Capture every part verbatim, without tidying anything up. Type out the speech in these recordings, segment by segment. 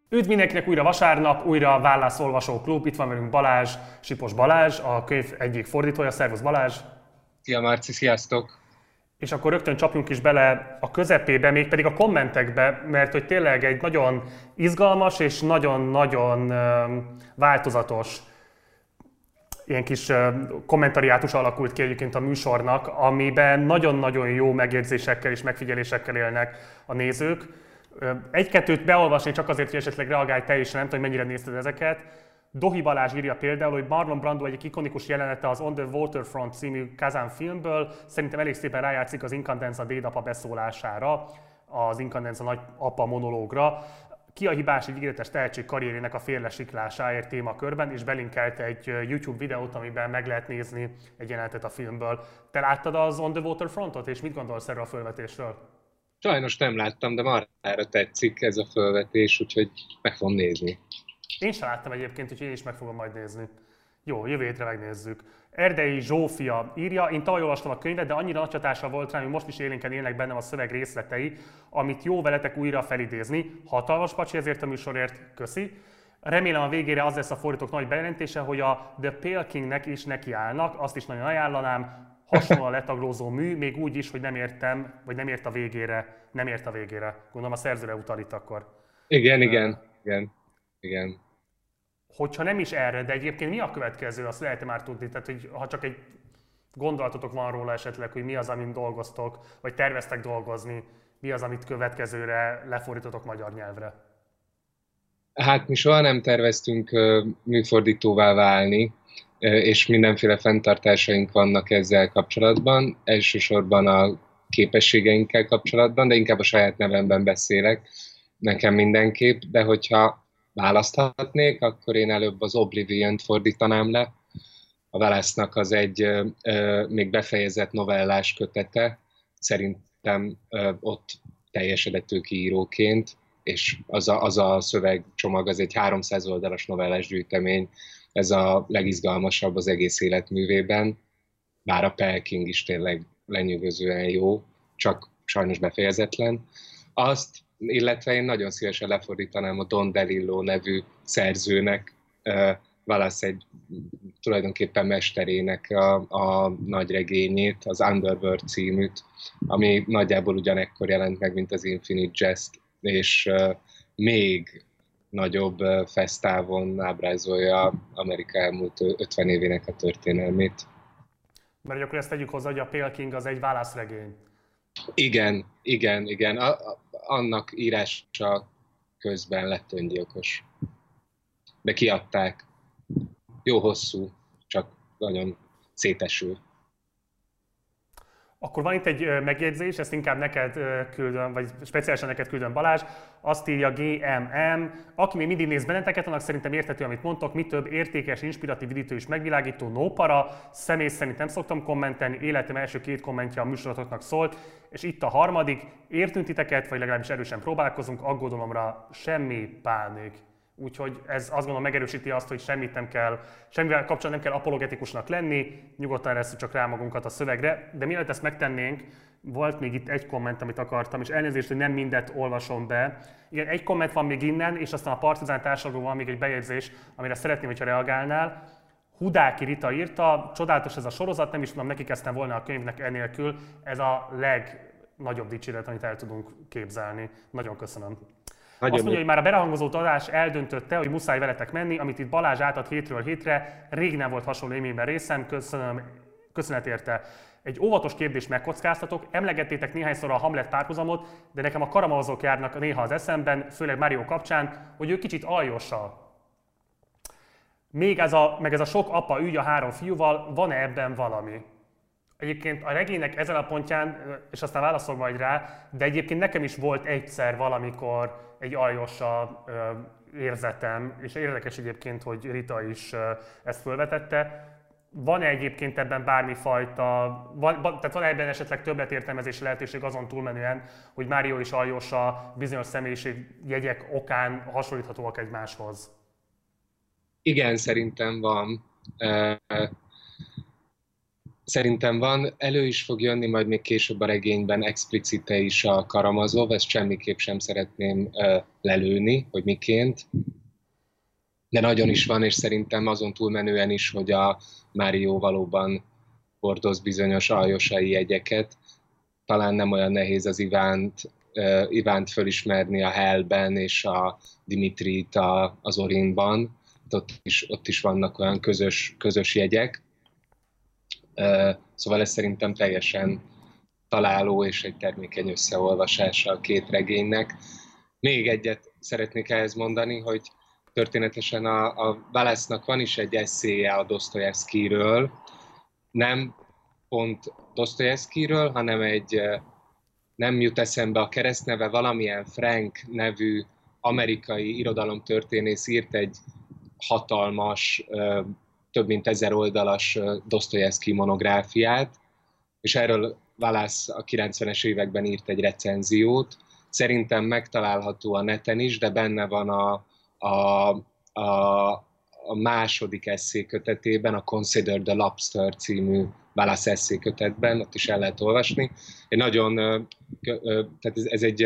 Üdv mindenkinek újra vasárnap, újra Vállász Olvasó Klub. Itt van velünk Balázs, Sipos Balázs, a könyv egyik fordítója. Szervusz Balázs! Szia Marci, sziasztok! És akkor rögtön csapjunk is bele a közepébe, mégpedig a kommentekbe, mert hogy tényleg egy nagyon izgalmas és nagyon-nagyon változatos ilyen kis kommentariátus alakult ki egyébként a műsornak, amiben nagyon-nagyon jó megjegyzésekkel és megfigyelésekkel élnek a nézők. Egy-kettőt beolvasni csak azért, hogy esetleg reagálj te is, nem tudom, hogy mennyire nézted ezeket. Dohi Balázs írja például, hogy Marlon Brando egyik ikonikus jelenete az On the Waterfront című Kazan filmből szerintem elég szépen rájátszik az Incandenza dédapa beszólására, az Incandenza nagyapa monológra. Ki a hibás egy ígéretes tehetség karrierjének a félresiklásáért témakörben, és belinkelte egy YouTube videót, amiben meg lehet nézni egy jelenetet a filmből. Te láttad az On the Waterfrontot, és mit gondolsz erről a felvetésről? Sajnos nem láttam, de marhára tetszik ez a felvetés, úgyhogy meg fogom nézni. Én sem láttam egyébként, úgyhogy én is meg fogom majd nézni. Jó, jövő hétre megnézzük. Erdei Zsófia írja, én tavaly olvastam a könyvet, de annyira nagy hatással volt rám, hogy most is élénken élnek bennem a szöveg részletei, amit jó veletek újra felidézni. Hatalmas pacsi ezért a műsorért, köszi. Remélem a végére az lesz a fordítók nagy bejelentése, hogy a The Pale Kingnek is nekiállnak, azt is nagyon ajánlanám. Hasonlóan letaglózó mű, még úgy is, hogy nem értem, vagy nem ért a végére, nem ért a végére. Gondolom a szerzőre utal itt akkor. Igen, igen, igen, igen. Hogyha nem is erre, de egyébként mi a következő, azt lehet már tudni, tehát hogy ha csak egy gondolatotok van róla esetleg, hogy mi az, amin dolgoztok, vagy terveztek dolgozni, mi az, amit következőre lefordítotok magyar nyelvre? Hát mi soha nem terveztünk ö, műfordítóvá válni, ö, és mindenféle fenntartásaink vannak ezzel kapcsolatban, elsősorban a képességeinkkel kapcsolatban, de inkább a saját nevemben beszélek, nekem mindenképp, de hogyha választhatnék, akkor én előbb az Oblivion-t fordítanám le. A Wallace-nak az egy ö, ö, még befejezett novellás kötete, szerintem ö, ott teljesedett ő ki íróként, és az a, az a szövegcsomag, az egy háromszáz oldalas novellás gyűjtemény, ez a legizgalmasabb az egész életművében, bár a Pelking is tényleg lenyűgözően jó, csak sajnos befejezetlen. Azt, illetve én nagyon szívesen lefordítanám a Don DeLillo nevű szerzőnek, uh, Wallace egy tulajdonképpen mesterének a, a nagy regényét, az Underworld címűt, ami nagyjából ugyanekkor jelent meg, mint az Infinite Jest, és uh, még nagyobb uh, fesztávon ábrázolja Amerika elmúlt ötven évének a történelmét. Mert akkor ezt tegyük hozzá, hogy a Pale King az egy válaszregény. Igen, igen, igen. A, a, annak írása közben lett öngyilkos. De kiadták. Jó hosszú, csak nagyon szétesül. Akkor van itt egy megjegyzés, ezt inkább neked küldöm, vagy speciálisan neked küldöm Balázs. Azt írja gé em em, aki még mindig néz benneteket, annak szerintem érthető, amit mondtok, mi több értékes, inspiratív, üdítő és megvilágító, no para. Személy szerint nem szoktam kommentelni, életem első két kommentje a műsorotoknak szólt, és itt a harmadik, értünk titeket, vagy legalábbis erősen próbálkozunk, aggodalomra semmi pánik. Úgyhogy ez azt gondolom megerősíti azt, hogy semmit nem kell, semmivel kapcsolatban nem kell apologetikusnak lenni, nyugodtan resszük csak rá magunkat a szövegre. De mielőtt ezt megtennénk, volt még itt egy komment, amit akartam, és elnézést, hogy nem mindet olvasom be. Igen, egy komment van még innen, és aztán a Partizán társadalomban van még egy bejegyzés, amire szeretném, hogyha reagálnál. Hudáki Rita írta, csodálatos ez a sorozat, nem is tudom, neki kezdtem volna a könyvnek enélkül, ez a legnagyobb dicséret, amit el tudunk képzelni. Nagyon köszönöm. Azt Nagyon mondja, hogy már a berahangozott adás eldöntötte, hogy muszáj veletek menni, amit itt Balázs átad hétről hétre, rég nem volt hasonló élményben részem, köszönöm, köszönet érte. Egy óvatos kérdést megkockáztatok, emlegettétek néhányszor a Hamlet párhuzamot, de nekem a karamazok járnak néha az eszemben, főleg Mario kapcsán, hogy ő kicsit aljosa. Még ez a, meg ez a sok apa ügy a három fiúval, van-e ebben valami? Egyébként a regénynek ezen a pontján, és aztán válaszol majd rá, de egyébként nekem is volt egyszer valamikor egy aljosa érzetem, és érdekes egyébként, hogy Rita is ezt felvetette. Van-e egyébként ebben bármifajta, van, tehát van-e ebben esetleg többletértelmezési lehetőség azon túlmenően, hogy Mário és aljosa bizonyos személyiségjegyek okán hasonlíthatóak egymáshoz? Igen, szerintem van. Szerintem van, elő is fog jönni majd még később a regényben explicite is a Karamazov, ezt semmiképp sem szeretném uh, lelőni, hogy miként. De nagyon is van, és szerintem azon túlmenően is, hogy a Mário valóban hordoz bizonyos aljosai jegyeket. Talán nem olyan nehéz az Ivánt, uh, Ivánt fölismerni a Hellben és a Dimitrit a, az Orinban. Ott is, ott is vannak olyan közös, közös jegyek. Uh, szóval ez szerintem teljesen találó és egy termékeny összeolvasása a két regénynek. Még egyet szeretnék ehhez mondani, hogy történetesen a, a Wallace-nak van is egy eszéje a Dostoyevskyről, nem pont Dostoyevskyről, hanem egy, nem jut eszembe a keresztneve, valamilyen Frank nevű amerikai irodalomtörténész írt egy hatalmas, több mint ezer oldalas Dostoyevsky monográfiát, és erről Wallace a kilencvenes években írt egy recenziót. Szerintem megtalálható a neten is, de benne van a, a, a, a második eszékötetében, a Consider the Lobster című Wallace eszékötetben, ott is el lehet olvasni. Egy nagyon, tehát ez, ez egy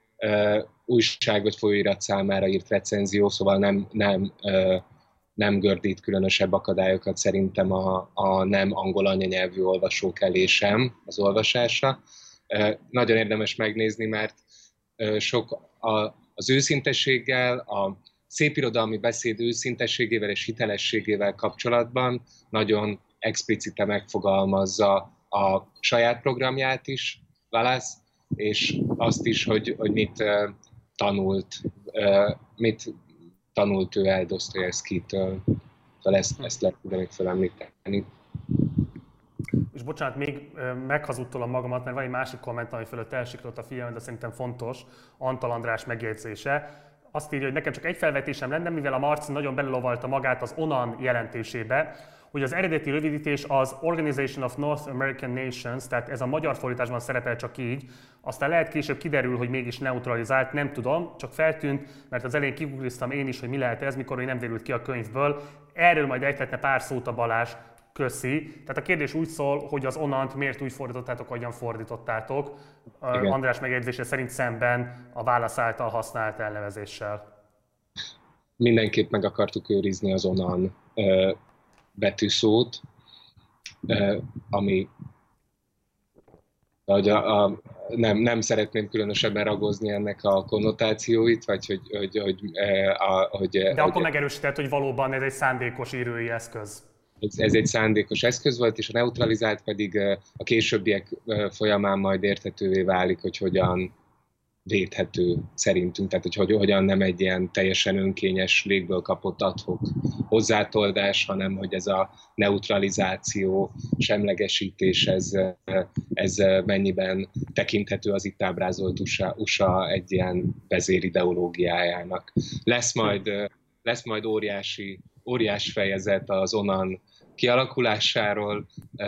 újság vagy folyóirat számára írt recenzió, szóval nem, nem, nem gördít különösebb akadályokat szerintem a, a nem angol anyanyelvű olvasók elé sem az olvasásra. Nagyon érdemes megnézni, mert sok a, az őszintességgel, a szépirodalmi beszéd őszintességével és hitelességével kapcsolatban nagyon explicite megfogalmazza a saját programját is, Wallace, és azt is, hogy, hogy mit uh, tanult, uh, mit tanult ő el Dostoyevskytől. Szóval ezt, ezt lehet még felemlíteni. És bocsánat, még meghazudtolom magamat, mert van egy másik komment, ami fölött elsiklott a figyelmet, de szerintem fontos, Antal András megjegyzése. Azt írja, hogy nekem csak egy felvetésem lenne, mivel a Marci nagyon belelovalta magát az ONAN jelentésébe, hogy az eredeti rövidítés az Organization of North American Nations, tehát ez a magyar fordításban szerepel csak így, aztán lehet később kiderül, hogy mégis neutralizált, nem tudom, csak feltűnt, mert az elején kigoogliztam én is, hogy mi lehet ez, mikor nem derült ki a könyvből. Erről majd ejthetne pár szót a Balázs. Köszi. Tehát a kérdés úgy szól, hogy az onant miért úgy fordítottátok, ahogyan fordítottátok. Igen. András megjegyzése szerint szemben a válasz által használt elnevezéssel. Mindenképp meg akartuk őrizni az onan ö, betűszót, ö, ami hogy a, a, nem, nem szeretném különösebben ragozni ennek a konnotációit, vagy hogy... hogy, hogy, a, hogy De hogy, akkor megerősített, hogy valóban ez egy szándékos írői eszköz. Ez, ez egy szándékos eszköz volt, és a neutralizált pedig a későbbiek folyamán majd érthetővé válik, hogy hogyan védhető szerintünk, tehát hogy, hogy hogyan nem egy ilyen teljesen önkényes, légből kapott ad-hoc hozzátoldás, hanem hogy ez a neutralizáció, semlegesítés, ez, ez mennyiben tekinthető az itt ábrázolt u es á, u es á egy ilyen vezérideológiájának. Lesz majd, lesz majd óriási, óriás fejezet az onan kialakulásáról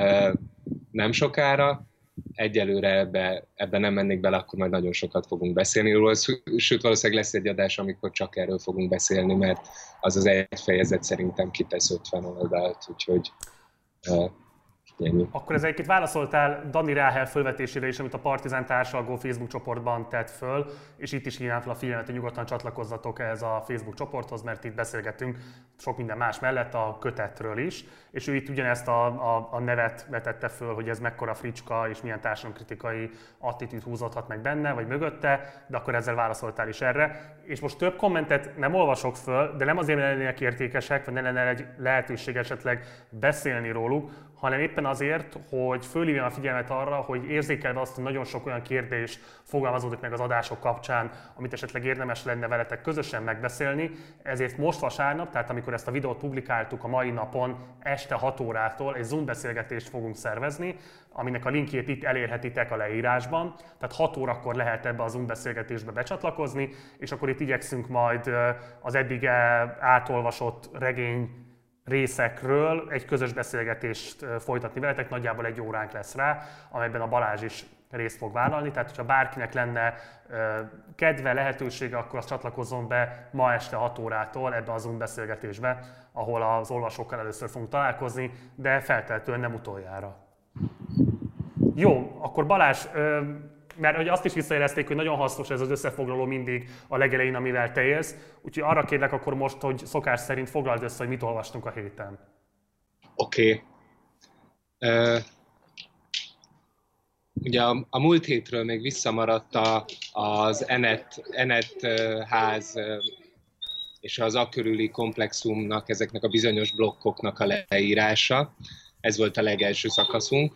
nem sokára. Egyelőre ebbe, ebbe nem mennék bele, akkor majd nagyon sokat fogunk beszélni róla. Sőt, valószínűleg lesz egy adás, amikor csak erről fogunk beszélni, mert az az egy fejezet szerintem kitesz ötven oldalt, úgyhogy uh, ennyi. Akkor ez egyébként válaszoltál Dani Ráhel fölvetésére is, amit a Partizán társalgó Facebook csoportban tett föl, és itt is hívnám fel a figyelmet, hogy nyugodtan csatlakozzatok ehhez a Facebook csoporthoz, mert itt beszélgetünk sok minden más mellett a kötetről is, és ő itt ugyanezt a, a, a nevet vetette föl, hogy ez mekkora fricska és milyen társadalomkritikai attitűd húzódhat meg benne, vagy mögötte, de akkor ezzel válaszoltál is erre. És most több kommentet nem olvasok föl, de nem azért lennének értékesek, vagy ne lenne egy lehetőség esetleg beszélni róluk, hanem éppen azért, hogy fölhívjam a figyelmet arra, hogy érzékelve azt, hogy nagyon sok olyan kérdés fogalmazódik meg az adások kapcsán, amit esetleg érdemes lenne veletek közösen megbeszélni, ezért most vasárnap, tehát amikor ezt a videót publikáltuk a mai napon este hat órától egy Zoom beszélgetést fogunk szervezni, aminek a linkjét itt elérhetitek a leírásban, tehát hat órakor lehet ebbe a Zoom beszélgetésbe becsatlakozni, és akkor itt igyekszünk majd az eddig átolvasott regény részekről egy közös beszélgetést folytatni veletek, nagyjából egy óránk lesz rá, amelyben a Balázs is részt fog vállalni, tehát hogyha bárkinek lenne kedve, lehetősége, akkor azt csatlakozzon be ma este hat órától ebbe a Zoom beszélgetésbe, ahol az olvasókkal először fogunk találkozni, de feltehetően nem utoljára. Jó, akkor Balázs, mert hogy azt is visszajelezték, hogy nagyon hasznos ez az összefoglaló mindig a legelején, amivel te élsz, úgyhogy arra kérlek akkor most, hogy szokás szerint foglald össze, hogy mit olvastunk a héten. Oké. Okay. Uh, ugye a, a múlt hétről még visszamaradt a, az Enet, Enet uh, ház uh, és az a körüli komplexumnak, ezeknek a bizonyos blokkoknak a leírása. Ez volt a legelső szakaszunk.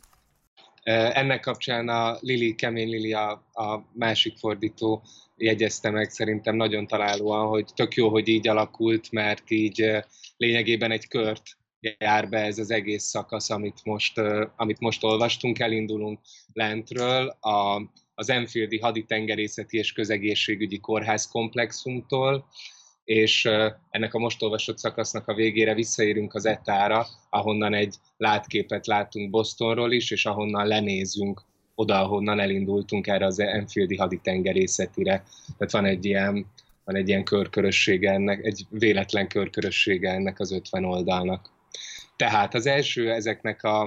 Ennek kapcsán a Lili, Kemény Lili, a, a másik fordító jegyezte meg szerintem nagyon találóan, hogy tök jó, hogy így alakult, mert így lényegében egy kört jár be ez az egész szakasz, amit most, amit most olvastunk. Elindulunk lentről a, az Enfieldi Haditengerészeti és Közegészségügyi Kórház komplexumtól, és ennek a most olvasott szakasznak a végére visszaérünk az é té á-ra, ahonnan egy látképet látunk Bostonról is, és ahonnan lenézünk oda, ahonnan elindultunk erre az Enfieldi Haditengerészetire. Tehát van egy ilyen, van egy ilyen körkörössége ennek, egy véletlen körkörössége ennek az ötven oldalnak. Tehát az első ezeknek a,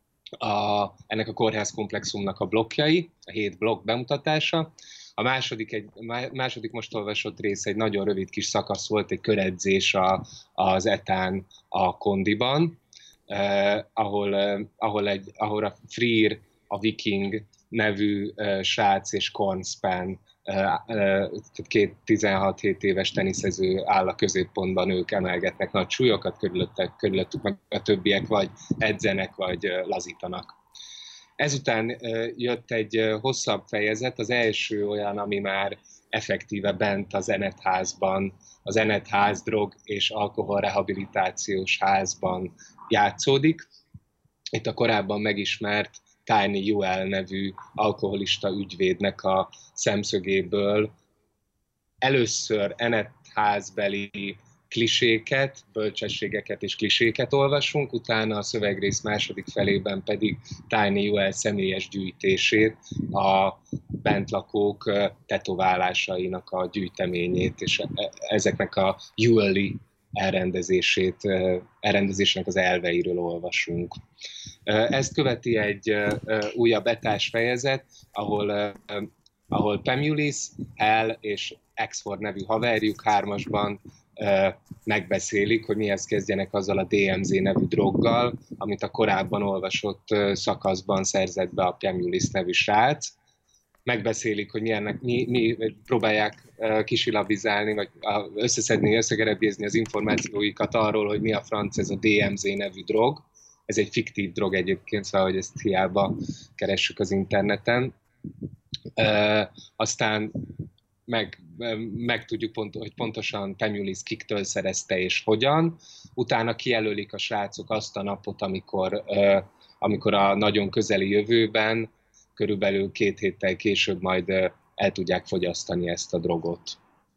a, ennek a kórházkomplexumnak a blokkjai, a hét blokk bemutatása. A második, egy, második most olvasott rész egy nagyon rövid kis szakasz volt, egy köredzés a, az é té á-n a Kondiban, eh, ahol, eh, ahol, egy, ahol a Freer, a Viking nevű eh, srác és Kornspan, eh, eh, tehát két tizenhat-hét éves teniszező áll a középpontban, ők emelgetnek nagy súlyokat, körülöttük, körülöttük meg a többiek vagy edzenek, vagy eh, lazítanak. Ezután jött egy hosszabb fejezet, az első olyan, ami már effektíve bent az Enet házban, az Enet ház drog és alkoholrehabilitációs házban játszódik. Itt a korábban megismert Tiny Joel nevű alkoholista ügyvédnek a szemszögéből először Enet házbeli kliséket, bölcsességeket és kliséket olvasunk, utána a szövegrész második felében pedig Tiny Joel személyes gyűjtését, a bentlakók tetoválásainak a gyűjteményét, és ezeknek a Joeli elrendezését, elrendezésnek az elveiről olvasunk. Ezt követi egy újabb etás fejezet, ahol, ahol Pemulis, Hal és Exford nevű haverjuk hármasban megbeszélik, hogy mihez kezdjenek azzal a dé em zé nevű droggal, amit a korábban olvasott szakaszban szerzett be a Pemulis nevű srác. Megbeszélik, hogy milyennek, mi, mi próbálják kisilabizálni, vagy összeszedni, összegerebézni az információikat arról, hogy mi a franc ez a dé em zé nevű drog. Ez egy fiktív drog egyébként, szóval, hogy ezt hiába keressük az interneten. Aztán meg, meg tudjuk, pont, hogy pontosan Pemulis kiktől szerezte és hogyan. Utána kijelölik a srácok azt a napot, amikor, amikor a nagyon közeli jövőben, körülbelül két héttel később majd el tudják fogyasztani ezt a drogot.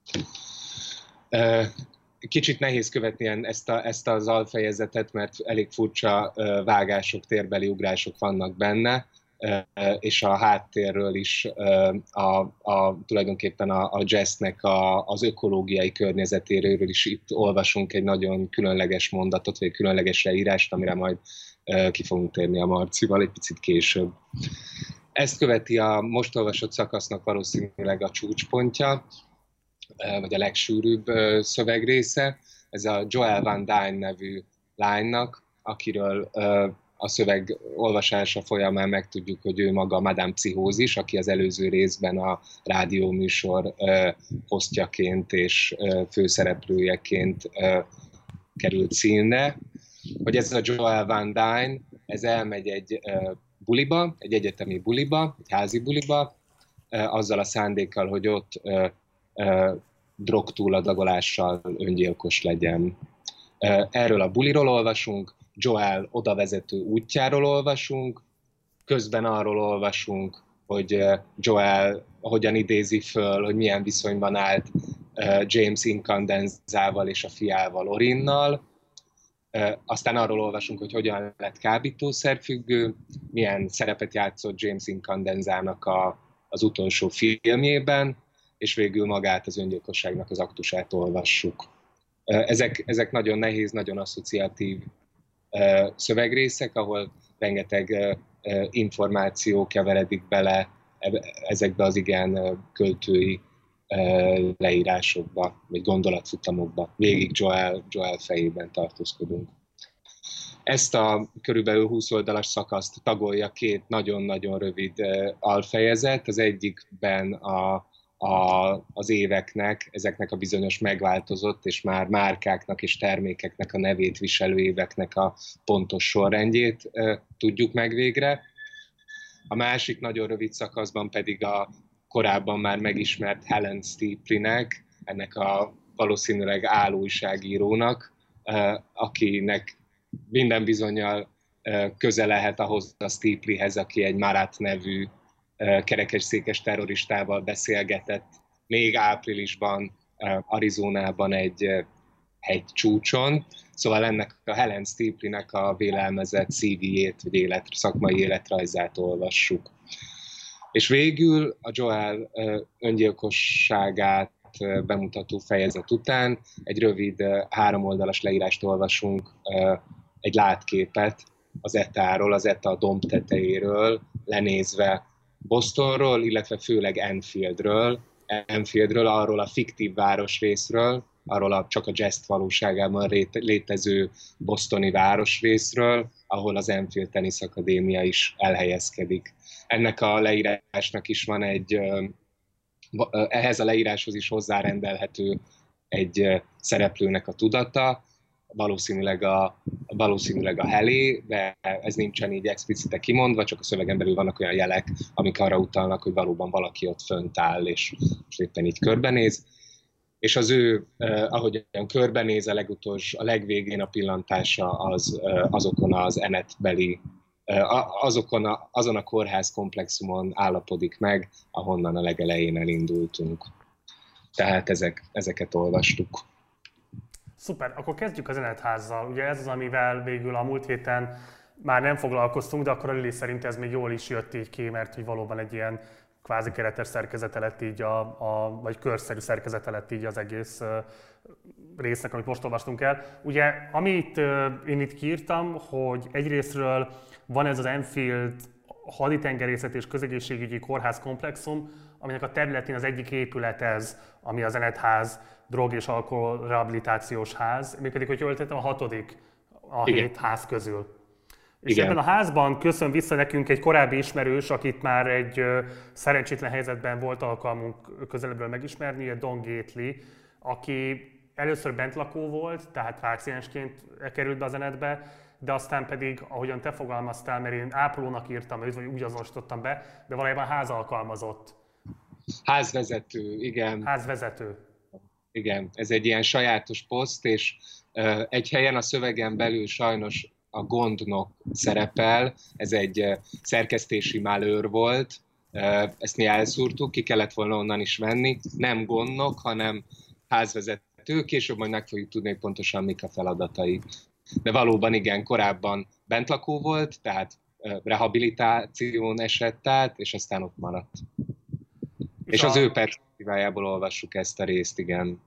Kicsit nehéz követni ezt, a, ezt az alfejezetet, mert elég furcsa vágások, térbeli ugrások vannak benne, és a háttérről is a, a, tulajdonképpen a, a jazznek a, az ökológiai környezetéről is itt olvasunk egy nagyon különleges mondatot, vagy egy különleges leírást, amire majd ki fogunk térni a Marcival egy picit később. Ezt követi a most olvasott szakasznak valószínűleg a csúcspontja, vagy a legsűrűbb szövegrésze. Ez a Joel Van Dyne nevű lánynak, akiről a szöveg olvasása folyamán megtudjuk, hogy ő maga Madame Pszichózis, aki az előző részben a rádióműsor hostjaként és főszereplőjeként került színre. Hogy ez a Joel Van Dyne, ez elmegy egy buliba, egy egyetemi buliba, egy házi buliba, azzal a szándékkal, hogy ott drogtúladagolással öngyilkos legyen. Erről a buliról olvasunk, Joel odavezető útjáról olvasunk, közben arról olvasunk, hogy Joel hogyan idézi föl, hogy milyen viszonyban állt James Incandenzával és a fiával Orinnal. Aztán arról olvasunk, hogy hogyan lett kábítószerfüggő, milyen szerepet játszott James Incandenzának a, az utolsó filmjében, és végül magát az öngyilkosságnak az aktusát olvassuk. Ezek, ezek nagyon nehéz, nagyon asszociatív szövegrészek, ahol rengeteg információ keveredik bele ezekbe az igen költői leírásokba, vagy gondolatfutamokba. Végig Joel, Joel fejében tartózkodunk. Ezt a körülbelül húsz oldalas szakaszt tagolja két nagyon-nagyon rövid alfejezet. Az egyikben a, a, az éveknek, ezeknek a bizonyos megváltozott, és már márkáknak és termékeknek a nevét viselő éveknek a pontos sorrendjét tudjuk meg végre. A másik nagyon rövid szakaszban pedig a korábban már megismert Helen Steeply-nek, ennek a valószínűleg álújságírónak, akinek minden bizonnyal köze lehet ahhoz a Steeplyhez, aki egy Marat nevű kerekesszékes terroristával beszélgetett még áprilisban Arizonában egy hegycsúcson. Szóval ennek a Helen Steeplynek a vélelmezett cé vé-jét, vagy élet, szakmai életrajzát olvassuk. És végül a Joel öngyilkosságát bemutató fejezet után egy rövid háromoldalas leírást olvasunk, egy látképet az etáról, az eta domb tetejéről, lenézve Bostonról, illetve főleg Enfieldről, Enfieldről, arról a fiktív városrészről, arról a csak a jazz valóságában létező bostoni városrészről, ahol az Enfield Tennis Akadémia is elhelyezkedik. Ennek a leírásnak is van egy, ehhez a leíráshoz is hozzárendelhető egy szereplőnek a tudata, valószínűleg a, valószínűleg a Haley, de ez nincsen így explicite kimondva, csak a szövegen belül vannak olyan jelek, amik arra utalnak, hogy valóban valaki ott fönt áll, és, és éppen így körbenéz. És az ő, eh, ahogyan körbenéz, a legutolsó, a legvégén a pillantása az eh, azokon az enetbeli, eh, azokon a, azon a kórház komplexumon állapodik meg, ahonnan a legelején elindultunk. Tehát ezek, ezeket olvastuk. Szuper, akkor kezdjük az Enetházzal. Ugye ez az, amivel végül a múlt héten már nem foglalkoztunk, de akkor a Lili szerint ez még jól is jött így ki, mert hogy valóban egy ilyen kvázi keretes szerkezete lett így, a, a, vagy körszerű szerkezete lett így az egész uh, résznek, amit most olvastunk el. Ugye, amit uh, én itt kiírtam, hogy egyrésztről van ez az Enfield haditengerészet és közegészségügyi kórház komplexum, aminek a területén az egyik épület ez, ami az Enetház, drog- és alkoholrehabilitációs ház, mégpedig, hogy jól tettem, a hatodik a Igen. hét ház közül. És Igen. ebben a házban köszön vissza nekünk egy korábbi ismerős, akit már egy ö, szerencsétlen helyzetben volt alkalmunk közelebbről megismerni, Don Gately, aki először bentlakó volt, tehát páciensként került be a Enetbe, de aztán pedig, ahogyan te fogalmaztál, mert én ápolónak írtam őt, vagy úgy azonosítottam be, de valójában házalkalmazott. Házvezető, igen. Házvezető. Igen, ez egy ilyen sajátos poszt, és uh, egy helyen a szövegen belül sajnos a gondnok szerepel, ez egy uh, szerkesztési malőr volt, uh, ezt mi elszúrtuk, ki kellett volna onnan is venni, nem gondnok, hanem házvezető, később majd meg fogjuk tudni, hogy pontosan mik a feladatai. De valóban igen, korábban bentlakó volt, tehát uh, rehabilitáción esett át, és aztán ott maradt. És, és az a... ő perspektívájából olvassuk ezt a részt, igen.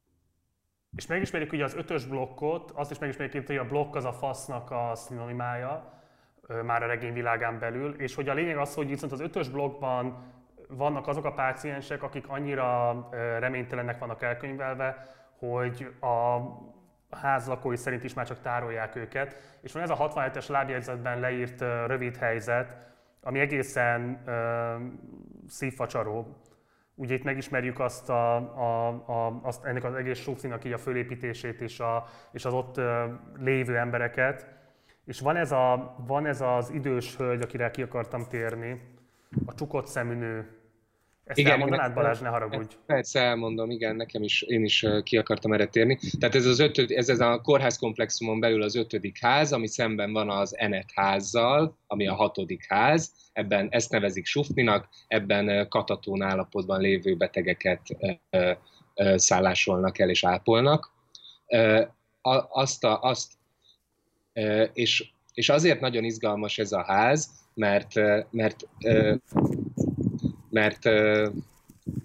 És megismerjük ugye az ötös blokkot, azt is megismerjük, hogy a blokk az a fasznak a szinonimája, már a regény világán belül, és hogy a lényeg az, hogy viszont az ötös blokkban vannak azok a páciensek, akik annyira reménytelennek vannak elkönyvelve, hogy a ház lakói szerint is már csak tárolják őket. És van ez a hatvanhetes lábjegyzetben leírt rövid helyzet, ami egészen uh, szívfacsaró. Ugye itt megismerjük azt, a, a, a, azt ennek az egész sófinak így a fölépítését és, a, és az ott uh, lévő embereket. És van ez, a, van ez az idős hölgy, akire ki akartam térni, a csukott szemű nő. Ezt igen, elmondanád, Balázs, ne haragudj. Persze elmondom, igen, nekem is, én is ki akartam erre térni. Tehát ez, az ötöd, ez, ez a kórházkomplexumon belül az ötödik ház, ami szemben van az Enetházzal, ami a hatodik ház. Ebben ezt nevezik sufninak, ebben katatón állapotban lévő betegeket ö, ö, szállásolnak el és ápolnak. Ö, azt a, azt, ö, és, és azért nagyon izgalmas ez a ház, mert, mert, ö, mert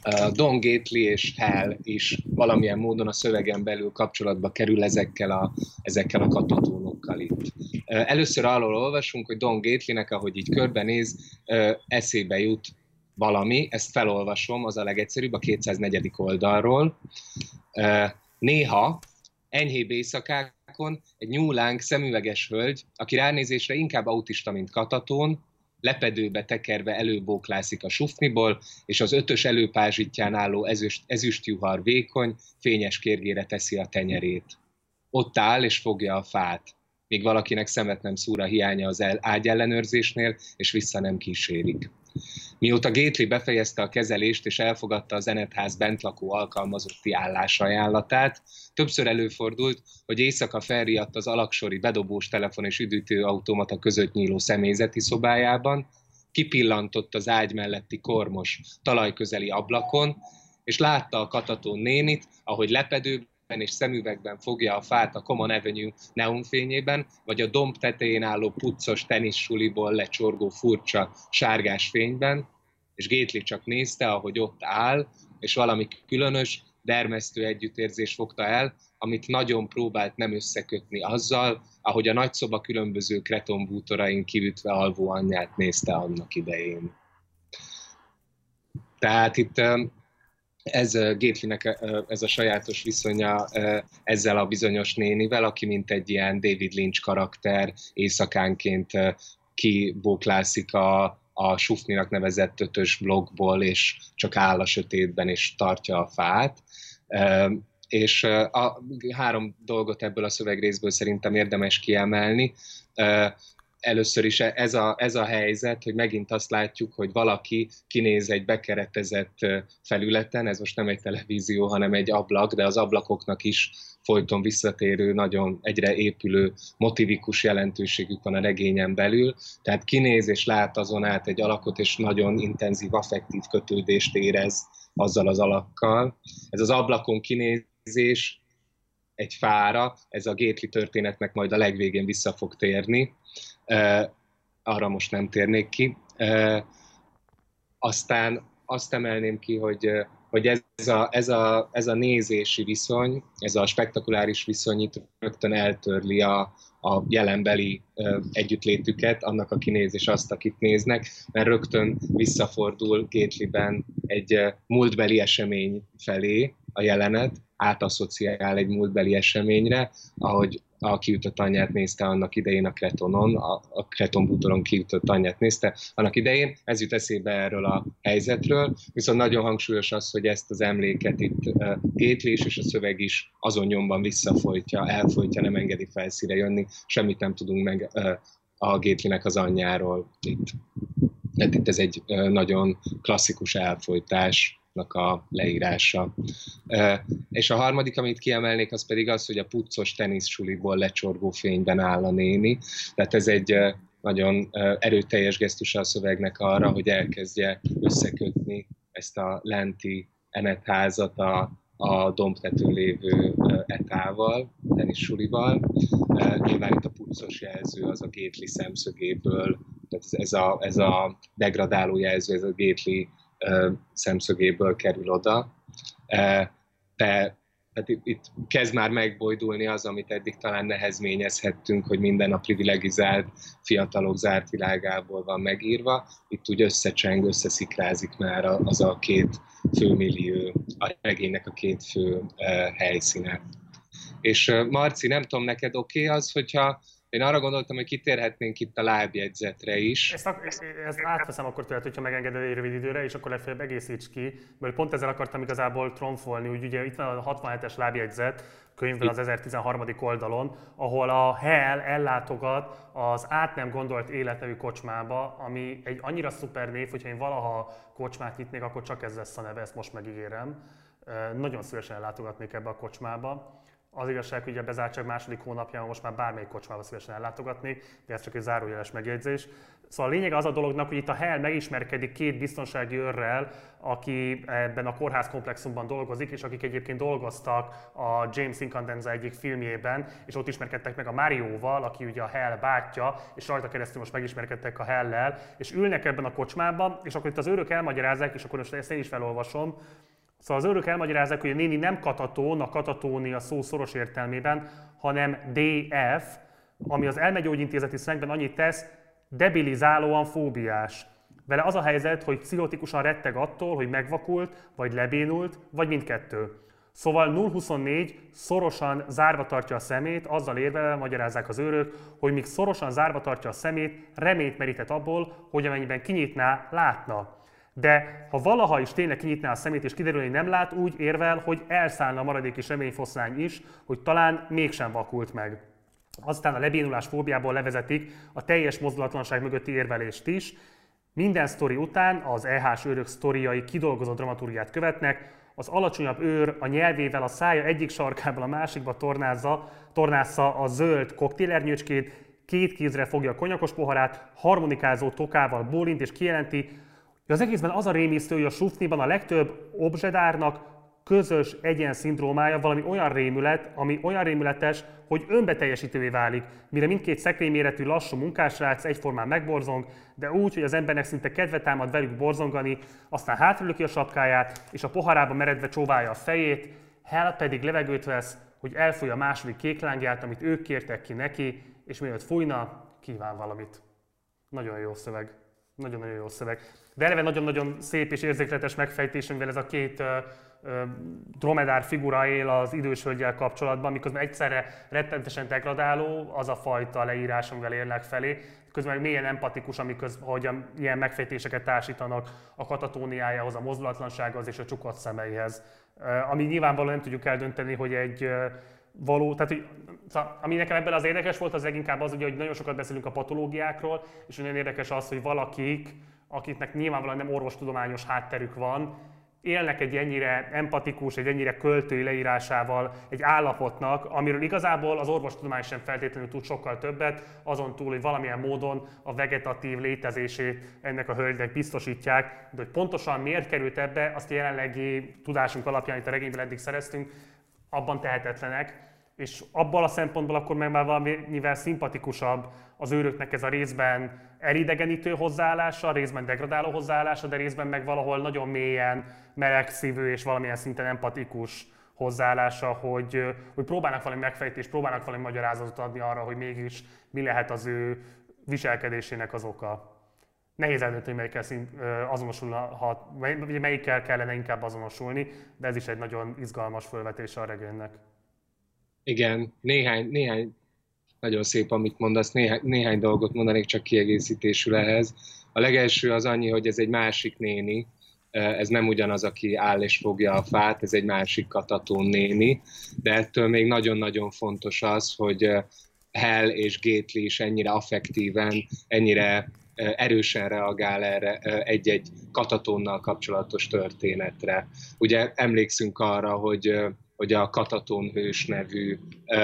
Don Gately és Hal is valamilyen módon a szövegen belül kapcsolatba kerül ezekkel a, ezekkel a katatónokkal itt. Először arról olvasunk, hogy Don Gatelynek, ahogy így körbenéz, eszébe jut valami, ezt felolvasom, az a legegyszerűbb, a kétszáznegyedik oldalról. Néha, enyhébb éjszakákon egy nyúlánk szemüveges hölgy, aki ránézésre inkább autista, mint katatón, lepedőbe tekerve előbóklászik a sufniból, és az ötös előpázsitján álló ezüst, ezüstjuhar vékony, fényes kérgére teszi a tenyerét. Ott áll és fogja a fát, míg valakinek szemet nem szúr a hiánya az ágyellenőrzésnél, és vissza nem kísérik. Mióta Gately befejezte a kezelést és elfogadta a zenetház bent lakó alkalmazotti állásajánlatát, többször előfordult, hogy éjszaka felriadt az alaksori bedobós telefon és üdítőautomata között nyíló személyzeti szobájában, kipillantott az ágy melletti kormos, talajközeli ablakon, és látta a katatón nénit, ahogy lepedőben és szemüvegben fogja a fát a Common Avenue neonfényében, vagy a domb tetején álló puccos teniszsuliból lecsorgó furcsa sárgás fényben, és Gately csak nézte, ahogy ott áll, és valami különös, dermesztő együttérzés fogta el, amit nagyon próbált nem összekötni azzal, ahogy a nagyszoba különböző kretonbútorain kivütve alvó anyját nézte annak idején. Tehát itt ez Gatelynek ez a sajátos viszonya ezzel a bizonyos nénivel, aki mint egy ilyen David Lynch karakter éjszakánként kibóklászik a, a Sufninak nevezett ötös blokkból, és csak áll a sötétben, és tartja a fát. És a három dolgot ebből a szövegrészből szerintem érdemes kiemelni. Először is ez a, ez a helyzet, hogy megint azt látjuk, hogy valaki kinéz egy bekeretezett felületen, ez most nem egy televízió, hanem egy ablak, de az ablakoknak is folyton visszatérő, nagyon egyre épülő motivikus jelentőségük van a regényen belül. Tehát kinéz és lát azon át egy alakot, és nagyon intenzív affektív kötődést érez azzal az alakkal. Ez az ablakon kinézés egy fára, ez a Gately történetnek majd a legvégén vissza fog térni. Uh, arra most nem térnék ki. Uh, aztán azt emelném ki, hogy, uh, hogy ez, a, ez, a, ez a nézési viszony, ez a spektakuláris viszony itt rögtön eltörli a, a jelenbeli uh, együttlétüket, annak a kinézés azt, akit néznek, mert rögtön visszafordul Gatelyben egy uh, múltbeli esemény felé a jelenet, átasszociál egy múltbeli eseményre, ahogy a kiütött anyját nézte annak idején a Kretonon, a, a Kreton bútoron kiütött anyját nézte annak idején, ez jut eszébe erről a helyzetről, viszont nagyon hangsúlyos az, hogy ezt az emléket itt uh, Gately is és a szöveg is azon nyomban visszafolytja, elfolytja, nem engedi felszíre jönni, semmit nem tudunk meg uh, a Gatelynek az anyjáról itt. Tehát itt ez egy uh, nagyon klasszikus elfolytás a leírása. És a harmadik, amit kiemelnék, az pedig az, hogy a puccos teniszsuliból lecsorgó fényben áll a néni. Tehát ez egy nagyon erőteljes gesztus a szövegnek arra, hogy elkezdje összekötni ezt a lenti enetházat a, a dombtetőn lévő etával, teniszsulival. Nyilván itt a puccos jelző az a Gately szemszögéből, tehát ez a, ez a degradáló jelző, ez a Gately szemszögéből kerül oda. De tehát itt, itt kezd már megbojdulni az, amit eddig talán nehezményezhettünk, hogy minden a privilegizált fiatalok zárt világából van megírva. Itt úgy összecseng, összeszikrázik már az a két fő millió, a regénynek a két fő helyszíne. És Marci, nem tudom, neked oké okay az, hogyha én arra gondoltam, hogy kitérhetnénk itt a lábjegyzetre is. Ezt, ezt átveszem akkor tőled, hogyha megengeded egy rövid időre, és akkor legfeljebb egészíts ki, mert pont ezzel akartam igazából tromfolni, hogy ugye itt van a hatvanhetes lábjegyzet könyvben az ezertizenharmadik oldalon, ahol a Hal ellátogat az Át nem gondolt élet nevű kocsmába, ami egy annyira szuper név, hogyha én valaha kocsmát nyitnék, akkor csak ez lesz a neve, ezt most megígérem. Nagyon szívesen ellátogatnék ebbe a kocsmába. Az igazság, hogy a bezártság második hónapján most már bármelyik kocsmába szívesen ellátogatnék, de ez csak egy zárójeles megjegyzés. Szóval a lényeg az a dolognak, hogy itt a Hell megismerkedik két biztonsági őrrel, aki ebben a kórházkomplexumban dolgozik, és akik egyébként dolgoztak a James Incandenza egyik filmjében, és ott ismerkedtek meg a Marióval, aki ugye a Hell bátyja, és rajta keresztül most megismerkedtek a Hell-lel, és ülnek ebben a kocsmában, és akkor itt az őrök elmagyarázzák, és akkor most ezt én is felolvasom. Szóval az őrök elmagyarázzák, hogy a néni nem katatón, a katatóni a szó szoros értelmében, hanem dé ef, ami az elmegyógyintézeti szlengben annyit tesz, debilizálóan fóbiás. Vele az a helyzet, hogy pszichotikusan retteg attól, hogy megvakult, vagy lebénult, vagy mindkettő. Szóval nulla huszonnégy szorosan zárva tartja a szemét, azzal érvelve magyarázzák az őrök, hogy míg szorosan zárva tartja a szemét, reményt merített abból, hogy amennyiben kinyitná, látna. De ha valaha is tényleg kinyitná a szemét és kiderül, hogy nem lát, úgy érvel, hogy elszállna a maradék és reményfoszlány is, hogy talán mégsem vakult meg. Aztán a lebénulás fóbiából levezetik a teljes mozdulatlanság mögötti érvelést is. Minden sztori után az é hás őrök sztoriai kidolgozott dramaturgiát követnek, az alacsonyabb őr a nyelvével a szája egyik sarkából a másikba tornázza, tornázza a zöld koktélernyőcskét, két kézre fogja a konyakos poharát, harmonikázó tokával bólint és kijelenti, hogy az egészben az a rémisztő, hogy a sufniban a legtöbb obzsedárnak közös egyen szindrómája, valami olyan rémület, ami olyan rémületes, hogy önbeteljesítővé válik, mire mindkét szekrényméretű lassú munkásrác egyformán megborzong, de úgy, hogy az embernek szinte kedve támad velük borzongani, aztán hátralöki a sapkáját, és a poharába meredve csóválja a fejét, Hell pedig levegőt vesz, hogy elfújja a második kéklángját, amit ők kértek ki neki, és mielőtt fújna, kíván valamit. Nagyon jó szöveg. Nagyon-nagyon jó szöveg. De eleve nagyon-nagyon szép és érzékletes megfejtés, mivel ez a két uh, uh, dromedár figura él az idős hölggyel kapcsolatban, miközben egyszerre rettentesen degradáló az a fajta leírás, amivel érnek felé, közben mélyen empatikus, amiköz, hogy ilyen megfejtéseket társítanak a katatóniájához, a mozdulatlansághoz és a csukott szemeihez. Uh, ami nyilvánvalóan nem tudjuk eldönteni, hogy egy uh, való, tehát hogy, szóval, ami nekem ebben az érdekes volt, az leginkább az, ugye, hogy nagyon sokat beszélünk a patológiákról, és nagyon érdekes az, hogy valakik, akiknek nyilvánvalóan nem orvostudományos hátterük van, élnek egy ennyire empatikus, egy ennyire költői leírásával egy állapotnak, amiről igazából az orvostudomány sem feltétlenül tud sokkal többet, azon túl, hogy valamilyen módon a vegetatív létezését ennek a hölgynek biztosítják, de hogy pontosan miért került ebbe, azt a jelenlegi tudásunk alapján, amit a regényből eddig szereztünk, abban tehetetlenek, és abban a szempontból akkor meg már valamivel szimpatikusabb az őröknek ez a részben elidegenítő hozzáállása, részben degradáló hozzáállása, de részben meg valahol nagyon mélyen melegszívű és valamilyen szinten empatikus hozzáállása, hogy, hogy próbálnak valami megfejtést, próbálnak valami magyarázatot adni arra, hogy mégis mi lehet az ő viselkedésének az oka. Nehéz eldönteni, melyikkel azonosulhat, melyikkel kellene inkább azonosulni, de ez is egy nagyon izgalmas felvetése a regénynek. Igen, néhány, néhány nagyon szép, amit mondasz, néhány, néhány dolgot mondanék csak kiegészítésül ehhez. A legelső az annyi, hogy ez egy másik néni, ez nem ugyanaz, aki áll és fogja a fát, ez egy másik katatón néni, de ettől még nagyon-nagyon fontos az, hogy Hell és Gately is ennyire affektíven, ennyire erősen reagál erre egy-egy katatónnal kapcsolatos történetre. Ugye emlékszünk arra, hogy, hogy a katatónhős nevű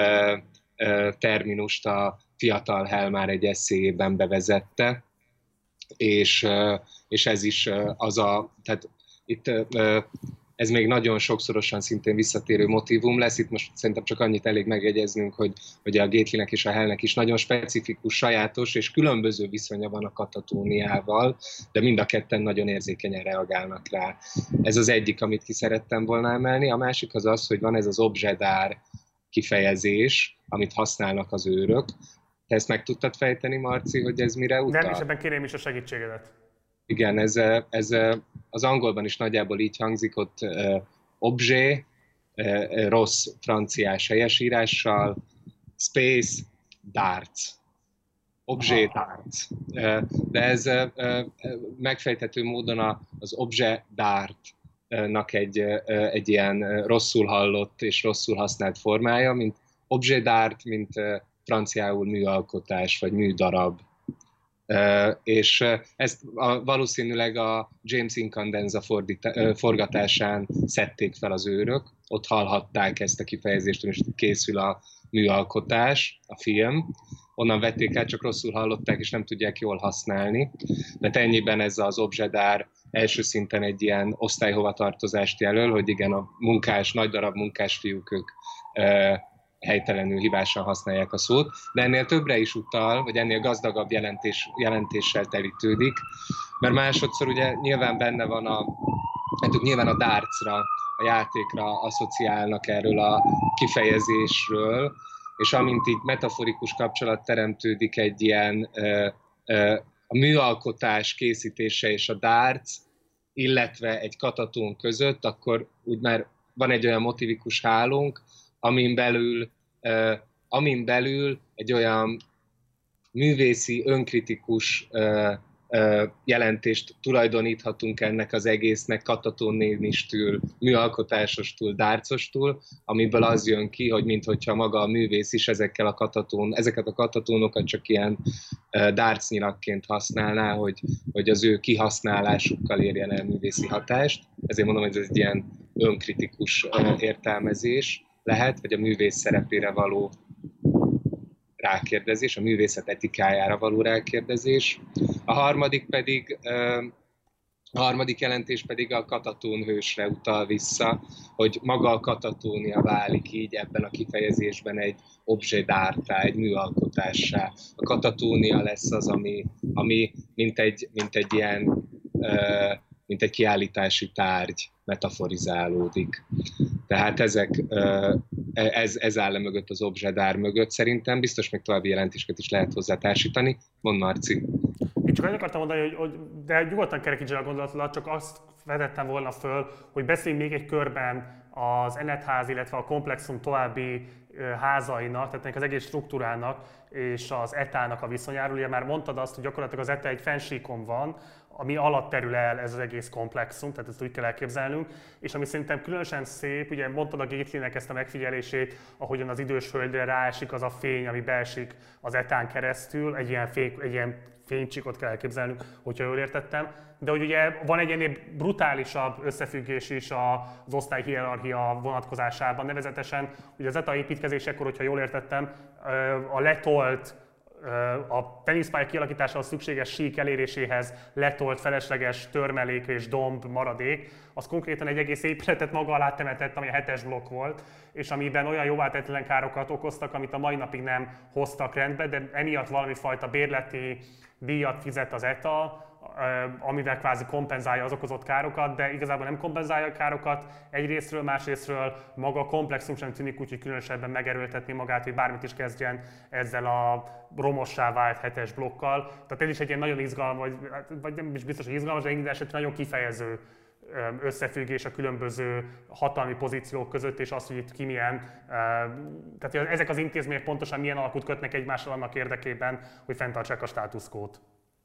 terminust a fiatal Hell már egy eszéjében bevezette, és, és ez is az a, tehát itt ez még nagyon sokszorosan szintén visszatérő motívum lesz. Itt most szerintem csak annyit elég megjegyeznünk, hogy, hogy a Gatelynek és a Hellnek is nagyon specifikus, sajátos és különböző viszonya van a katatóniával, de mind a ketten nagyon érzékenyen reagálnak rá. Ez az egyik, amit ki szerettem volna emelni. A másik az az, hogy van ez az obzsedár kifejezés, amit használnak az őrök. Te ezt meg tudtad fejteni, Marci, hogy ez mire utal? Nem, és ebben kérem is a segítségedet. Igen, ez, ez az angolban is nagyjából így hangzik, ott uh, objet, uh, rossz franciás helyesírással, space, darts. Objet, darts. Uh, de ez uh, megfejthető módon az objet dartnak egy, uh, egy ilyen rosszul hallott és rosszul használt formája, mint objet d'art, mint uh, franciául műalkotás vagy műdarab. És ezt a, valószínűleg a James Incandenza fordita, forgatásán szedték fel az őrök, ott hallhatták ezt a kifejezést, és készül a műalkotás, a film. Onnan vették át, csak rosszul hallották, és nem tudják jól használni. De ennyiben ez az obzsedár első szinten egy ilyen osztályhovatartozást jelöl, hogy igen, a munkás, nagy darab munkás fiúk, ők helytelenül, hibásan használják a szót, de ennél többre is utal, vagy ennél gazdagabb jelentés, jelentéssel telítődik, mert másodszor ugye nyilván benne van a, hát nyilván a dartsra, a játékra asszociálnak erről a kifejezésről, és amint így metaforikus kapcsolat teremtődik egy ilyen ö, ö, a műalkotás készítése és a darts, illetve egy katatón között, akkor úgy már van egy olyan motivikus hálónk, amin belül, uh, amin belül egy olyan művészi, önkritikus uh, uh, jelentést tulajdoníthatunk ennek az egésznek katatónénistől, műalkotásostól, dárcostól, amiből az jön ki, hogy minthogyha maga a művész is ezekkel a katatón, ezeket a katatónokat csak ilyen uh, dárcnyilakként használná, hogy, hogy az ő kihasználásukkal érjen el művészi hatást. Ezért mondom, hogy ez egy ilyen önkritikus uh, értelmezés lehet, vagy a művész szerepére való rákérdezés, a művészet etikájára való rákérdezés. A harmadik pedig, a harmadik jelentés pedig a katatón hősre utal vissza, hogy maga a katatónia válik így ebben a kifejezésben egy objet d'arttá, egy műalkotássá. A katatónia lesz az, ami, ami mint, egy, mint egy ilyen mint egy kiállítási tárgy metaforizálódik. Tehát ezek, ez, ez áll mögött az objet d'art mögött. Szerintem biztos még további jelentéseket is lehet hozzá társítani. Mondd, Marci. Én csak annyit akartam mondani, hogy, hogy de nyugodtan kerekítsd el a gondolatodat, csak azt vezettem volna föl, hogy beszéljünk még egy körben az Enetház, illetve a komplexum további házainak, tehát ennek az egész struktúrának és az etának a viszonyáról. Ugye már mondtad azt, hogy gyakorlatilag az eta egy fennsíkon van, ami alatt terül el ez az egész komplexum, tehát ezt úgy kell elképzelnünk, és ami szerintem különösen szép, ugye mondtad a Gatelynek ezt a megfigyelését, ahogyan az idős földre ráesik az a fény, ami beesik az etán keresztül, egy ilyen, fény, egy ilyen fénycsikot kell elképzelnünk, hogyha jól értettem, de hogy ugye van egy ennél brutálisabb összefüggés is az osztályhierarchia vonatkozásában, nevezetesen, hogy az eta építkezésekor, hogyha jól értettem, a letolt a teniszpálya kialakításához szükséges sík eléréséhez letolt felesleges törmelék és domb maradék, az konkrétan egy egész épületet maga alá temetett, ami a hetes blokk volt, és amiben olyan jóvátetlen károkat okoztak, amit a mai napig nem hoztak rendbe, de emiatt valami fajta bérleti díjat fizet az eta, amivel kvázi kompenzálja az okozott károkat, de igazából nem kompenzálja a károkat egyrésztről, másrésztről maga a komplexum sem tűnik úgy, hogy különösebben megerőltetni magát, hogy bármit is kezdjen ezzel a romossá vált hetes blokkal. Tehát ez is egy ilyen nagyon izgalmas, vagy, vagy nem is biztos, hogy izgalmas, de minden esetben nagyon kifejező összefüggés a különböző hatalmi pozíciók között, és az, hogy itt ki milyen, tehát ezek az intézmények pontosan milyen alakut kötnek egymással annak érdekében, hogy fenntartsák a státuszkót.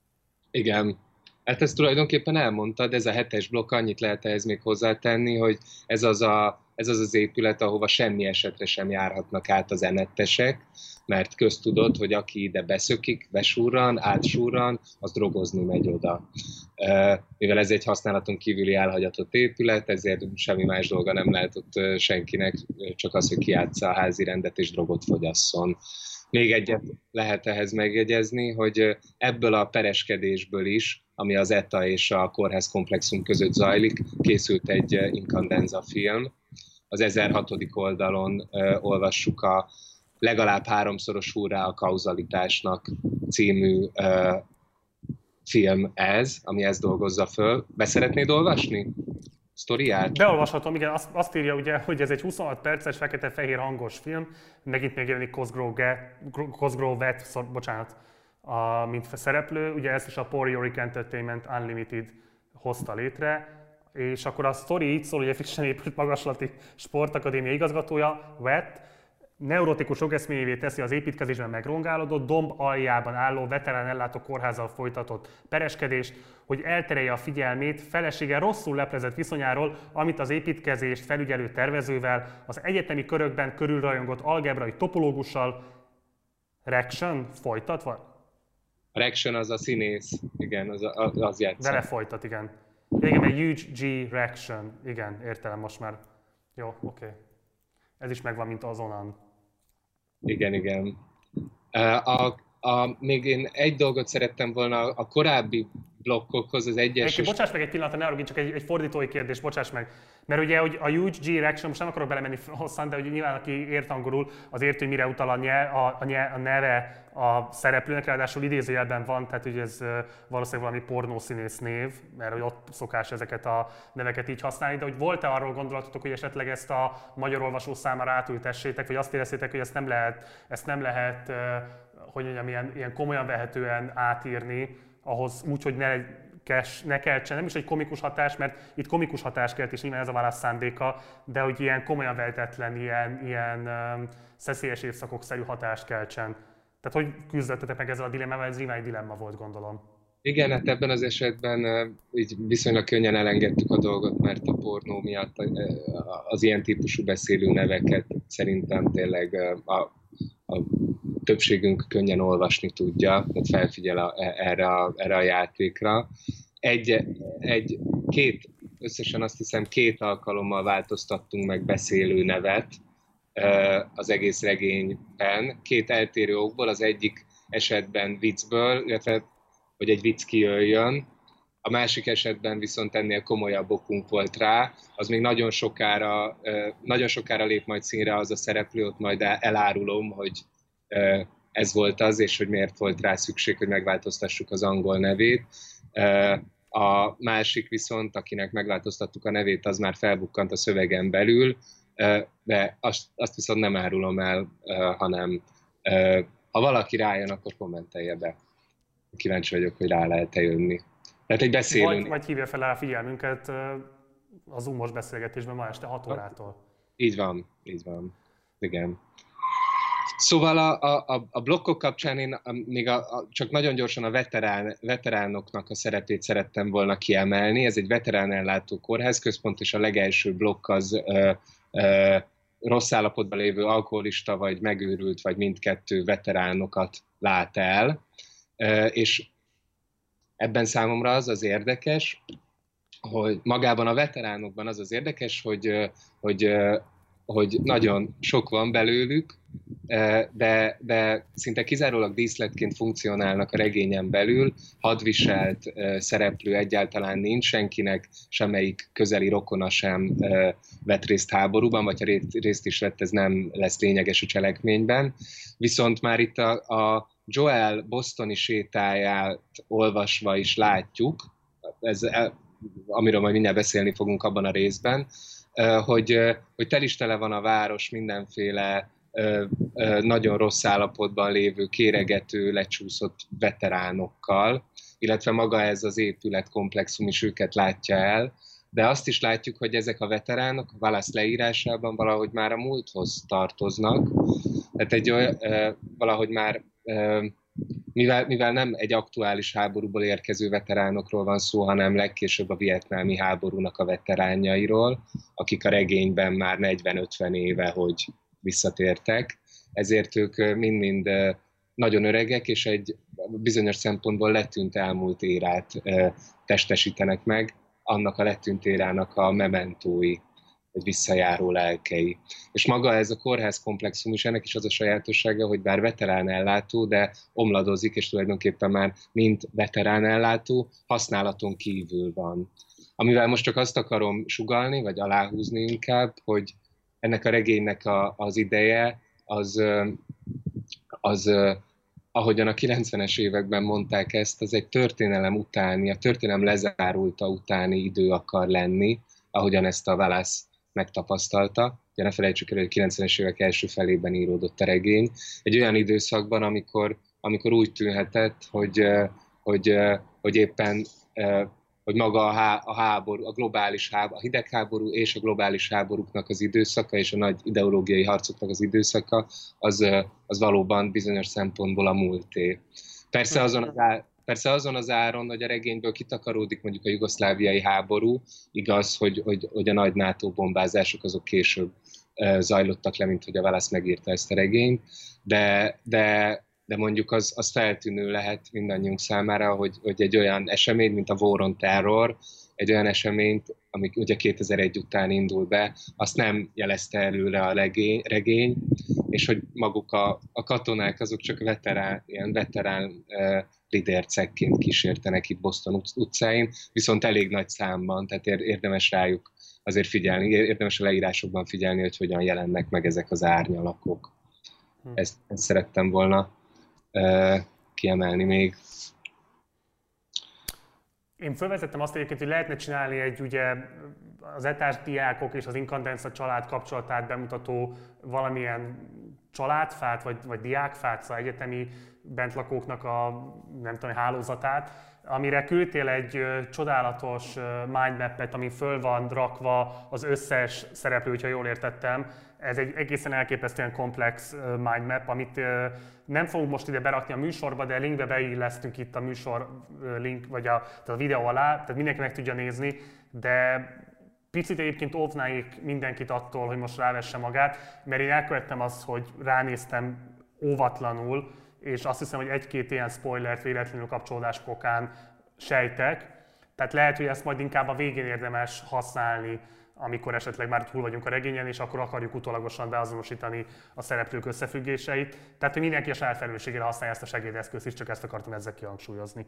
Igen. Hát ezt tulajdonképpen elmondtad, ez a hetes blokk, annyit lehet ehhez még hozzátenni, hogy ez az, a, ez az az épület, ahova semmi esetre sem járhatnak át az enettesek, mert köztudott, hogy aki ide beszökik, besúrran, átsúrran, az drogozni megy oda. Mivel ez egy használaton kívüli elhagyatott épület, ezért semmi más dolga nem lehet ott senkinek, csak az, hogy kiátsza a házi rendet és drogot fogyasszon. Még egyet lehet ehhez megjegyezni, hogy ebből a pereskedésből is, ami az eta és a kórház komplexum között zajlik, készült egy Incandenza film. Az ezerhatodik oldalon uh, olvassuk a legalább háromszoros hurrá a kauzalitásnak című uh, film ez, ami ezt dolgozza föl. Be szeretnéd olvasni? Sztoriát? Beolvashatom, igen, azt, azt írja ugye, hogy ez egy huszonhat perces, fekete-fehér hangos film, megint még jelenik Cosgrove-et, szor, bocsánat, a, mint szereplő, ugye ezt is a Paul Yorick Entertainment Unlimited hozta létre, és akkor a sztori így szól, hogy egy frissen épült magaslati sportakadémia igazgatója, Wet, neurotikus jogeszmélyévé teszi az építkezésben megrongálódott, domb aljában álló veterán ellátó kórházzal folytatott pereskedést, hogy elterelje a figyelmét felesége rosszul leplezett viszonyáról, amit az építkezést felügyelő tervezővel, az egyetemi körökben körülrajongott algebrai topológussal, Rection folytatva? A Rection az a színész, igen, az, a, az játszik. Vele folytat, igen. Igen, egy huge G Rection. Igen, értelem most már. Jó, oké. Okay. Ez is megvan, mint az Onan. Igen, igen. A, a, még én egy dolgot szerettem volna a korábbi blokkokhoz, az egyes... Egy, bocsáss meg egy pillanatra, ne arra, csak egy, egy fordítói kérdés, bocsáss meg. Mert ugye hogy a huge G Reaction, most nem akarok belemenni hosszan, de hogy nyilván aki ért angolul, az értő, hogy mire utal a, nye, a, a, nye, a neve a szereplőnek, ráadásul idézőjelben van, tehát hogy ez valószínűleg valami pornószínész név, mert hogy ott szokás ezeket a neveket így használni, de hogy volt-e arról gondolatotok, hogy esetleg ezt a magyar olvasó számára átültessétek, vagy azt éreztétek, hogy ezt nem lehet, ezt nem lehet hogy mondjam, ilyen, ilyen komolyan vehetően átírni, ahhoz úgy, hogy ne, kes, ne keltsen, nem is egy komikus hatás, mert itt komikus hatás kelt, és nyilván ez a válasz szándéka, de hogy ilyen komolyan vehetetlen, ilyen, ilyen um, szeszélyes évszakok-szerű hatást keltsen. Tehát hogy küzdöttetek meg ezzel a dilemmával, ez nyilván egy dilemma volt, gondolom. Igen, hát ebben az esetben így viszonylag könnyen elengedtük a dolgot, mert a pornó miatt az ilyen típusú beszélő neveket szerintem tényleg a, a többségünk könnyen olvasni tudja, tehát felfigyel a, erre, a, erre a játékra. Egy, egy, két, összesen azt hiszem két alkalommal változtattunk meg beszélő nevet az egész regényben, két eltérő okból, az egyik esetben viccből, illetve hogy egy vicc kijöjjön, a másik esetben viszont ennél komolyabb okunk volt rá, az még nagyon sokára, nagyon sokára lép majd színre az a szereplő, ott majd elárulom, hogy ez volt az, és hogy miért volt rá szükség, hogy megváltoztassuk az angol nevét. A másik viszont, akinek megváltoztattuk a nevét, az már felbukkant a szövegen belül, de azt, azt viszont nem árulom el, hanem ha valaki rájön, akkor kommentelje be. Kíváncsi vagyok, hogy rá lehet-e jönni. Tehát egy beszélő... Vagy, vagy hívja fel a figyelmünket a Zoom-os beszélgetésben ma este hat órától. Így van, így van. Igen. Szóval a, a, a blokkok kapcsán én még a, a, csak nagyon gyorsan a veterán, veteránoknak a szerepét szerettem volna kiemelni. Ez egy veterán ellátó kórházközpont, és a legelső blokk az ö, ö, rossz állapotban lévő alkoholista, vagy megőrült, vagy mindkettő veteránokat lát el. Ö, és ebben számomra az az érdekes, hogy magában a veteránokban az az érdekes, hogy, hogy, hogy nagyon sok van belőlük, de, de szinte kizárólag díszletként funkcionálnak a regényen belül, hadviselt szereplő egyáltalán nincs, senkinek semmelyik közeli rokona sem vett részt háborúban, vagy ha részt is vett, ez nem lesz lényeges a cselekményben. Viszont már itt a, a Joel bostoni sétáját olvasva is látjuk, ez, amiről majd mindjárt beszélni fogunk abban a részben, hogy, hogy tel is tele van a város mindenféle nagyon rossz állapotban lévő, kéregető, lecsúszott veteránokkal, illetve maga ez az épületkomplexum is őket látja el, de azt is látjuk, hogy ezek a veteránok a Wallace leírásában valahogy már a múlthoz tartoznak, tehát egy olyan, valahogy már Mivel, mivel nem egy aktuális háborúból érkező veteránokról van szó, hanem legkésőbb a vietnámi háborúnak a veteránjairól, akik a regényben már negyven-ötven éve, hogy visszatértek, ezért ők mind-mind nagyon öregek, és egy bizonyos szempontból letűnt elmúlt érát testesítenek meg, annak a letűnt érának a mementói, egy visszajáró lelkei. És maga ez a kórházkomplexum is, ennek is az a sajátossága, hogy bár veterán ellátó, de omladozik, és tulajdonképpen már mint veterán ellátó használaton kívül van. Amivel most csak azt akarom sugallni, vagy aláhúzni inkább, hogy ennek a regénynek a, az ideje, az, az ahogyan a kilencvenes években mondták ezt, az egy történelem utáni, a történelem lezárulta utáni idő akar lenni, ahogyan ezt a Wallace megtapasztalta. Ugye ne felejtsük el, hogy a kilencvenes évek első felében íródott a regény. Egy olyan időszakban, amikor, amikor úgy tűnhetett, hogy, hogy, hogy éppen hogy maga a, há, a háború, a globális háború, a hidegháború és a globális háborúknak az időszaka és a nagy ideológiai harcoknak az időszaka, az, az valóban bizonyos szempontból a múlté. Persze azon az, á, persze azon az áron, hogy a regényből kitakaródik mondjuk a jugoszláviai háború, igaz, hogy, hogy, hogy a nagy NATO bombázások azok később zajlottak le, mint hogy a Wallace megírta ezt a regényt, de, de de mondjuk az, az feltűnő lehet mindannyiunk számára, hogy, hogy egy olyan esemény, mint a War on Terror, egy olyan eseményt, ami ugye kétezer-egy után indul be, azt nem jelezte előre a legény, regény, és hogy maguk a, a katonák azok csak veterán, ilyen veterán uh, lidércekként kísértenek itt Boston utcáin, viszont elég nagy számban, tehát érdemes rájuk azért figyelni, érdemes a leírásokban figyelni, hogy hogyan jelennek meg ezek az árnyalakok. Hm. Ezt, ezt szerettem volna uh, kiemelni még. Én felvezettem azt egyébként, hogy lehetne csinálni egy ugye az etás diákok és az Incandenza család kapcsolatát bemutató valamilyen családfát, vagy, vagy diákfát, szóval egyetemi bentlakóknak a nem tudom, hálózatát, amire küldtél egy ö, csodálatos ö, mindmappet, ami föl van rakva az összes szereplő, hogyha jól értettem. Ez egy egészen elképesztően komplex ö, mindmap, amit ö, nem fogunk most ide berakni a műsorba, de linkbe beillesztünk itt a műsor ö, link, vagy a, tehát a videó alá, tehát mindenki meg tudja nézni, de picit egyébként óvnáik mindenkit attól, hogy most rávesse magát, mert én elkövettem azt, hogy ránéztem óvatlanul, és azt hiszem, hogy egy-két ilyen spoilert véletlenül kapcsolódás okán sejtek. Tehát lehet, hogy ezt majd inkább a végén érdemes használni, amikor esetleg már túl vagyunk a regényen, és akkor akarjuk utólagosan beazonosítani a szereplők összefüggéseit. Tehát, hogy mindenki a saját felelősségére használja ezt a segédeszközt is, csak ezt akartam ezzel kihangsúlyozni.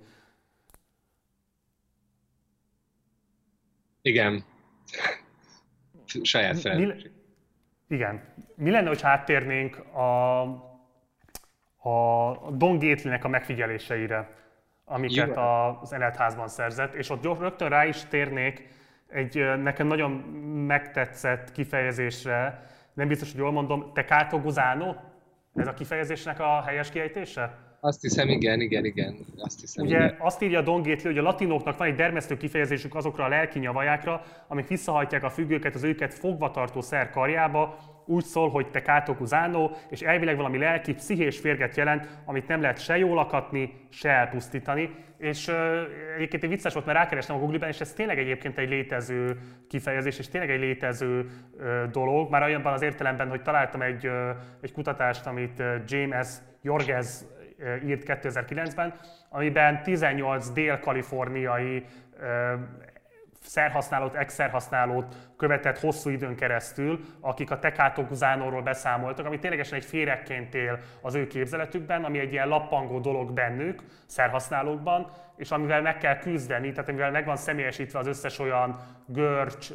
Igen. Saját felelősség. Igen. Mi lenne, hogy áttérnénk a, a Don Gately-nek a megfigyeléseire, amiket Jó. az Eletházban szerzett, és ott rögtön rá is térnék egy nekem nagyon megtetszett kifejezésre, nem biztos, hogy jól mondom, Teccato Gusano? Ez a kifejezésnek a helyes kiejtése? Azt hiszem, igen, igen, igen. Azt hiszem, Ugye igen. azt írja Don Gately, hogy a latinoknak van egy dermesztő kifejezésük azokra a lelki nyavajákra, amik visszahajtják a függőket az őket fogvatartó szer karjába, úgy szól, hogy Teccato Gusano, és elvileg valami lelki, pszichés férget jelent, amit nem lehet se jól lakatni, se elpusztítani. És uh, egyébként egy vicces volt, mert rákerestem a Google-ben, és ez tényleg egyébként egy létező kifejezés, és tényleg egy létező uh, dolog. Már olyanban az értelemben, hogy találtam egy, uh, egy kutatást, amit uh, James Jorges uh, írt kétezer-kilencben, amiben tizennyolc dél-kaliforniai uh, szerhasználót, ex-szerhasználót követett hosszú időn keresztül, akik a Teccato Gusanoról beszámoltak, ami ténylegesen egy féregként él az ő képzeletükben, ami egy ilyen lappangó dolog bennük, szerhasználókban, és amivel meg kell küzdeni, tehát amivel meg van személyesítve az összes olyan görcs,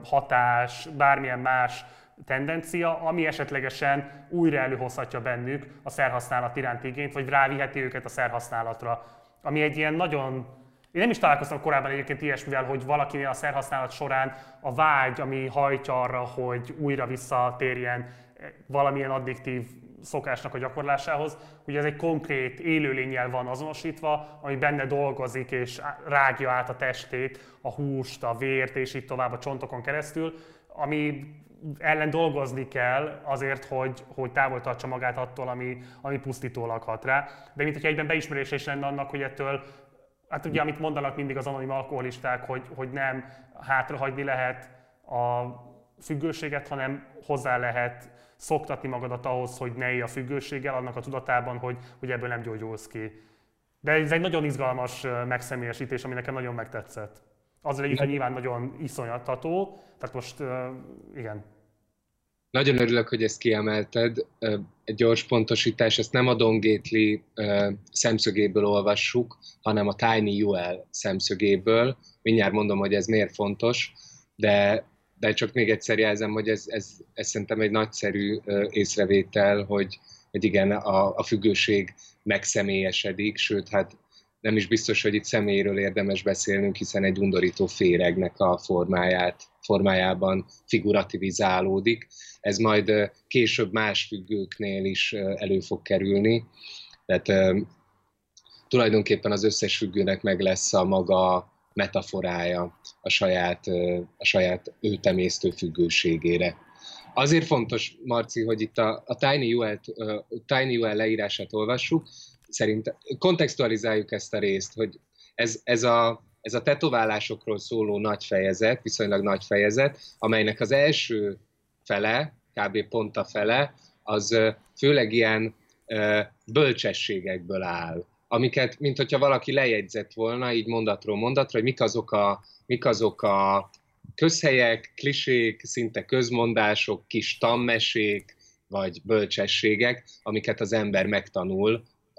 hatás, bármilyen más tendencia, ami esetlegesen újra előhozhatja bennük a szerhasználat iránti igényt, vagy ráviheti őket a szerhasználatra, ami egy ilyen nagyon... Én nem is találkoztam korábban egyébként ilyesmivel, hogy valakinél a szerhasználat során a vágy, ami hajtja arra, hogy újra visszatérjen valamilyen addiktív szokásnak a gyakorlásához, hogy ez egy konkrét élőlénnyel van azonosítva, ami benne dolgozik és rágja át a testét, a húst, a vért és így tovább a csontokon keresztül, ami ellen dolgozni kell azért, hogy, hogy távol tartsa magát attól, ami, ami pusztítólag hat rá. De mint hogy egyben beismerése is lenne annak, hogy ettől, hát ugye amit mondanak mindig az anonim alkoholisták, hogy, hogy nem hátrahagyni lehet a függőséget, hanem hozzá lehet szoktatni magadat ahhoz, hogy ne élj a függőséggel, annak a tudatában, hogy, hogy ebből nem gyógyulsz ki. De ez egy nagyon izgalmas megszemélyesítés, ami nekem nagyon megtetszett. Azzal együtt, hogy nyilván nagyon iszonyattató, tehát most uh, igen. Nagyon örülök, hogy ezt kiemelted. Egy gyors pontosítás, ezt nem a Don Gately szemszögéből olvassuk, hanem a Tiny Ewell szemszögéből. Mindjárt mondom, hogy ez miért fontos, de, de csak még egyszer jelzem, hogy ez, ez, ez szerintem egy nagyszerű észrevétel, hogy, hogy igen, a, a függőség megszemélyesedik, sőt, hát nem is biztos, hogy itt személyről érdemes beszélnünk, hiszen egy undorító féregnek a formáját, formájában figurativizálódik. Ez majd később más függőknél is elő fog kerülni. Tehát tulajdonképpen az összes függőnek meg lesz a maga metaforája a saját, a saját őtemésztő függőségére. Azért fontos, Marci, hogy itt a, a Tiny Ewell, Tiny Ewell leírását olvassuk, szerintem kontextualizáljuk ezt a részt, hogy ez, ez, a, ez a tetoválásokról szóló nagy fejezet, viszonylag nagy fejezet, amelynek az első fele, kb. Pont a fele, az főleg ilyen bölcsességekből áll, amiket, mint hogyha valaki lejegyzett volna, így mondatról mondatra, hogy mik azok a, mik azok a közhelyek, klisék, szinte közmondások, kis tanmesék, vagy bölcsességek, amiket az ember megtanul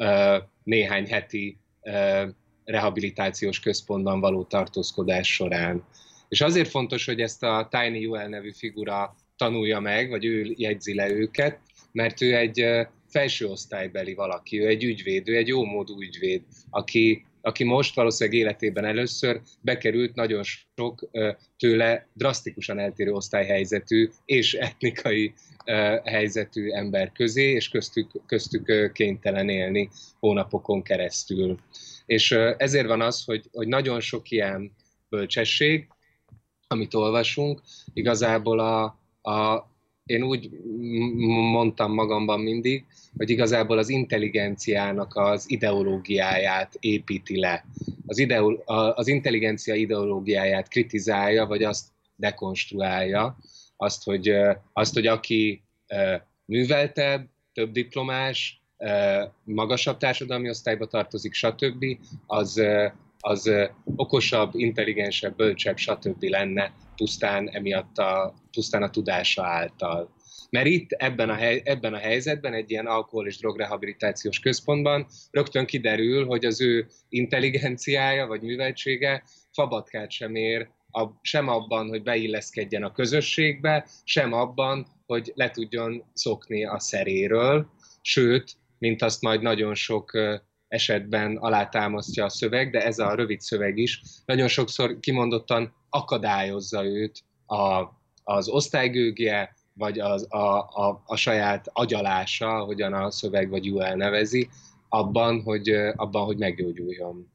néhány heti rehabilitációs központban való tartózkodás során. És azért fontos, hogy ezt a Tiny U L nevű figura tanulja meg, vagy ő jegyzi le őket, mert ő egy felső osztálybeli valaki, ő egy ügyvéd, ő egy jómódú ügyvéd, aki, aki most valószínűleg életében először bekerült nagyon sok tőle drasztikusan eltérő osztályhelyzetű és etnikai helyzetű ember közé, és köztük, köztük kénytelen élni hónapokon keresztül. És ezért van az, hogy, hogy nagyon sok ilyen bölcsesség, amit olvasunk, igazából a, a, én úgy mondtam magamban mindig, hogy igazából az intelligenciának az ideológiáját építi le. Az, ideol, az intelligencia ideológiáját kritizálja, vagy azt dekonstruálja, azt, hogy, azt, hogy aki műveltebb, több diplomás, magasabb társadalmi osztályba tartozik, stb., az, az okosabb, intelligensebb, bölcsebb, stb. Lenne pusztán emiatt a, pusztán a tudása által. Mert itt ebben a, hely, ebben a helyzetben, egy ilyen alkohol- és drogrehabilitációs központban rögtön kiderül, hogy az ő intelligenciája vagy műveltsége fabatkát sem ér, a, sem abban, hogy beilleszkedjen a közösségbe, sem abban, hogy le tudjon szokni a szeréről, sőt, mint azt majd nagyon sok esetben alátámasztja a szöveg, de ez a rövid szöveg is nagyon sokszor kimondottan akadályozza őt a, az osztálygőgje, vagy az, a, a, a saját agyalása, ahogyan a szöveg vagy U L nevezi, abban, hogy, abban, hogy meggyógyuljon.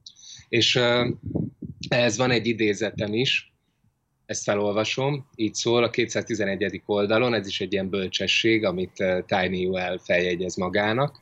És ehhez van egy idézetem is, ezt felolvasom, így szól a kétszáztizenegyedik oldalon, ez is egy ilyen bölcsesség, amit Tiny U L feljegyez magának.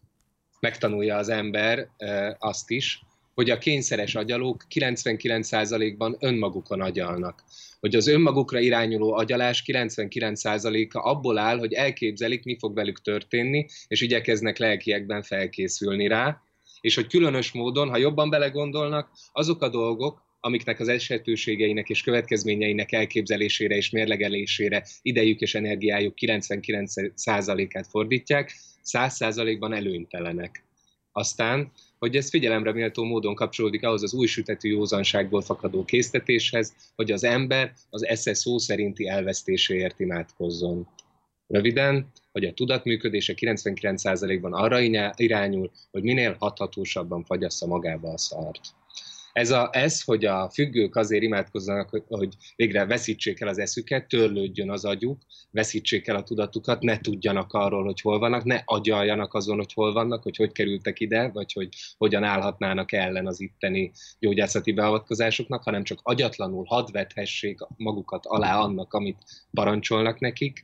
Megtanulja az ember azt is, hogy a kényszeres agyalók kilencvenkilenc százalékban önmagukon agyalnak. Hogy az önmagukra irányuló agyalás kilencvenkilenc százaléka abból áll, hogy elképzelik, mi fog velük történni, és igyekeznek lelkiekben felkészülni rá, és hogy különös módon, ha jobban belegondolnak, azok a dolgok, amiknek az esetőségeinek és következményeinek elképzelésére és mérlegelésére idejük és energiájuk kilencvenkilenc százalékát fordítják, száz százalékban előnytelenek. Aztán, hogy ez figyelemre méltó módon kapcsolódik ahhoz az új sütetű józanságból fakadó késztetéshez, hogy az ember az esze szó szerinti elvesztéséért imádkozzon. Röviden, hogy a tudat működése kilencvenkilenc százalékban arra irányul, hogy minél hathatósabban fagyassza magába a szart. Ez, a, ez, hogy a függők azért imádkozzanak, hogy, hogy végre veszítsék el az eszüket, törlődjön az agyuk, veszítsék el a tudatukat, ne tudjanak arról, hogy hol vannak, ne agyaljanak azon, hogy hol vannak, hogy hogy kerültek ide, vagy hogy hogyan állhatnának ellen az itteni gyógyászati beavatkozásoknak, hanem csak agyatlanul hadd vethessék magukat alá annak, amit parancsolnak nekik.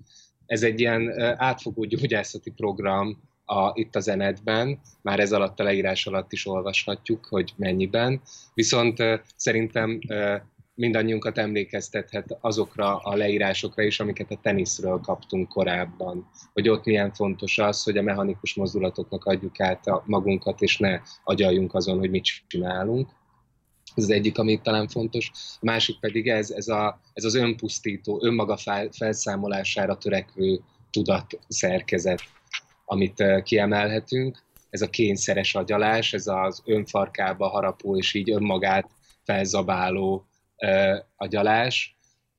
Ez egy ilyen átfogó gyógyászati program, A, itt a zenetben, már ez alatt a leírás alatt is olvashatjuk, hogy mennyiben, viszont uh, szerintem uh, mindannyiunkat emlékeztethet azokra a leírásokra is, amiket a teniszről kaptunk korábban, hogy ott milyen fontos az, hogy a mechanikus mozdulatoknak adjuk át a magunkat, és ne agyaljunk azon, hogy mit csinálunk. Ez az egyik, ami talán fontos. A másik pedig ez, ez, a, ez az önpusztító, önmaga felszámolására törekvő tudatszerkezet, amit kiemelhetünk, ez a kényszeres agyalás, ez az önfarkába harapó és így önmagát felzabáló uh, agyalás,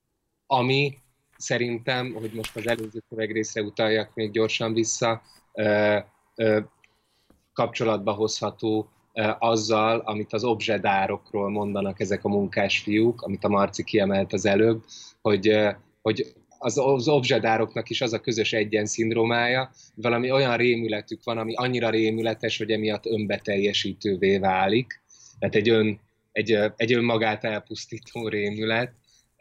ami szerintem, hogy most az előző szövegrészre utaljak még gyorsan vissza, uh, uh, kapcsolatba hozható uh, azzal, amit az obzsedárokról mondanak ezek a munkásfiúk, amit a Marci kiemelt az előbb, hogy, uh, hogy az, az obzsedároknak is az a közös egyen-szindrómája, valami olyan rémületük van, ami annyira rémületes, hogy emiatt önbeteljesítővé válik. Tehát egy, ön, egy, egy önmagát elpusztító rémület.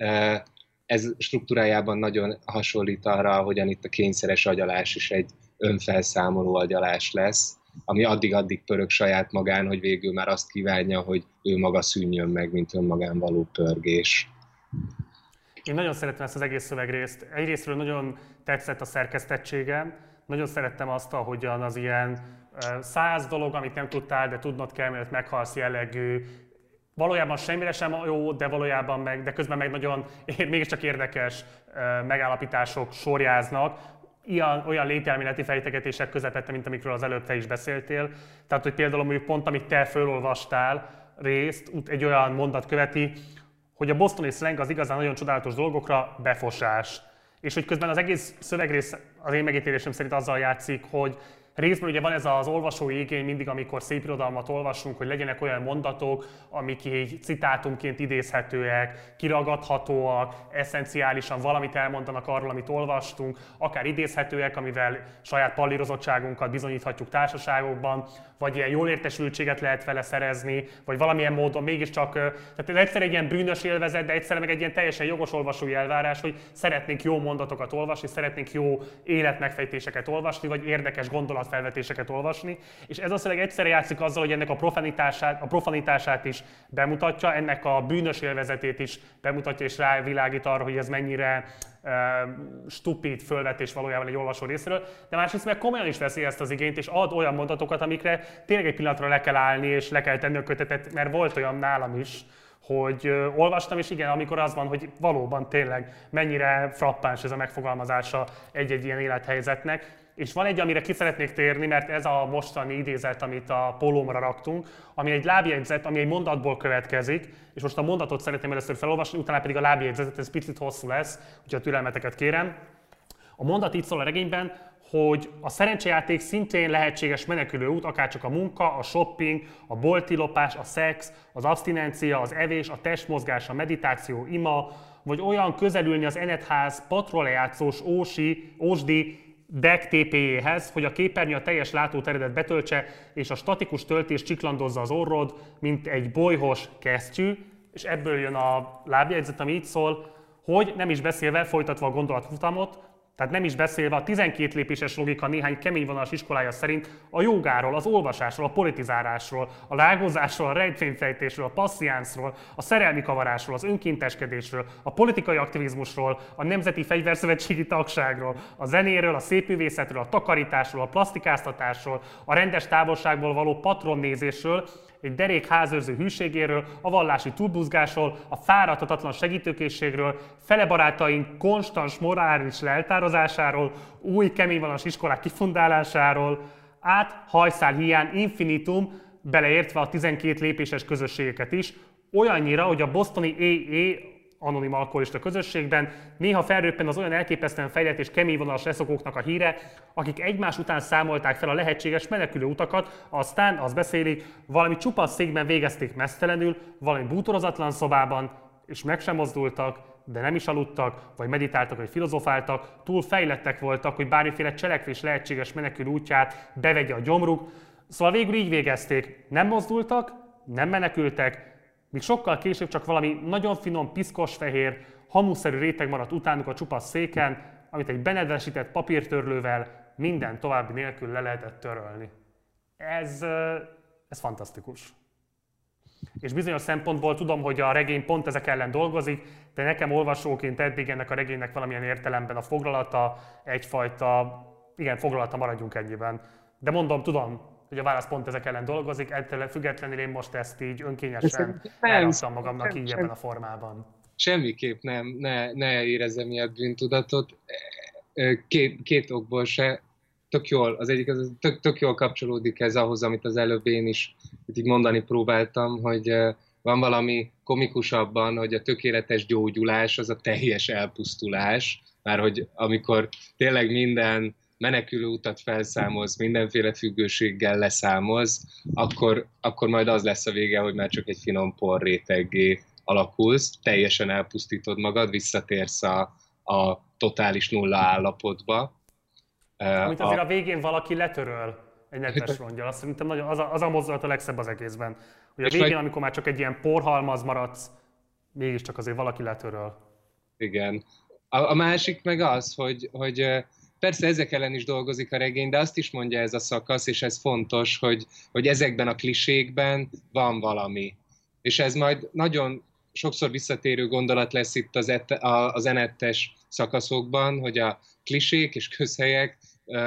Ez struktúrájában nagyon hasonlít arra, ahogyan itt a kényszeres agyalás is egy önfelszámoló agyalás lesz, ami addig-addig pörög saját magán, hogy végül már azt kívánja, hogy ő maga szűnjön meg, mint önmagán való pörgés. Én nagyon szeretem ezt az egész szövegrészt. Egyrésztről nagyon tetszett a szerkesztettsége, nagyon szerettem azt, ahogyan az ilyen száz dolog, amit nem tudtál, de tudnod kell, mert meghalsz jellegű, valójában semmire sem jó, de valójában meg, de közben meg nagyon mégiscsak érdekes megállapítások sorjáznak, ilyen, olyan lételméleti fejtegetések közepette, mint amikről az előbb te is beszéltél. Tehát, hogy például mondjuk pont, amit te felolvastál részt, egy olyan mondat követi, hogy a bostoni slang az igazán nagyon csodálatos dolgokra befosás. És hogy közben az egész szövegrész az én megítélésem szerint azzal játszik, hogy részben ugye van ez az olvasói igény mindig, amikor szép irodalmat olvasunk, hogy legyenek olyan mondatok, amik így citátumként idézhetőek, kiragadhatóak, eszenciálisan valamit elmondanak arról, amit olvastunk, akár idézhetőek, amivel saját pallírozottságunkat bizonyíthatjuk társaságokban, vagy ilyen jól értesültséget lehet vele szerezni, vagy valamilyen módon mégiscsak, tehát egyszer egy ilyen bűnös élvezet, de egyszer meg egy ilyen teljesen jogos olvasói elvárás, hogy szeretnénk jó mondatokat olvasni, szeretnénk jó életmegfejtéseket olvasni, vagy érdekes gondolatfelvetéseket olvasni, és ez a szöveg egyszerre játszik azzal, hogy ennek a profanitását, a profanitását is bemutatja, ennek a bűnös élvezetét is bemutatja, és rávilágít arra, hogy ez mennyire uh, stupid fölvetés valójában egy olvasó részéről, de másrészt meg komolyan is veszi ezt az igényt, és ad olyan mondatokat, amikre tényleg egy pillanatra le kell állni, és le kell tenni a kötetet, mert volt olyan nálam is, hogy uh, olvastam, és igen, amikor az van, hogy valóban tényleg mennyire frappáns ez a megfogalmazása egy-egy ilyen élethelyzetnek. És van egy, amire ki szeretnék térni, mert ez a mostani idézet, amit a pólómra raktunk, ami egy lábjegyzet, ami egy mondatból következik, és most a mondatot szeretném először felolvasni, utána pedig a lábjegyzetet, ez picit hosszú lesz, úgyhogy a türelmeteket kérem. A mondat így szól a regényben, hogy a szerencsejáték szintén lehetséges menekülő út, akárcsak a munka, a shopping, a bolti lopás, a szex, az abstinencia, az evés, a testmozgás, a meditáció, ima, vagy olyan közelülni az enetház patrolejátszós ósi, ósdi deck té pé-jéhez, hogy a képernyő a teljes látóteredet betöltse, és a statikus töltés csiklandozza az orrod, mint egy bolyhos kesztyű, és ebből jön a lábjegyzet, ami így szól, hogy nem is beszélve, folytatva a gondolatfutamot, tehát nem is beszélve a tizenkét lépéses logika néhány keményvonalas iskolája szerint a jogáról, az olvasásról, a politizálásról, a rágózásról, a rejtvényfejtésről, a passziánszról, a szerelmi kavarásról, az önkénteskedésről, a politikai aktivizmusról, a nemzeti fegyverszövetségi tagságról, a zenéről, a szépművészetről, a takarításról, a plastikáztatásról, a rendes távolságból való patronnézésről, egy derék házőrző hűségéről, a vallási túlbuzgásról, a fáradhatatlan segítőkészségről, fele barátaink konstans morális leltározásáról, új keményvonalas iskolák kifundálásáról, át hajszál hiány infinitum, beleértve a tizenkét lépéses közösségeket is, olyannyira, hogy a bostoni á á anonim alkoholista közösségben néha felröppen az olyan elképesztően fejlett és keményvonalas leszokóknak a híre, akik egymás után számolták fel a lehetséges menekülő utakat, aztán azt beszélik, valami csupasz székben végezték meztelenül, valami bútorozatlan szobában, és meg sem mozdultak, de nem is aludtak, vagy meditáltak, vagy filozofáltak, túl fejlettek voltak, hogy bármiféle cselekvés lehetséges menekülő útját bevegye a gyomruk. Szóval végül így végezték, nem mozdultak, nem menekültek, míg sokkal később csak valami nagyon finom, piszkos fehér, hamuszerű réteg maradt utánuk a csupasz széken, amit egy benedvesített papírtörlővel minden további nélkül le lehetett törölni. Ez, ez fantasztikus. És bizonyos szempontból tudom, hogy a regény pont ezek ellen dolgozik, de nekem olvasóként eddig ennek a regénynek valamilyen értelemben a foglalata egyfajta, igen, foglalata, maradjunk ennyiben. De mondom, tudom, hogy a válasz pont ezek ellen dolgozik, ettől függetlenül én most ezt így önkényesen elraktam magamnak így ebben a formában. Semmiképp nem, ne, ne érezzem ilyet bűntudatot. Két, két okból se. Tök jól, az egyik az tök, tök jól kapcsolódik ez ahhoz, amit az előbb én is így mondani próbáltam, hogy van valami komikusabban, hogy a tökéletes gyógyulás az a teljes elpusztulás, már hogy amikor tényleg minden menekülő utat felszámolsz, mindenféle függőséggel leszámolsz, akkor, akkor majd az lesz a vége, hogy már csak egy finom porréteggé alakulsz, teljesen elpusztítod magad, visszatérsz a, a totális nulla állapotba. Amit azért a, a végén valaki letöröl egy nedves rongyal. Azt szerintem nagyon, az, a, az a mozdulat a legszebb az egészben. Hogy a végén, vagy... amikor már csak egy ilyen porhalmaz maradsz, mégiscsak azért valaki letöröl. Igen. A, a másik meg az, hogy, hogy persze ezek ellen is dolgozik a regény, de azt is mondja ez a szakasz, és ez fontos, hogy, hogy ezekben a klisékben van valami. És ez majd nagyon sokszor visszatérő gondolat lesz itt az, et, az enettes szakaszokban, hogy a klisék és közhelyek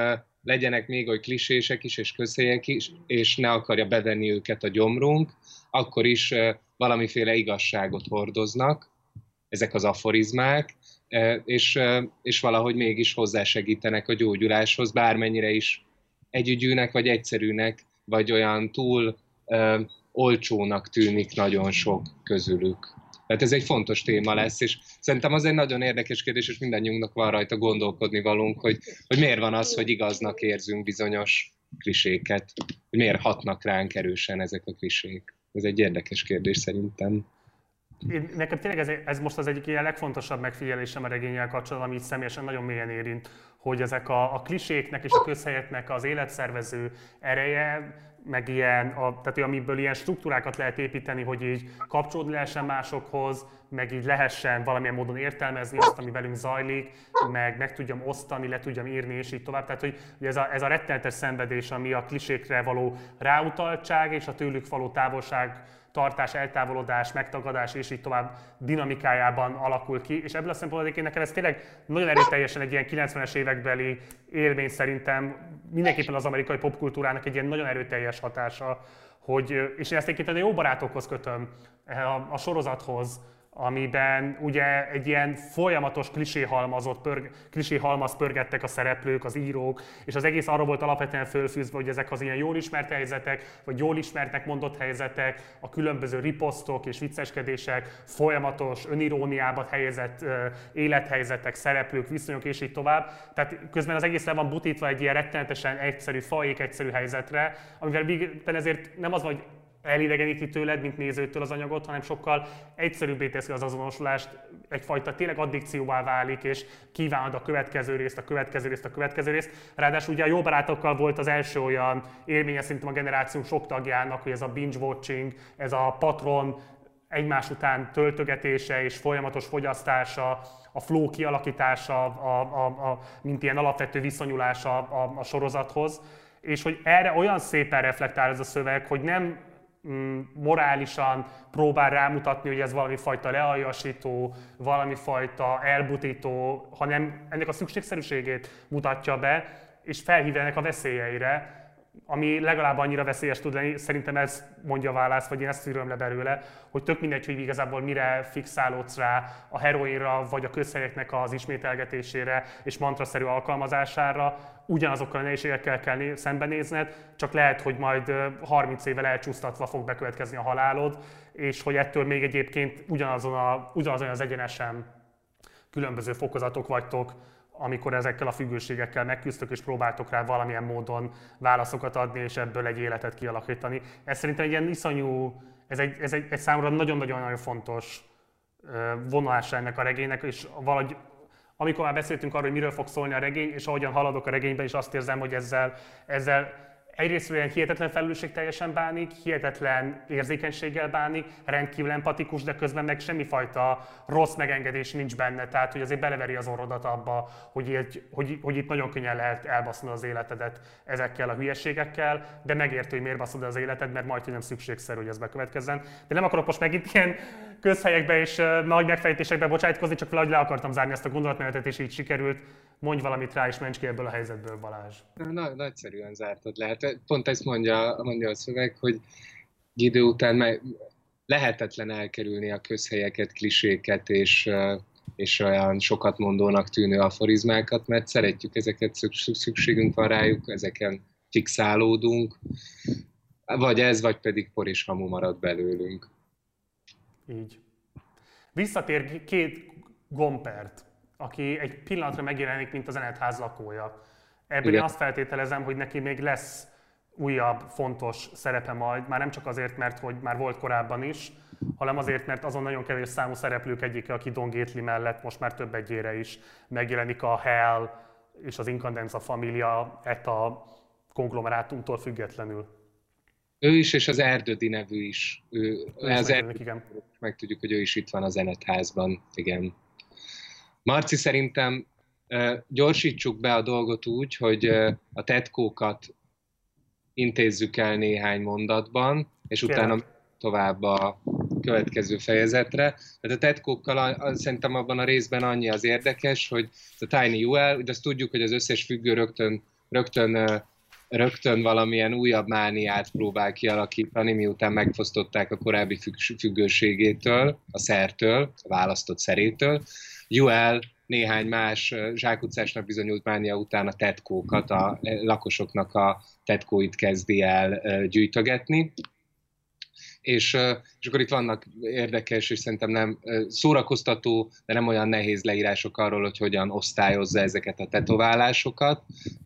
legyenek még oly klisések is, és közhelyek is, és ne akarja bevenni őket a gyomrunk, akkor is valamiféle igazságot hordoznak, ezek az aforizmák, és, és valahogy mégis hozzásegítenek a gyógyuláshoz, bármennyire is együgyűnek, vagy egyszerűnek, vagy olyan túl ö, olcsónak tűnik nagyon sok közülük. Tehát ez egy fontos téma lesz, és szerintem az egy nagyon érdekes kérdés, és mindannyiunknak van rajta gondolkodni valunk, hogy, hogy miért van az, hogy igaznak érzünk bizonyos kliséket, hogy miért hatnak ránk erősen ezek a klisék. Ez egy érdekes kérdés szerintem. Én, nekem tényleg ez, ez most az egyik ilyen legfontosabb megfigyelésem a regénnyel kapcsolatban, ami személyesen nagyon mélyen érint, hogy ezek a, a kliséknek és a közhelyeknek az életszervező ereje, meg ilyen, a, tehát amiből ilyen struktúrákat lehet építeni, hogy így kapcsolódni lehessen másokhoz, meg így lehessen valamilyen módon értelmezni azt, ami velünk zajlik, meg meg tudjam osztani, le tudjam írni, és így tovább. Tehát, hogy ez a, ez a rettenetes szenvedés, ami a klisékre való ráutaltság és a tőlük való távolság, tartás, eltávolodás, megtagadás és így tovább dinamikájában alakul ki. És ebből a szempontból egyébként nekem ez tényleg nagyon erőteljesen egy ilyen kilencvenes évekbeli élmény szerintem mindenképpen az amerikai popkultúrának egy ilyen nagyon erőteljes hatása, hogy, és én ezt egyébként a Jó barátokhoz kötöm, a, a sorozathoz, amiben ugye egy ilyen folyamatos kliséhalmazott, pörg, kliséhalmaz pörgettek a szereplők, az írók, és az egész arra volt alapvetően fölfűzve, hogy ezek az ilyen jól ismert helyzetek, vagy jól ismertnek mondott helyzetek, a különböző riposztok és vicceskedések, folyamatos öniróniába helyezett uh, élethelyzetek, szereplők, viszonyok és így tovább. Tehát közben az egész le van butítva egy ilyen rettenetesen egyszerű, faék egyszerű helyzetre, amivel ezért nem az, hogy elidegeníti tőled, mint nézőtől az anyagot, hanem sokkal egyszerűbbé teszi az azonosulást, egyfajta tényleg addikcióvá válik, és kívánod a következő részt, a következő részt, a következő részt. Ráadásul ugye a Jó barátokkal volt az első olyan élménye szerintem a generációnk sok tagjának, hogy ez a binge watching, ez a patron egymás után töltögetése és folyamatos fogyasztása, a flow kialakítása, a, a, a, mint ilyen alapvető viszonyulása a, a sorozathoz. És hogy erre olyan szépen reflektál ez a szöveg, hogy nem morálisan próbál rámutatni, hogy ez valami fajta lealjasító, valami fajta elbutító, hanem ennek a szükségszerűségét mutatja be, és felhívja ennek a veszélyeire, ami legalább annyira veszélyes tud lenni, szerintem ez mondja a választ, vagy én ezt szűröm le belőle, hogy tök mindegy, hogy igazából mire fixálódsz rá, a heroinra, vagy a közhelyeknek az ismételgetésére és mantraszerű alkalmazására, ugyanazokkal a nehézségekkel kell szembenézned, csak lehet, hogy majd harminc évvel elcsúsztatva fog bekövetkezni a halálod, és hogy ettől még egyébként ugyanazon, a, ugyanazon az egyenesen különböző fokozatok vagytok, amikor ezekkel a függőségekkel megküzdtök és próbáltok rá valamilyen módon válaszokat adni, és ebből egy életet kialakítani. Ez szerintem egy ilyen iszonyú, ez egy, ez egy, egy számomra nagyon-nagyon fontos vonulása ennek a regénynek, és valahogy amikor már beszéltünk arról, hogy miről fog szólni a regény, és ahogyan haladok a regényben, is azt érzem, hogy ezzel, ezzel egyrészt olyan hihetetlen felelősségteljesen bánik, hihetetlen érzékenységgel bánik, rendkívül empatikus, de közben meg semmifajta rossz megengedés nincs benne. Tehát, hogy azért beleveri az orrodat abba, hogy, így, hogy, hogy itt nagyon könnyen lehet elbaszni az életedet ezekkel a hülyeségekkel, de megértő, hogy miért baszod az életed, mert majd, hogy nem szükségszerű, hogy ez bekövetkezzen. De nem akarok most megint ilyen közhelyekbe és uh, nagy megfejtésekbe bocsájtkozni, csak valahogy le akartam zárni ezt a gondolatmenetet, és így sikerült. Mondj valamit rá, és ments ki ebből a helyzetből, Balázs. Na, nagyszerűen zártad le. Hát pont ezt mondja, mondja a szöveg, hogy idő után meg lehetetlen elkerülni a közhelyeket, kliséket és, és olyan sokat mondónak tűnő aforizmákat, mert szeretjük ezeket, szükségünk van rájuk, ezeken fixálódunk, vagy ez, vagy pedig por és hamu marad belőlünk. Így. Visszatér két gompert, aki egy pillanatra megjelenik, mint az Enetház lakója. Ebből Igen. én azt feltételezem, hogy neki még lesz újabb, fontos szerepe majd, már nem csak azért, mert hogy már volt korábban is, hanem azért, mert azon nagyon kevés számú szereplők egyike, aki Don Gately mellett most már több egyére is megjelenik a Hell és az Incandenza Familia ETA konglomerátumtól függetlenül. Ő is, és az Erdődi nevű is. Ő, ő az Erdődi, igen. Megtudjuk, hogy ő is itt van az Enetházban, igen. Marci, szerintem gyorsítsuk be a dolgot úgy, hogy a tetkókat intézzük el néhány mondatban, és Kérlek. utána tovább a következő fejezetre. Tehát a tetkókkal a, a, szerintem abban a részben annyi az érdekes, hogy a Tiny U L, de azt tudjuk, hogy az összes függő rögtön rögtön, rögtön valamilyen újabb mániát próbál kialakítani, miután megfosztották a korábbi függőségétől, a szertől, a választott szerétől. Joel néhány más zsákutcásnak bizonyult mánia után a tetkókat, a lakosoknak a tetkóit kezdi el gyűjtögetni. És, és akkor itt vannak érdekes, és szerintem nem szórakoztató, de nem olyan nehéz leírások arról, hogy hogyan osztályozza ezeket a tetoválásokat,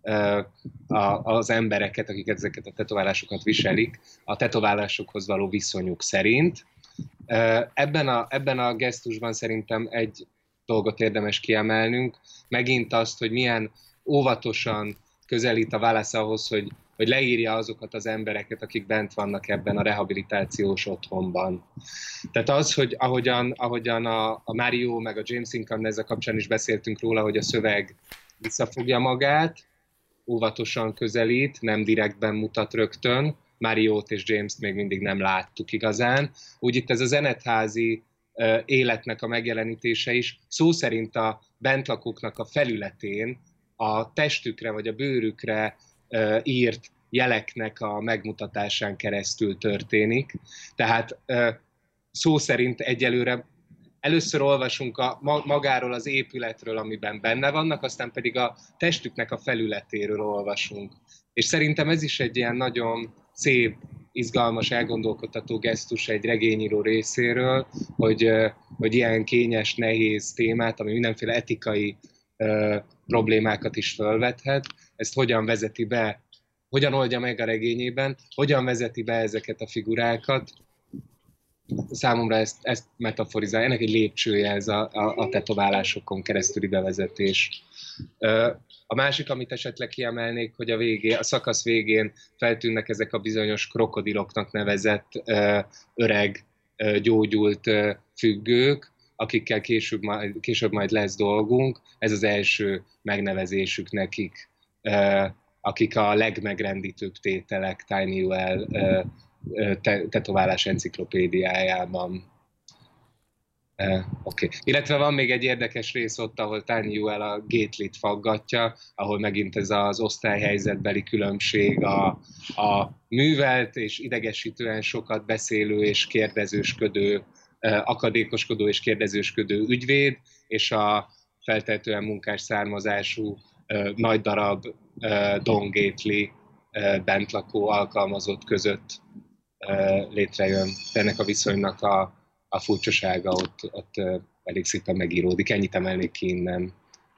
az embereket, akik ezeket a tetoválásokat viselik, a tetoválásokhoz való viszonyuk szerint. Ebben a, ebben a gesztusban szerintem egy dolgot érdemes kiemelnünk, megint azt, hogy milyen óvatosan közelít a Wallace ahhoz, hogy, hogy leírja azokat az embereket, akik bent vannak ebben a rehabilitációs otthonban. Tehát az, hogy ahogyan, ahogyan a, a Mario meg a James Incarnazza kapcsán is beszéltünk róla, hogy a szöveg visszafogja magát, óvatosan közelít, nem direktben mutat rögtön, Mariót és James-t még mindig nem láttuk igazán. Úgy itt ez a zenetházi uh, életnek a megjelenítése is szó szerint a bentlakóknak a felületén a testükre vagy a bőrükre uh, írt jeleknek a megmutatásán keresztül történik. Tehát uh, szó szerint egyelőre először olvasunk a, magáról az épületről, amiben benne vannak, aztán pedig a testüknek a felületéről olvasunk. És szerintem ez is egy ilyen nagyon szép, izgalmas, elgondolkodtató gesztus egy regényíró részéről, hogy, hogy ilyen kényes, nehéz témát, ami mindenféle etikai uh, problémákat is felvethet, ezt hogyan vezeti be, hogyan oldja meg a regényében, hogyan vezeti be ezeket a figurákat. Számomra ezt, ezt metaforizálja, ennek egy lépcsője ez a, a, a tetoválásokon keresztüli bevezetés. A másik, amit esetleg kiemelnék, hogy a, végé, a szakasz végén feltűnnek ezek a bizonyos krokodiloknak nevezett öreg, gyógyult függők, akikkel később majd, később majd lesz dolgunk. Ez az első megnevezésük nekik, akik a legmegrendítőbb tételek Tiny Joel tetoválás enciklopédiájában. Uh, okay. Illetve van még egy érdekes rész ott, ahol Tiny Joel a Gatelyt faggatja, ahol megint ez az osztályhelyzetbeli különbség, a, a művelt és idegesítően sokat beszélő és kérdezősködő, uh, akadékoskodó és kérdezősködő ügyvéd, és a feltehetően munkás származású uh, nagy darab uh, Don Gately uh, bentlakó alkalmazott között uh, létrejön. Ennek a viszonynak a a furcsasága ott, ott elég szépen megíródik. Ennyit emelnék ki innen.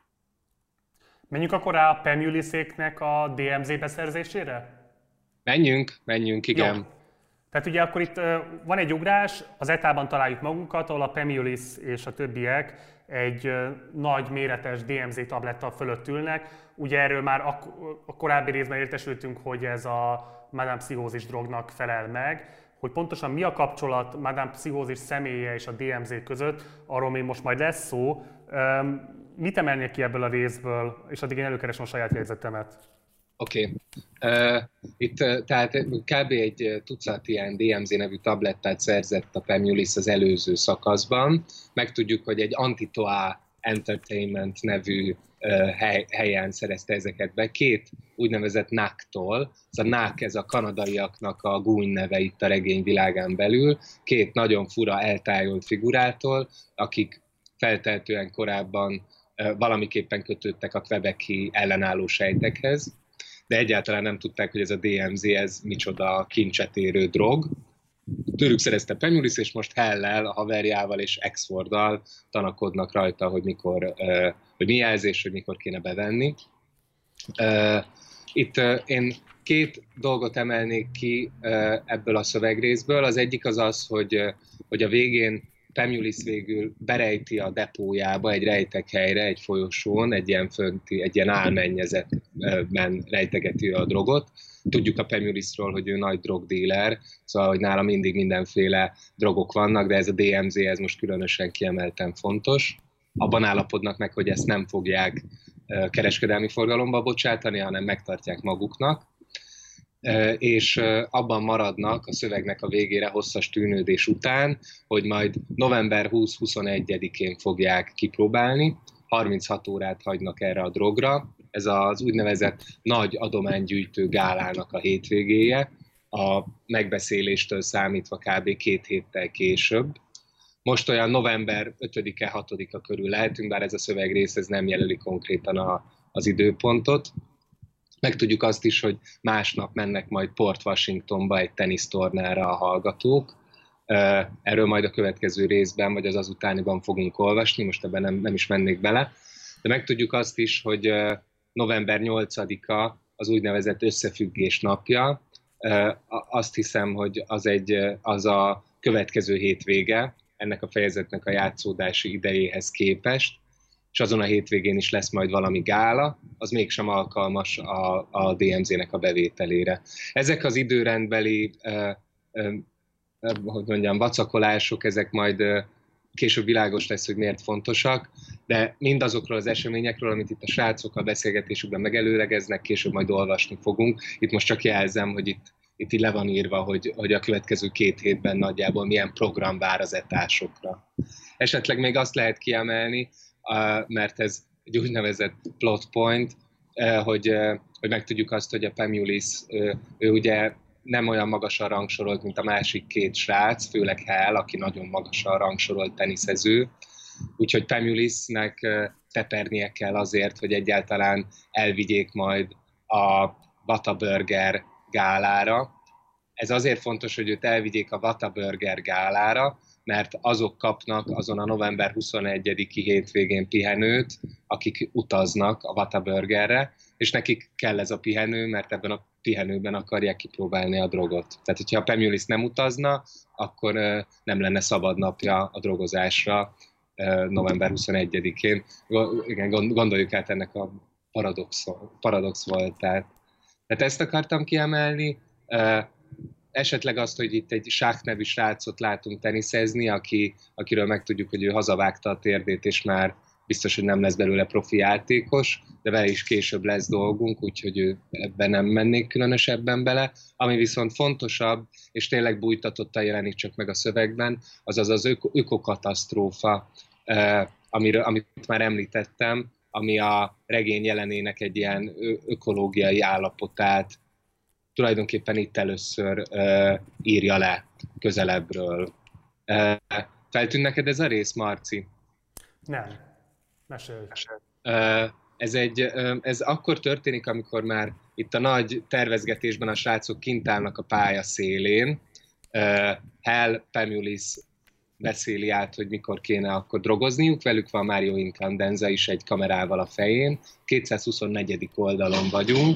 Menjünk akkor rá a Pemuliszéknek a dé em zé beszerzésére? Menjünk, menjünk, igen. Jó. Tehát ugye akkor itt van egy ugrás, az etában találjuk magunkat, ahol a Pemulis és a többiek egy nagy méretes dé em zé tabletta fölött ülnek. Ugye erről már a korábbi részben értesültünk, hogy ez a Madame Pszichózis drognak felel meg. Hogy pontosan mi a kapcsolat Madame Pszichózis személye és a dé em zé között, arról még most majd lesz szó. Mit emelnék ki ebből a részből, és addig én előkeresem a saját jegyzetemet. Oké. Okay. Uh, itt uh, tehát kb. Egy tucat ilyen dé em zé nevű tablettát szerzett a Pemulis az előző szakaszban. Megtudjuk, hogy egy Antitoa Entertainment nevű uh, hely, helyen szerezte ezeket be. Két úgynevezett en á ká-tól. Ez a en á ká, ez a kanadaiaknak a gúny neve itt a regény világán belül. Két nagyon fura, eltájolt figurától, akik feltehetően korábban uh, valamiképpen kötődtek a quebeci ellenálló sejtekhez, de egyáltalán nem tudták, hogy ez a dé em zé, ez micsoda kincset érő drog. Tőlük szerezte Pemulis, és most Hell-lel, a haverjával és Exforddal tanakodnak rajta, hogy mikor, uh, hogy mi jelzés, hogy mikor kéne bevenni. Uh, itt uh, én két dolgot emelnék ki uh, ebből a szövegrészből. Az egyik az az, hogy, uh, hogy a végén Pemulis végül berejti a depójába, egy rejtek helyre, egy folyosón, egy ilyen, fönti, egy ilyen álmennyezetben rejtegeti a drogot. Tudjuk a Pemulisról, hogy ő nagy drogdíler, szóval hogy nála mindig mindenféle drogok vannak, de ez a dé em zé, ez most különösen kiemelten fontos. Abban állapodnak meg, hogy ezt nem fogják kereskedelmi forgalomba bocsátani, hanem megtartják maguknak. És abban maradnak a szövegnek a végére hosszas tűnődés után, hogy majd november huszadika-huszonegyedikén fogják kipróbálni, harminchat órát hagynak erre a drogra, ez az úgynevezett nagy adománygyűjtő gálának a hétvégéje, a megbeszéléstől számítva kb. Két héttel később. Most olyan november ötödike, hatodika körül lehetünk, bár ez a szövegrész ez nem jelöli konkrétan a, az időpontot. Megtudjuk azt is, hogy másnap mennek majd Port Washingtonba egy tenisztornára a hallgatók. Erről majd a következő részben, vagy az azutániban fogunk olvasni, most ebben nem, nem is mennék bele. De megtudjuk azt is, hogy november nyolcadika az úgynevezett összefüggés napja. Azt hiszem, hogy az, egy, az a következő hétvége ennek a fejezetnek a játszódási idejéhez képest, és azon a hétvégén is lesz majd valami gála, az mégsem alkalmas a, a dé em zé-nek a bevételére. Ezek az időrendbeli, eh, eh, hogy mondjam, vacakolások, ezek majd eh, később világos lesz, hogy miért fontosak, de mindazokról az eseményekről, amit itt a srácok a beszélgetésükben megelőlegeznek, később majd olvasni fogunk. Itt most csak jelzem, hogy itt, itt így le van írva, hogy, hogy a következő két hétben nagyjából milyen program vár az etásokra. Esetleg még azt lehet kiemelni, mert ez egy úgynevezett plot point, hogy, hogy megtudjuk azt, hogy a Pemulis, ő ugye nem olyan magasan rangsorolt, mint a másik két srác, főleg Hal, aki nagyon magasan rangsorolt teniszező. Úgyhogy Pemulisnek tepernie kell azért, hogy egyáltalán elvigyék majd a Whataburger gálára. Ez azért fontos, hogy őt elvigyék a Whataburger gálára, mert azok kapnak azon a november huszonegyediki hétvégén pihenőt, akik utaznak a Whataburgerre, és nekik kell ez a pihenő, mert ebben a pihenőben akarják kipróbálni a drogot. Tehát, hogyha a Pemulis nem utazna, akkor nem lenne szabad napja a drogozásra november huszonegyedikén. Igen, gondoljuk át ennek a paradox, paradox voltát. Tehát ezt akartam kiemelni. Esetleg azt, hogy itt egy Schach nevű srácot látunk teniszezni, aki, akiről megtudjuk, hogy ő hazavágta a térdét, és már biztos, hogy nem lesz belőle profi játékos, de vele is később lesz dolgunk, úgyhogy ő ebben nem mennék különösebben bele. Ami viszont fontosabb, és tényleg bújtatottan jelenik csak meg a szövegben, az az az öko- ökokatasztrófa, eh, amiről, amit már említettem, ami a regény jelenének egy ilyen ökológiai állapotát tulajdonképpen itt először uh, írja le közelebbről. Uh, feltűnt neked ez a rész, Marci? Nem. Mesélj. Uh, ez, egy, uh, ez akkor történik, amikor már itt a nagy tervezgetésben a srácok kint állnak a pálya szélén. Uh, Hal Pemulis beszéli át, hogy mikor kéne akkor drogozniuk. Velük van Mario Incandenza is egy kamerával a fején. kétszázhuszonnegyedik oldalon vagyunk.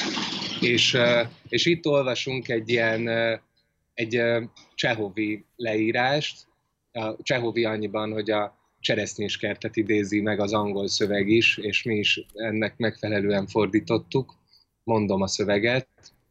És, és itt olvasunk egy ilyen egy Csehovi leírást. A Csehovi annyiban, hogy a cseresznyéskertet idézi meg az angol szöveg is, és mi is ennek megfelelően fordítottuk. Mondom a szöveget.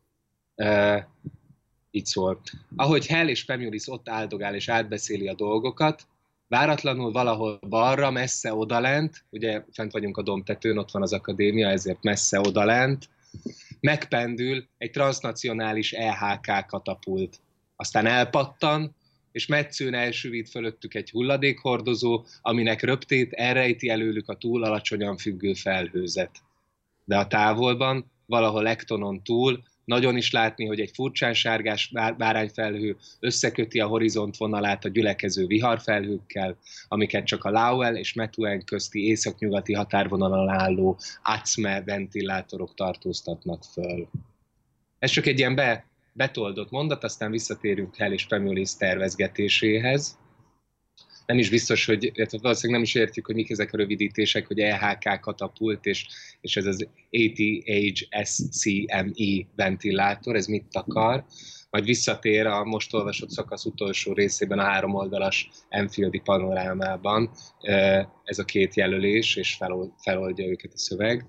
E, így szól. Ahogy Hal és Pemulis ott áldogál és átbeszéli a dolgokat, váratlanul valahol balra, messze odalent, ugye fent vagyunk a dombtetőn, ott van az akadémia, ezért messze odalent, megpendül egy transznacionális é há ká katapult. Aztán elpattan, és metszőn elsüvít fölöttük egy hulladékhordozó, aminek röptét elrejti előlük a túl alacsonyan függő felhőzet. De a távolban, valahol Ektonon túl, nagyon is látni, hogy egy furcsán sárgás bárányfelhő összeköti a horizont vonalát a gyülekező viharfelhőkkel, amiket csak a Lowell és Methuen közti északnyugati határvonalon álló Acme ventilátorok tartóztatnak föl. Ez csak egy ilyen be, betoldott mondat, aztán visszatérünk Hal és Pemulis tervezgetéséhez. Nem is biztos, hogy valószínűleg nem is értjük, hogy mik ezek a rövidítések, hogy é há ká katapult, és, és ez az á té há es cé em i ventilátor, ez mit akar. Majd visszatér a most olvasott szakasz utolsó részében a három oldalas Enfieldi panorámában ez a két jelölés, és feloldja őket a szöveg.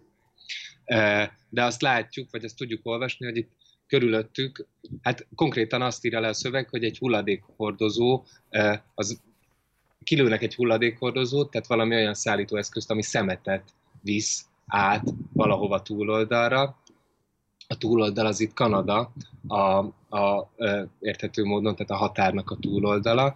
De azt látjuk, vagy azt tudjuk olvasni, hogy itt körülöttük, hát konkrétan azt írja le a szöveg, hogy egy hulladékhordozó, az kilőnek egy hulladékhordozót, tehát valami olyan szállítóeszközt, ami szemetet visz át valahova túloldalra. A túloldal az itt Kanada, a, a, a érthető módon, tehát a határnak a túloldala.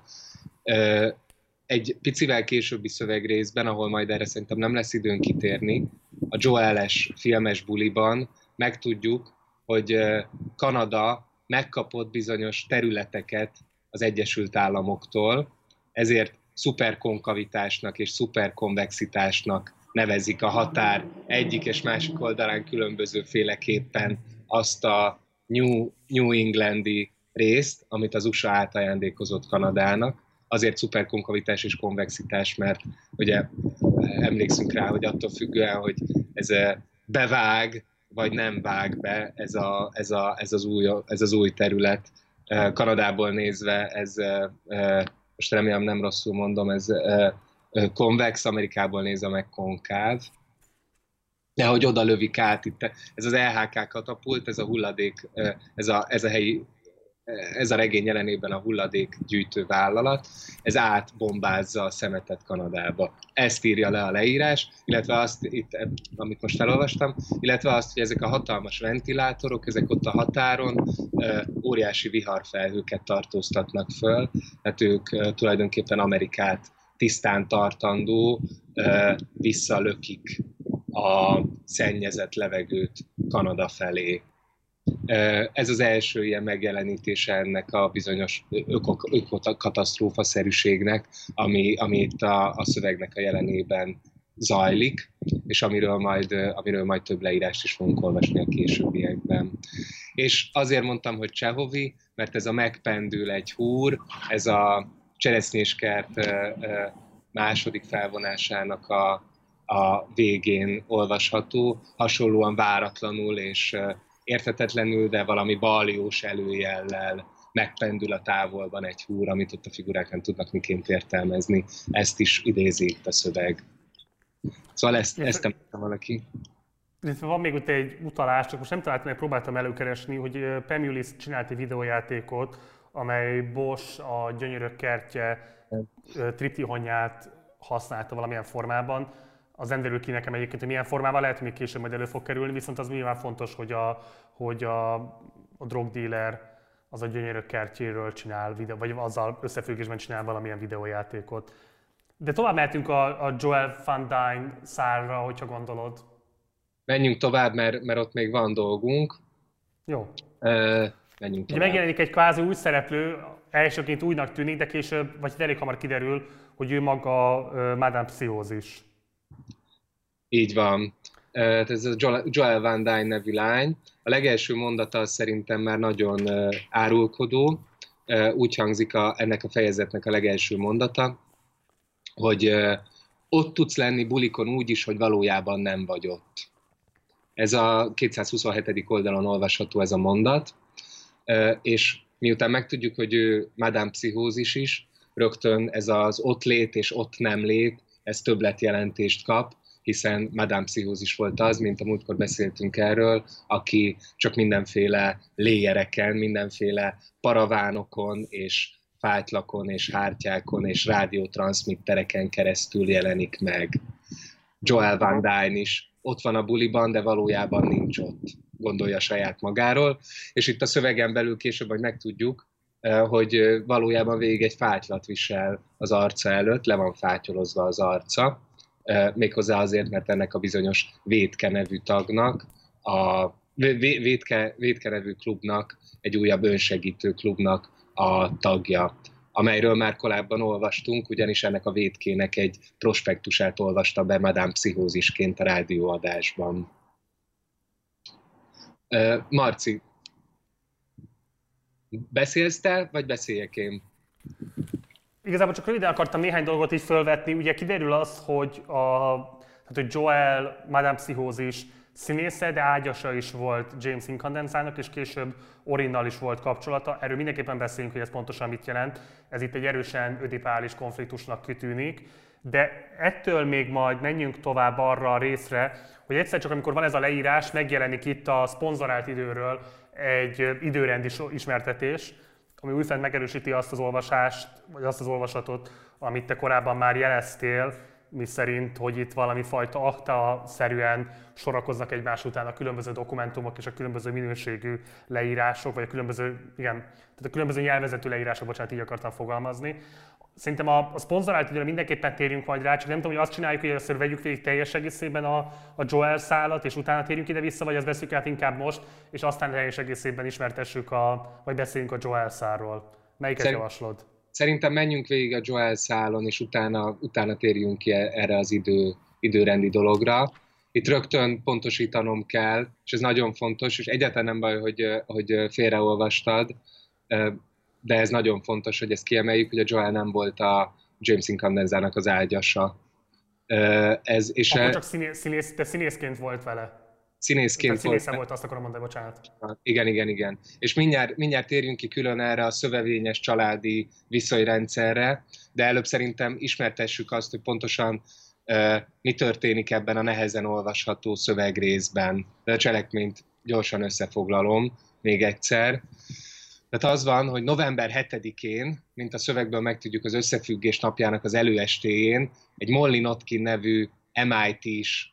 Egy picivel későbbi szövegrészben, ahol majd erre szerintem nem lesz időn kitérni, a Joel-es filmes buliban megtudjuk, hogy Kanada megkapott bizonyos területeket az Egyesült Államoktól, ezért szuperkonkavitásnak és szuperkonvexitásnak nevezik a határ egyik és másik oldalán különbözőféleképpen azt a New, New Englandi részt, amit az u es á átajándékozott Kanadának. Azért szuperkonkavitás és konvexitás, mert ugye emlékszünk rá, hogy attól függően, hogy ez bevág, vagy nem vág be ez, a, ez, a, ez, az, új, ez az új terület. Kanadából nézve ez, most remélem nem rosszul mondom, ez konvex, Amerikából nézve meg konkáv. De hogy oda lövik át itt, ez az el há ká katapult, ez a hulladék, ez a, ez a helyi, ez a regény jelenében a hulladékgyűjtő vállalat, ez átbombázza a szemetet Kanadába. Ezt írja le a leírás, illetve azt, itt, amit most elolvastam, illetve azt, hogy ezek a hatalmas ventilátorok, ezek ott a határon óriási viharfelhőket tartóztatnak föl, tehát ők tulajdonképpen Amerikát tisztán tartandó visszalökik a szennyezett levegőt Kanada felé. Ez az első ilyen megjelenítése ennek a bizonyos ökokatasztrófa-szerűségnek, ami, ami itt a, a szövegnek a jelenében zajlik, és amiről majd, amiről majd több leírást is fogunk olvasni a későbbiekben. És azért mondtam, hogy Csehovi, mert ez a megpendül egy húr, ez a Cseresznyéskert második felvonásának a, a végén olvasható, hasonlóan váratlanul és érthetetlenül, de valami baljós előjellel megpendül a távolban egy húr, amit ott a figurák nem tudnak miként értelmezni. Ezt is idézi itt a szöveg. Szóval ezt, ezt említem valaki. Van még ott egy utalás, csak most nem találtam, meg próbáltam előkeresni, hogy Pemulis csinált egy videójátékot, amely Bosch a Gyönyörök kertje triptihonját használta valamilyen formában. Az nem derül ki nekem egyébként, hogy milyen formában, lehet, hogy még később majd elő fog kerülni, viszont az nyilván fontos, hogy a, hogy a, a drogdealer az a Gyönyörök kertjéről csinál, videó, vagy azzal összefüggésben csinál valamilyen videójátékot. De tovább mehetünk a, a Joel Van Dyne szárra, hogyha gondolod. Menjünk tovább, mert, mert ott még van dolgunk. Jó. Uh, menjünk tovább. Ugye megjelenik egy kvázi új szereplő, elsőként újnak tűnik, de később, vagy elég hamar kiderül, hogy ő maga uh, Madame Pszichózis. Így van. Ez a Joel Van Dyne nevű lány. A legelső mondata szerintem már nagyon árulkodó. Úgy hangzik a, ennek a fejezetnek a legelső mondata, hogy ott tudsz lenni bulikon úgy is, hogy valójában nem vagy ott. Ez a kétszázhuszonhetedik oldalon olvasható ez a mondat, és miután megtudjuk, hogy ő Madame Pszichózis is, rögtön ez az ott lét és ott nem lét, ez többletjelentést kap, hiszen Madame Pszichózis volt az, mint a múltkor beszéltünk erről, aki csak mindenféle léjereken, mindenféle paravánokon és fájtlakon és hártyákon és rádiótranszmittereken keresztül jelenik meg. Joel Van Dyne is ott van a buliban, de valójában nincs ott, gondolja saját magáról. És itt a szövegen belül később majd megtudjuk, hogy valójában végig egy fátylat visel az arca előtt, le van fátyolozva az arca, méghozzá azért, mert ennek a bizonyos Vétke nevű tagnak, a Vétke, Vétke nevű klubnak, egy újabb önsegítő klubnak a tagja, amelyről már korábban olvastunk, ugyanis ennek a Vétkének egy prospektusát olvasta be Madame Pszichózisként a rádióadásban. Marci, beszélsz te, vagy beszéljek én? Igazából csak röviden akartam néhány dolgot így fölvetni. Ugye kiderül az, hogy, a, tehát, hogy Joel Madame Pszichózis színésze, de ágyasa is volt James Incandenzának, és később Orinnal is volt kapcsolata. Erről mindenképpen beszéljünk, hogy ez pontosan mit jelent. Ez itt egy erősen ödipális konfliktusnak kitűnik. De ettől még majd menjünk tovább arra a részre, hogy egyszer csak amikor van ez a leírás, megjelenik itt a szponzorált időről egy időrendi ismertetés, ami újfent megerősíti azt az olvasást, vagy azt az olvasatot, amit te korábban már jeleztél, mi szerint, hogy itt valami fajta akta-szerűen sorakoznak egymás után a különböző dokumentumok és a különböző minőségű leírások, vagy a különböző, igen, tehát a különböző nyelvezetű leírások, bocsánat, így akartam fogalmazni. Szerintem a, a szponzorált időre mindenképpen térjünk majd rá, csak nem tudom, hogy azt csináljuk, hogy először vegyük végig teljes egészében a, a Joel szálat, és utána térjünk ide-vissza, vagy azt veszük át inkább most, és aztán teljes egészében ismertessük, a, vagy beszéljünk a Joel szálról. Melyiket Szerint, javaslod? Szerintem menjünk végig a Joel szálon, és utána, utána térjünk ki erre az idő, időrendi dologra. Itt rögtön pontosítanom kell, és ez nagyon fontos, és egyáltalán nem baj, hogy, hogy félreolvastad, de ez nagyon fontos, hogy ezt kiemeljük, hogy a Joel nem volt a James Incandenzának az ágyasa. Ez, és Akkor csak színész, színész, de színészként volt vele. Színészként volt. Színésze volt, azt akarom mondani, bocsánat. Igen, igen, igen. És mindjárt, mindjárt térjünk ki külön erre a szövevényes családi viszonyrendszerre, de előbb szerintem ismertessük azt, hogy pontosan uh, mi történik ebben a nehezen olvasható szövegrészben. De a cselekményt gyorsan összefoglalom még egyszer. Tehát az van, hogy november hetedikén, mint a szövegből megtudjuk, az összefüggés napjának az előestéjén, egy Molly Notkin nevű em i té-s,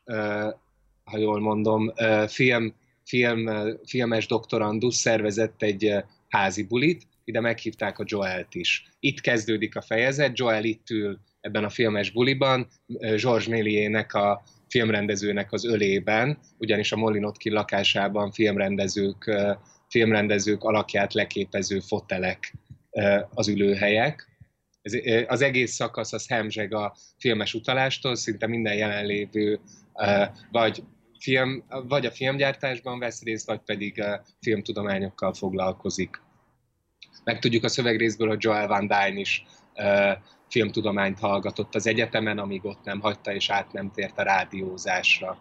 ha jól mondom, film, film, filmes doktorandusz szervezett egy házi bulit, ide meghívták a Joelt is. Itt kezdődik a fejezet, Joel itt ül ebben a filmes buliban, George Méliének, a filmrendezőnek az ölében, ugyanis a Molly Notkin lakásában filmrendezők filmrendezők alakját leképező fotelek az ülőhelyek. Az egész szakasz az hemzseg a filmes utalástól, szinte minden jelenlévő vagy, film, vagy a filmgyártásban vesz részt, vagy pedig filmtudományokkal foglalkozik. Megtudjuk a szövegrészből, hogy Joel Van Dyne is filmtudományt hallgatott az egyetemen, amíg ott nem hagyta és át nem tért a rádiózásra.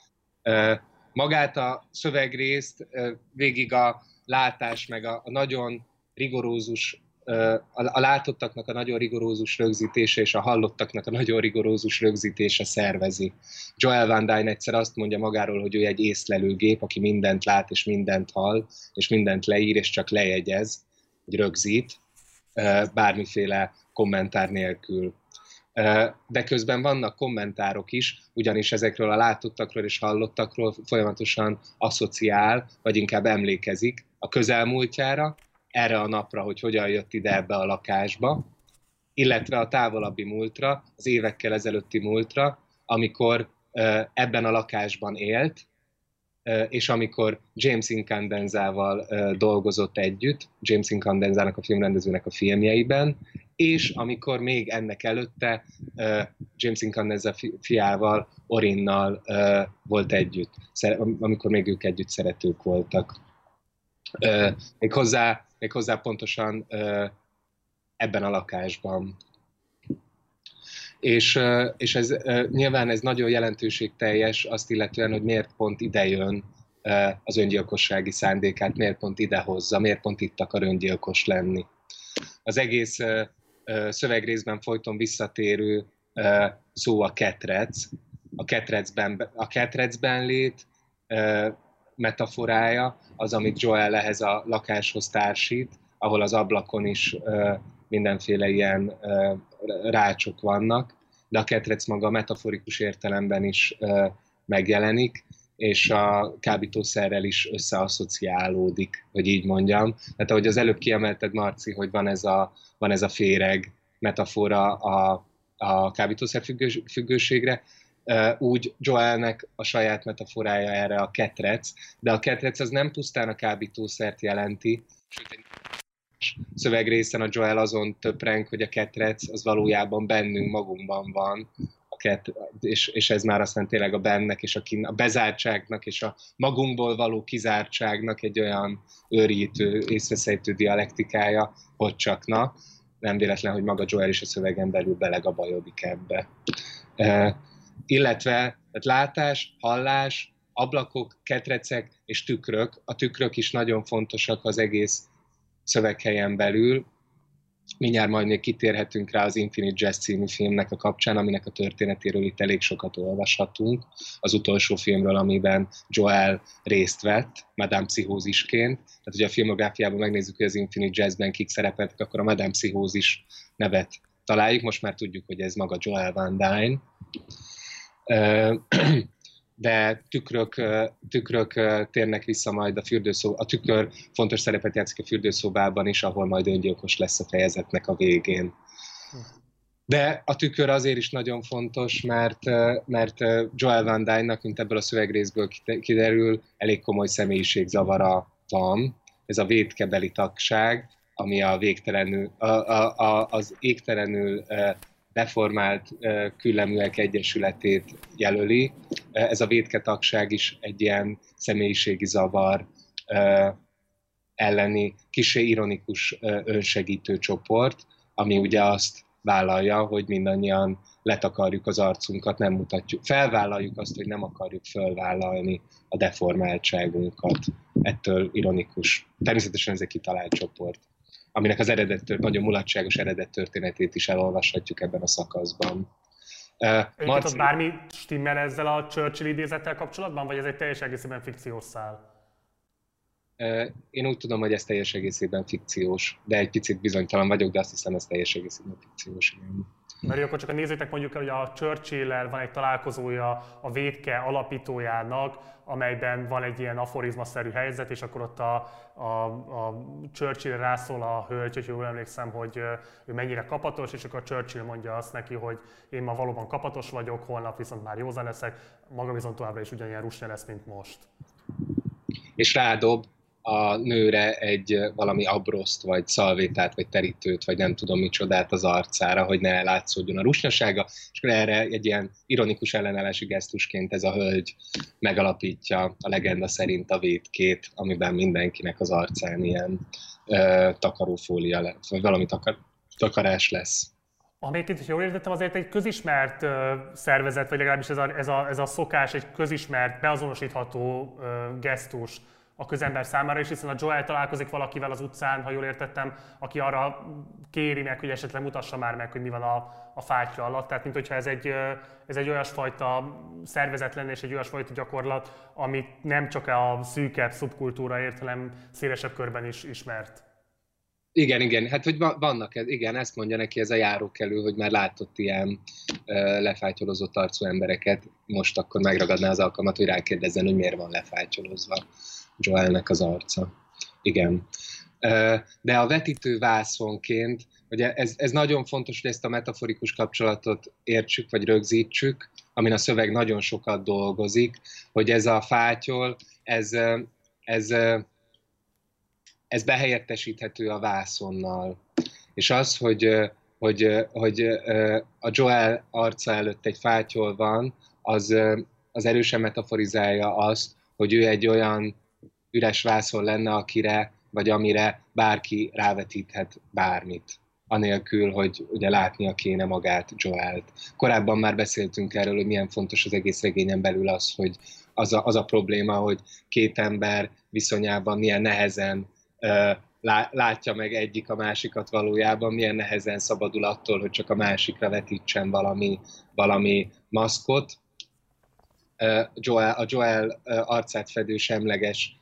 Magát a szövegrészt végig a látás, meg a, a nagyon rigorózus, a, a látottaknak a nagyon rigorózus rögzítése és a hallottaknak a nagyon rigorózus rögzítése szervezi. Joel Van Dyne egyszer azt mondja magáról, hogy ő egy észlelőgép, aki mindent lát és mindent hall, és mindent leír és csak lejegyez, vagy rögzít, bármiféle kommentár nélkül. De közben vannak kommentárok is, ugyanis ezekről a látottakról és hallottakról folyamatosan asszociál, vagy inkább emlékezik a közelmúltjára, erre a napra, hogy hogyan jött ide ebbe a lakásba, illetve a távolabbi múltra, az évekkel ezelőtti múltra, amikor ebben a lakásban élt, és amikor James Incandenzával dolgozott együtt, James Incandenzának, a filmrendezőnek a filmjeiben, és amikor még ennek előtte James Incandenza fiával, Orinnal volt együtt, amikor még ők együtt szeretők voltak. Még hozzá, még hozzá pontosan ebben a lakásban. És, és ez, nyilván ez nagyon jelentőségteljes azt illetően, hogy miért pont ide jön az öngyilkossági szándékát, miért pont ide hozza, miért pont itt akar öngyilkos lenni. Az egész szövegrészben folyton visszatérő szó a ketrec, a ketrecben, a ketrecben lét metaforája, az, amit Joel ehhez a lakáshoz társít, ahol az ablakon is mindenféle ilyen rácsok vannak, de a ketrec maga metaforikus értelemben is megjelenik, és a kábítószerrel is összeasszociálódik, hogy így mondjam. Tehát ahogy az előbb kiemelted, Marci, hogy van ez a, van ez a féreg metafora a, a kábítószer függős, függőségre, úgy Joelnek a saját metaforája erre a ketrec, de a ketrec az nem pusztán a kábítószert jelenti, sőt egy szövegrészen a Joel azon töpreng, hogy a ketrec az valójában bennünk, magunkban van, a ket, és, és ez már aztán tényleg a bennek és a, kin, a bezártságnak és a magunkból való kizártságnak egy olyan őrjítő, észveszejtő dialektikája, hogy csak na, nem véletlen, hogy maga Joel is a szövegen belül belegabajodik ebbe. E, illetve tehát látás, hallás, ablakok, ketrecek és tükrök. A tükrök is nagyon fontosak az egész szöveghelyen belül. Mindjárt majd még kitérhetünk rá az Infinite Jest című filmnek a kapcsán, aminek a történetéről itt elég sokat olvashatunk. Az utolsó filmről, amiben Joel részt vett, Madame Pszichózisként. Tehát, hogyha a filmográfiában megnézzük, hogy az Infinite Jestben kik szerepeltek, akkor a Madame Pszichózis nevet találjuk. Most már tudjuk, hogy ez maga Joel Van Dyne. De tükrök, tükrök térnek vissza majd a fürdőszobában. A tükör fontos szerepet játszik a fürdőszobában is, ahol majd öngyilkos lesz a fejezetnek a végén. De a tükör azért is nagyon fontos, mert, mert Joel Van Dyne-nak, mint ebből a szövegrészből kiderül, elég komoly személyiségzavara van. Ez a vétkebeli tagság, ami a végtelenül, a, a, a, az égtelenül deformált külleműek egyesületét jelöli. Ez a vétketagság is egy ilyen személyiségi zavar elleni kissé ironikus önsegítő csoport, ami ugye azt vállalja, hogy mindannyian letakarjuk az arcunkat, nem mutatjuk. Felvállaljuk azt, hogy nem akarjuk fölvállalni a deformáltságunkat. Ettől ironikus. Természetesen ez egy kitalált csoport, aminek az eredet, nagyon mulatságos eredet történetét is elolvashatjuk ebben a szakaszban. Uh, Marci... bármi stimmel ezzel a Churchill idézettel kapcsolatban, vagy ez egy teljes egészében fikciós szál? Uh, én úgy tudom, hogy ez teljes egészében fikciós, de egy picit bizonytalan vagyok, de azt hiszem, ez teljes egészében fikciós. Igen. Mert akkor csak a nézőknek mondjuk, hogy a Churchill-lel van egy találkozója a vétke alapítójának, amelyben van egy ilyen aforizmaszerű helyzet, és akkor ott a, a, a Churchill rászól a hölgy, hogy jól emlékszem, hogy ő mennyire kapatos, és akkor a Churchill mondja azt neki, hogy én ma valóban kapatos vagyok, holnap viszont már józan leszek, maga viszont továbbra is ugyanilyen rusnya lesz, mint most. És rádob a nőre egy valami abroszt, vagy szalvétát, vagy terítőt, vagy nem tudom micsodát az arcára, hogy ne látszódjon a rusnyasága, és akkor erre egy ilyen ironikus ellenállási gesztusként ez a hölgy megalapítja a legenda szerint a vétkét, amiben mindenkinek az arcán ilyen ö, takarófólia lesz, vagy valami takar, takarás lesz. Amit itt, jól értettem, azért egy közismert uh, szervezet, vagy legalábbis ez a, ez, a, ez a szokás, egy közismert, beazonosítható uh, gesztus a közember számára is, hiszen a Joel találkozik valakivel az utcán, ha jól értettem, aki arra kéri meg, hogy esetleg mutassa már meg, hogy mi van a, a fátyla alatt. Tehát, mint hogyha ez egy, ez egy olyasfajta szervezet lenne, és egy olyasfajta gyakorlat, amit nem csak a szűkebb szubkultúra ért, hanem szélesebb körben is ismert. Igen, igen, hát hogy vannak, igen, ezt mondja neki ez a járókelő, hogy már látott ilyen ö, lefátyolozott arcú embereket, most akkor megragadná az alkalmat, hogy rákérdezzen, hogy miért van lefátyolozva Joelnek az arca. Igen. De a vetítő vászonként, ugye ez, ez nagyon fontos, hogy ezt a metaforikus kapcsolatot értsük, vagy rögzítsük, amin a szöveg nagyon sokat dolgozik, hogy ez a fátyol, ez, ez, ez behelyettesíthető a vászonnal. És az, hogy, hogy, hogy a Joel arca előtt egy fátyol van, az, az erősen metaforizálja azt, hogy ő egy olyan üres vászon lenne, akire, vagy amire bárki rávetíthet bármit, anélkül, hogy ugye látnia kéne magát Joelt. Korábban már beszéltünk erről, hogy milyen fontos az egész regényen belül az, hogy az a, az a probléma, hogy két ember viszonyában milyen nehezen uh, lá, látja meg egyik a másikat valójában, milyen nehezen szabadul attól, hogy csak a másikra vetítsen valami, valami maszkot. Uh, Joel, a Joel uh, arcát fedő semleges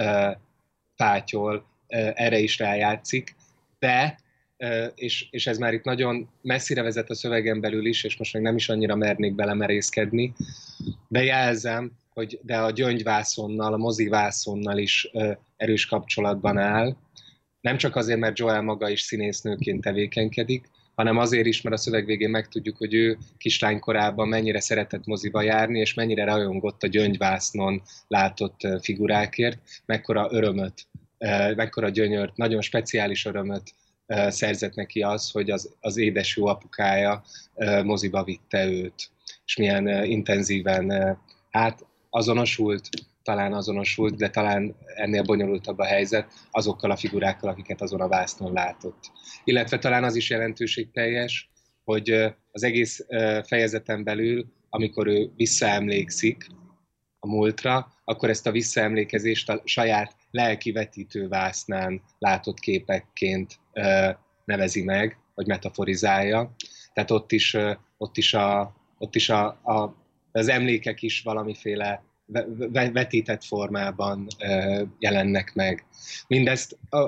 fátyol erre is rájátszik, de, és, és ez már itt nagyon messzire vezet a szövegen belül is, és most még nem is annyira mernék belemerészkedni, de jelzem, hogy de a gyöngyvászonnal, a mozivászonnal is erős kapcsolatban áll. Nem csak azért, mert Joel maga is színésznőként tevékenykedik, hanem azért is, mert a szöveg végén megtudjuk, hogy ő kislánykorában mennyire szeretett moziba járni, és mennyire rajongott a gyöngyvásznon látott figurákért, mekkora örömöt, mekkora gyönyört, nagyon speciális örömöt szerzett neki az, hogy az, az édesjú apukája moziba vitte őt, és milyen intenzíven hát azonosult, talán azonosult, de talán ennél bonyolultabb a helyzet azokkal a figurákkal, akiket azon a vásznon látott. Illetve talán az is jelentőségteljes, hogy az egész fejezeten belül, amikor ő visszaemlékszik a múltra, akkor ezt a visszaemlékezést a saját lelki vetítővásznán látott képekként nevezi meg, vagy metaforizálja. Tehát ott is, ott is, a, ott is a, a, az emlékek is valamiféle vetített formában jelennek meg. Mindezt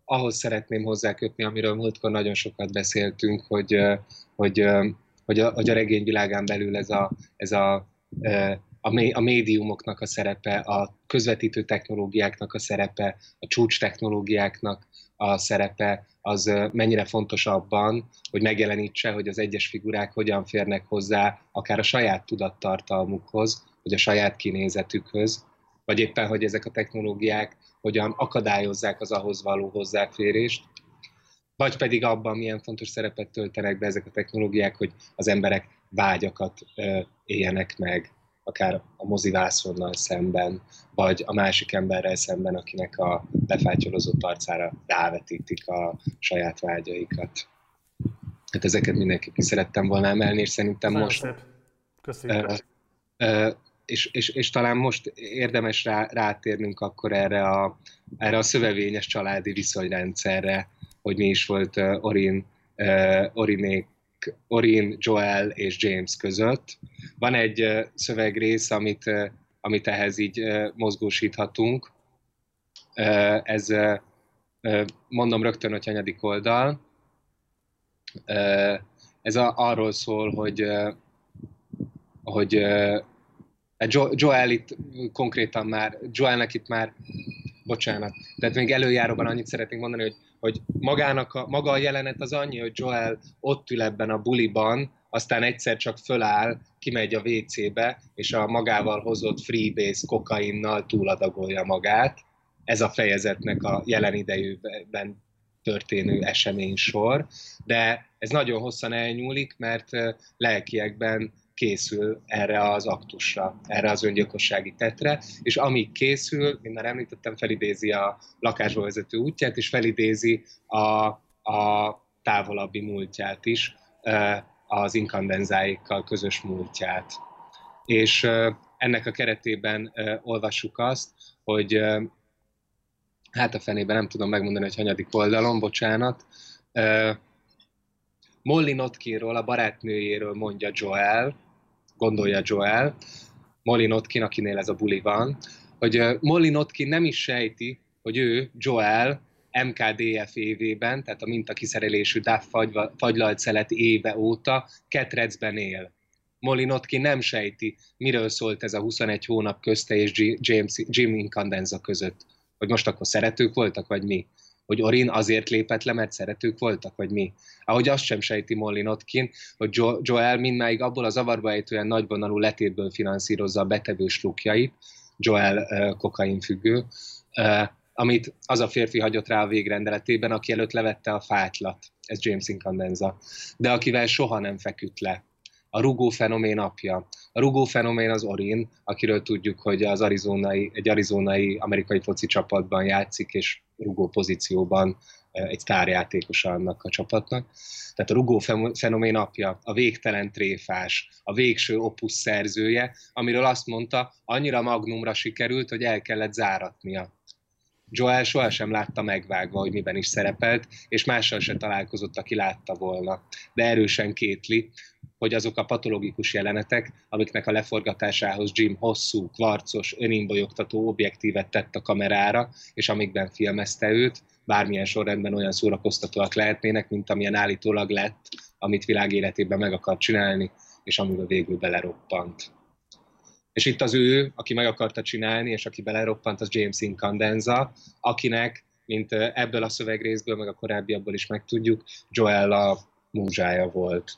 ahhoz szeretném hozzákötni, amiről múltkor nagyon sokat beszéltünk, hogy, hogy, hogy, a, hogy a regényvilágán belül ez a, ez a, a, a médiumoknak a szerepe, a közvetítő technológiáknak a szerepe, a csúcs technológiáknak a szerepe, az mennyire fontos abban, hogy megjelenítse, hogy az egyes figurák hogyan férnek hozzá akár a saját tudattartalmukhoz, vagy a saját kinézetükhöz, vagy éppen, hogy ezek a technológiák hogyan akadályozzák az ahhoz való hozzáférést, vagy pedig abban milyen fontos szerepet töltenek be ezek a technológiák, hogy az emberek vágyakat ö, éljenek meg, akár a mozivászonnal szemben, vagy a másik emberrel szemben, akinek a befátyolozott arcára rávetítik a saját vágyaikat. Hát ezeket mindenképp ki szerettem volna emelni, és szerintem nagyon most... Szép. Köszönjük. Ö, ö, és, és, és talán most érdemes rá, rátérnünk akkor erre a, erre a szövevényes családi viszonyrendszerre, hogy mi is volt uh, Orin, uh, Orinék, Orin, Joel és James között. Van egy uh, szövegrész, amit, uh, amit ehhez így uh, mozgósíthatunk. Uh, ez, uh, uh, mondom rögtön, hogy hanyadik oldal. Uh, ez a, arról szól, hogy, uh, hogy uh, Joel itt konkrétan már, Joelnek itt már, bocsánat, tehát még előjáróban annyit szeretnénk mondani, hogy, hogy magának a, maga a jelenet az annyi, hogy Joel ott ül ebben a buliban, aztán egyszer csak föláll, kimegy a vé cébe, és a magával hozott freebase kokainnal túladagolja magát. Ez a fejezetnek a jelen idejűben történő eseménysor, de ez nagyon hosszan elnyúlik, mert lelkiekben készül erre az aktusra, erre az öngyilkossági tettre, és amíg készül, mint már említettem, felidézi a lakásba vezető útját, és felidézi a, a távolabbi múltját is, az inkandenzáikkal közös múltját. És ennek a keretében olvassuk azt, hogy hát a fenében nem tudom megmondani, hogy hanyadik oldalon, bocsánat, Molly Notkinról, a barátnőjéről mondja Joel, gondolja Joel, Molly Notkin, akinél ez a buli van, hogy Molly Notkin nem is sejti, hogy ő, Joel, em ká dé ef évében, tehát a mintakiszerelésű Duff fagylalt szelet éve óta ketrecben él. Molly Notkin nem sejti, miről szólt ez a huszonegy hónap közte és James, Jim Incandenza között. Hogy most akkor szeretők voltak, vagy mi? Hogy Orin azért lépett le, mert szeretők voltak, vagy mi? Ahogy azt sem sejti Molly Notkin, hogy jo- Joel mindmáig abból a zavarba ejtően nagyvonalú letétből finanszírozza a betevős lukjait, Joel uh, kokainfüggő, uh, amit az a férfi hagyott rá a végrendeletében, aki előtt levette a fátylat, ez James Incandenza, de akivel soha nem feküdt le. A rugó fenomén apja. A rugó fenomén az Orin, akiről tudjuk, hogy az arizonai, egy arizonai amerikai foci csapatban játszik, és rugó pozícióban egy sztárjátékosa annak a csapatnak. Tehát a rugó fenomén apja, a végtelen tréfás, a végső opus szerzője, amiről azt mondta, annyira magnumra sikerült, hogy el kellett záratnia. Joel sohasem látta megvágva, hogy miben is szerepelt, és mással se találkozott, aki látta volna. De erősen kétli, hogy azok a patológikus jelenetek, amiknek a leforgatásához Jim hosszú, kvarcos, önimbolyogtató objektívet tett a kamerára, és amikben filmezte őt, bármilyen sorrendben olyan szórakoztatóak lehetnének, mint amilyen állítólag lett, amit világ életében meg akart csinálni, és amiben végül beleroppant. És itt az ő, aki meg akarta csinálni, és aki beleroppant, az James Incandenza, akinek, mint ebből a szövegrészből, meg a korábbiakból is megtudjuk, Joel a múzsája volt.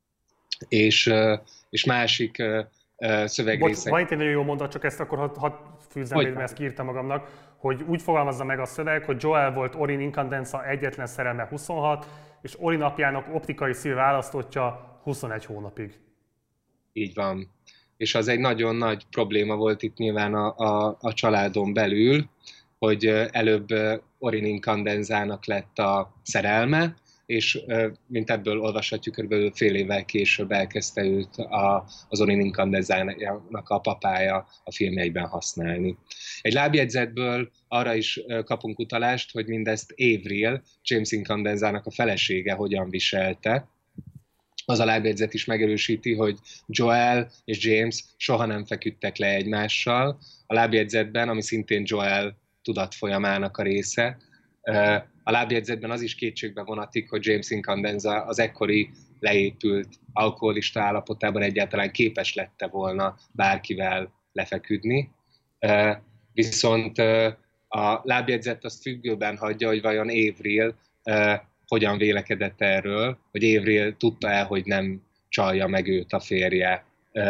És, és másik szövegrészek... Van itt egy nagyon jó mondat, csak ezt akkor hadd had fűzzem, hogy mert ezt kiírtam magamnak, hogy úgy fogalmazza meg a szöveg, hogy Joel volt Orin Incandenza egyetlen szerelme huszonhat, és Orin apjának optikai szív választottja huszonegy hónapig. Így van. És az egy nagyon nagy probléma volt itt nyilván a, a, a családon belül, hogy előbb Orin Incandenzának lett a szerelme, és mint ebből olvashatjuk, kb. Fél évvel később elkezdte őt a, az Orin Incandenzának a papája a filmjeiben használni. Egy lábjegyzetből arra is kapunk utalást, hogy mindezt Avril, James Incandenzának a felesége hogyan viselte. Az a lábjegyzet is megerősíti, hogy Joel és James soha nem feküdtek le egymással. A lábjegyzetben, ami szintén Joel tudatfolyamának a része, a lábjegyzetben az is kétségbe vonatik, hogy James Incandenza az ekkori leépült alkoholista állapotában egyáltalán képes lette volna bárkivel lefeküdni. Viszont a lábjegyzet azt függőben hagyja, hogy vajon Avril hogyan vélekedett erről, hogy Avril tudta-e, hogy nem csalja meg őt a férje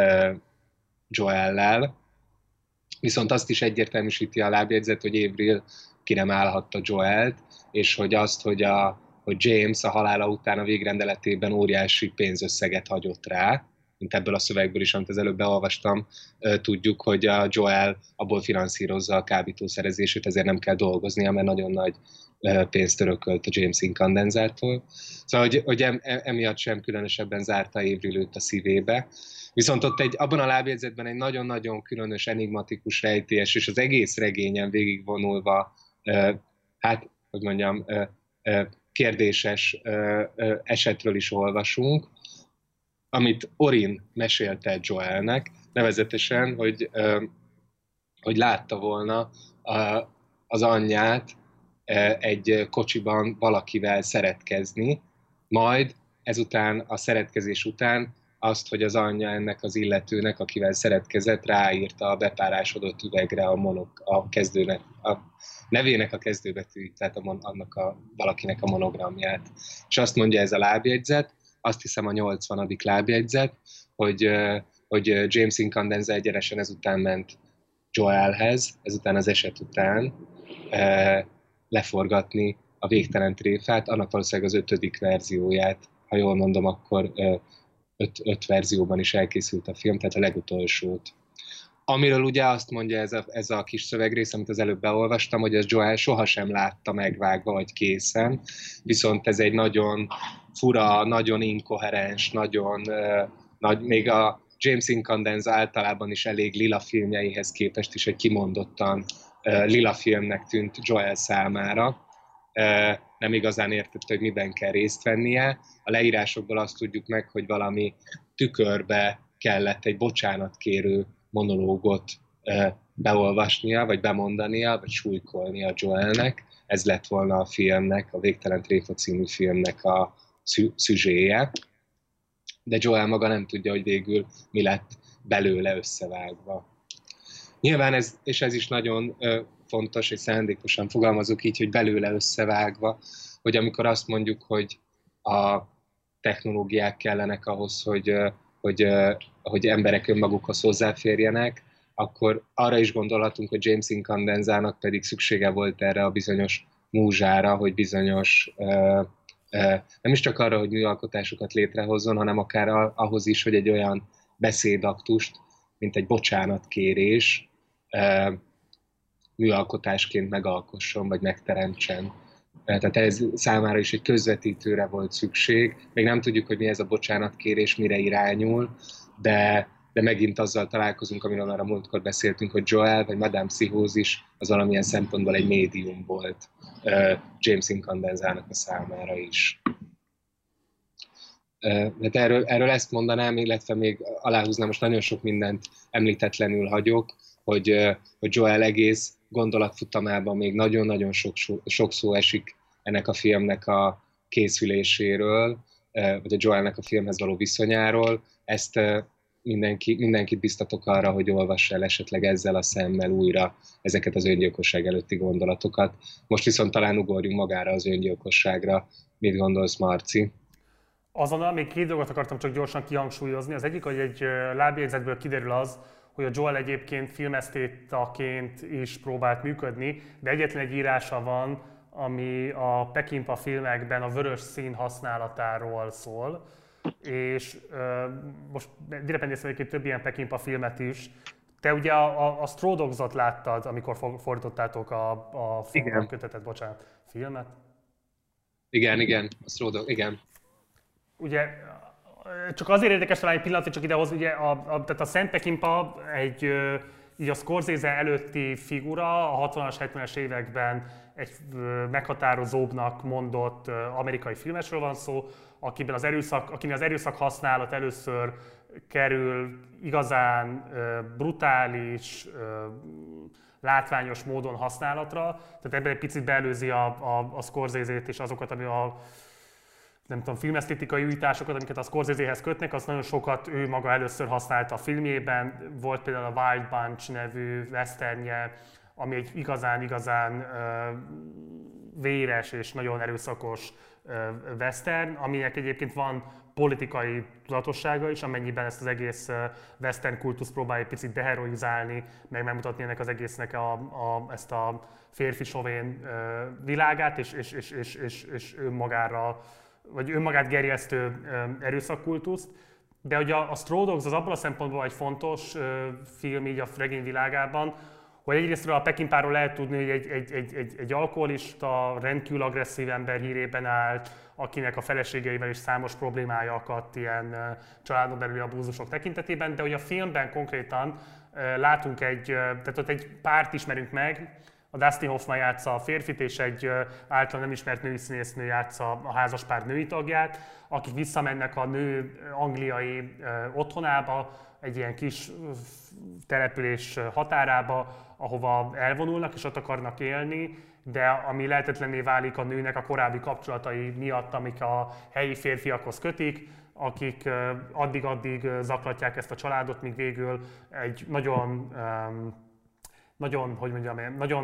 Joellel. Viszont azt is egyértelműsíti a lábjegyzet, hogy Avril ki nem állhatta Joelt, és hogy azt, hogy, a, hogy James a halála után a végrendeletében óriási pénzösszeget hagyott rá, mint ebből a szövegből is, amit az előbb beolvastam, tudjuk, hogy a Joel abból finanszírozza a kábítószerezését, ezért nem kell dolgoznia, mert nagyon nagy pénzt örökölt a James Incandenzától. Szóval, hogy, hogy emiatt sem különösebben zárta Avril őt a szívébe. Viszont ott egy, abban a lábjegyzetben egy nagyon-nagyon különös, enigmatikus, rejtélyes, és az egész regényen végigvonulva, hát, hogy mondjam, kérdéses esetről is olvasunk, amit Orin mesélte Joelnek, nevezetesen, hogy, hogy látta volna az anyját egy kocsiban valakivel szeretkezni, majd ezután, a szeretkezés után azt, hogy az anyja ennek az illetőnek, akivel szeretkezett, ráírta a bepárásodott üvegre a, monok, a kezdőnek, a nevének a kezdőbetűjét, tehát a, annak a, valakinek a monogramját. És azt mondja ez a lábjegyzet, azt hiszem a nyolcvanadik lábjegyzet, hogy, hogy James Incandenza egyenesen ezután ment Joelhez, ezután az eset után leforgatni a Végtelen tréfát, annak valószínűleg az ötödik verzióját, ha jól mondom, akkor öt, öt verzióban is elkészült a film, tehát a legutolsót. Amiről ugye azt mondja ez a, ez a kis szövegrész, amit az előbb beolvastam, hogy az Joel sohasem látta megvágva vagy készen, viszont ez egy nagyon fura, nagyon inkoherens, nagyon, uh, nagy, még a James Incandenza általában is elég lila filmjeihez képest is egy kimondottan uh, lila filmnek tűnt Joel számára. Uh, nem igazán értette, hogy miben kell részt vennie. A leírásokból azt tudjuk meg, hogy valami tükörbe kellett egy bocsánatkérő monológot uh, beolvasnia, vagy bemondania, vagy súlykolnia Joelnek. Ez lett volna a filmnek, a Végtelen tréfa című filmnek a szü- szüzséje. De Joel maga nem tudja, hogy végül mi lett belőle összevágva. Nyilván ez, és ez is nagyon uh, fontos, és szándékosan fogalmazok így, hogy belőle összevágva, hogy amikor azt mondjuk, hogy a technológiák kellenek ahhoz, hogy, hogy, hogy emberek önmagukhoz hozzáférjenek, akkor arra is gondolhatunk, hogy James Incandenzának pedig szüksége volt erre a bizonyos múzsára, hogy bizonyos, nem is csak arra, hogy műalkotásokat létrehozzon, hanem akár ahhoz is, hogy egy olyan beszédaktust, mint egy bocsánatkérés, műalkotásként megalkosson, vagy megteremtsen. Tehát ez számára is egy közvetítőre volt szükség. Még nem tudjuk, hogy mi ez a bocsánatkérés, mire irányul, de, de megint azzal találkozunk, amiről arra múltkor beszéltünk, hogy Joel vagy Madame Pszichózis az valamilyen szempontból egy médium volt James Incandenzának a számára is. De erről, erről ezt mondanám, illetve még aláhúznám, most nagyon sok mindent említetlenül hagyok, hogy, hogy Joel egész gondolatfutamában még nagyon-nagyon sok, sok szó esik ennek a filmnek a készüléséről, vagy a Joelnek a filmhez való viszonyáról. Ezt mindenki, mindenkit biztatok arra, hogy olvassa el esetleg ezzel a szemmel újra ezeket az öngyilkosság előtti gondolatokat. Most viszont talán ugorjunk magára az öngyilkosságra. Mit gondolsz, Marci? Azonnal még két dolgot akartam csak gyorsan kihangsúlyozni. Az egyik, hogy egy lábjegyzetből kiderül az, hogy a Joel egyébként filmesztétaként is próbált működni, de egyetlen egy írása van, ami a Peckinpah filmekben a vörös szín használatáról szól. És uh, most direkt néztem egyébként több ilyen Peckinpah filmet is. Te ugye a, a, a Straw Dogs-ot láttad, amikor fordítottátok a, a film, kötetet, bocsánat, filmet? Igen, igen, a Straw Dogs, igen. Ugye, csak azért érdekes talán egy pillanat, hogy csak idehoz, ugye a, a, tehát a Szent Peckinpah egy így a Scorsese előtti figura, a hatvanas, hetvenes években egy meghatározóbbnak mondott amerikai filmesről van szó, akiben az erőszak, akinek az erőszak használat először kerül igazán brutális, látványos módon használatra. Tehát ebben egy picit beelőzi a, a, a Scorsese-t és azokat, ami a nem tudom, filmesztétikai újításokat, amiket a Scorseséhez kötnek, az nagyon sokat ő maga először használta a filmjében. Volt például a Wild Bunch nevű westernje, ami egy igazán-igazán uh, véres és nagyon erőszakos uh, western, aminek egyébként van politikai tudatossága is, amennyiben ezt az egész uh, western kultusz próbálja egy picit deheroizálni, meg megmutatni ennek az egésznek a, a, ezt a férfi sovén uh, világát, és, és, és, és, és, és önmagára, vagy önmagát gerjesztő uh, erőszakkultuszt. De ugye a, a Straw Dogs az abban a szempontból egy fontos uh, film így a regény világában, hogy egyrésztről a Peckinpahról lehet tudni, hogy egy, egy, egy, egy, egy alkoholista, rendkívül agresszív ember hírében állt, akinek a feleségeivel is számos problémája akadt ilyen uh, családon belüli abúzusok tekintetében, de hogy a filmben konkrétan uh, látunk egy, uh, tehát ott egy párt ismerünk meg, a Dustin Hoffman játsza a férfit, és egy uh, által nem ismert női színésznő játsza a házaspár női tagját, akik visszamennek a nő angliai uh, otthonába, egy ilyen kis település határába, ahova elvonulnak és ott akarnak élni, de ami lehetetlenné válik a nőnek a korábbi kapcsolatai miatt, amik a helyi férfiakhoz kötik, akik addig-addig zaklatják ezt a családot, míg végül egy nagyon, nagyon, hogy mondjam, nagyon,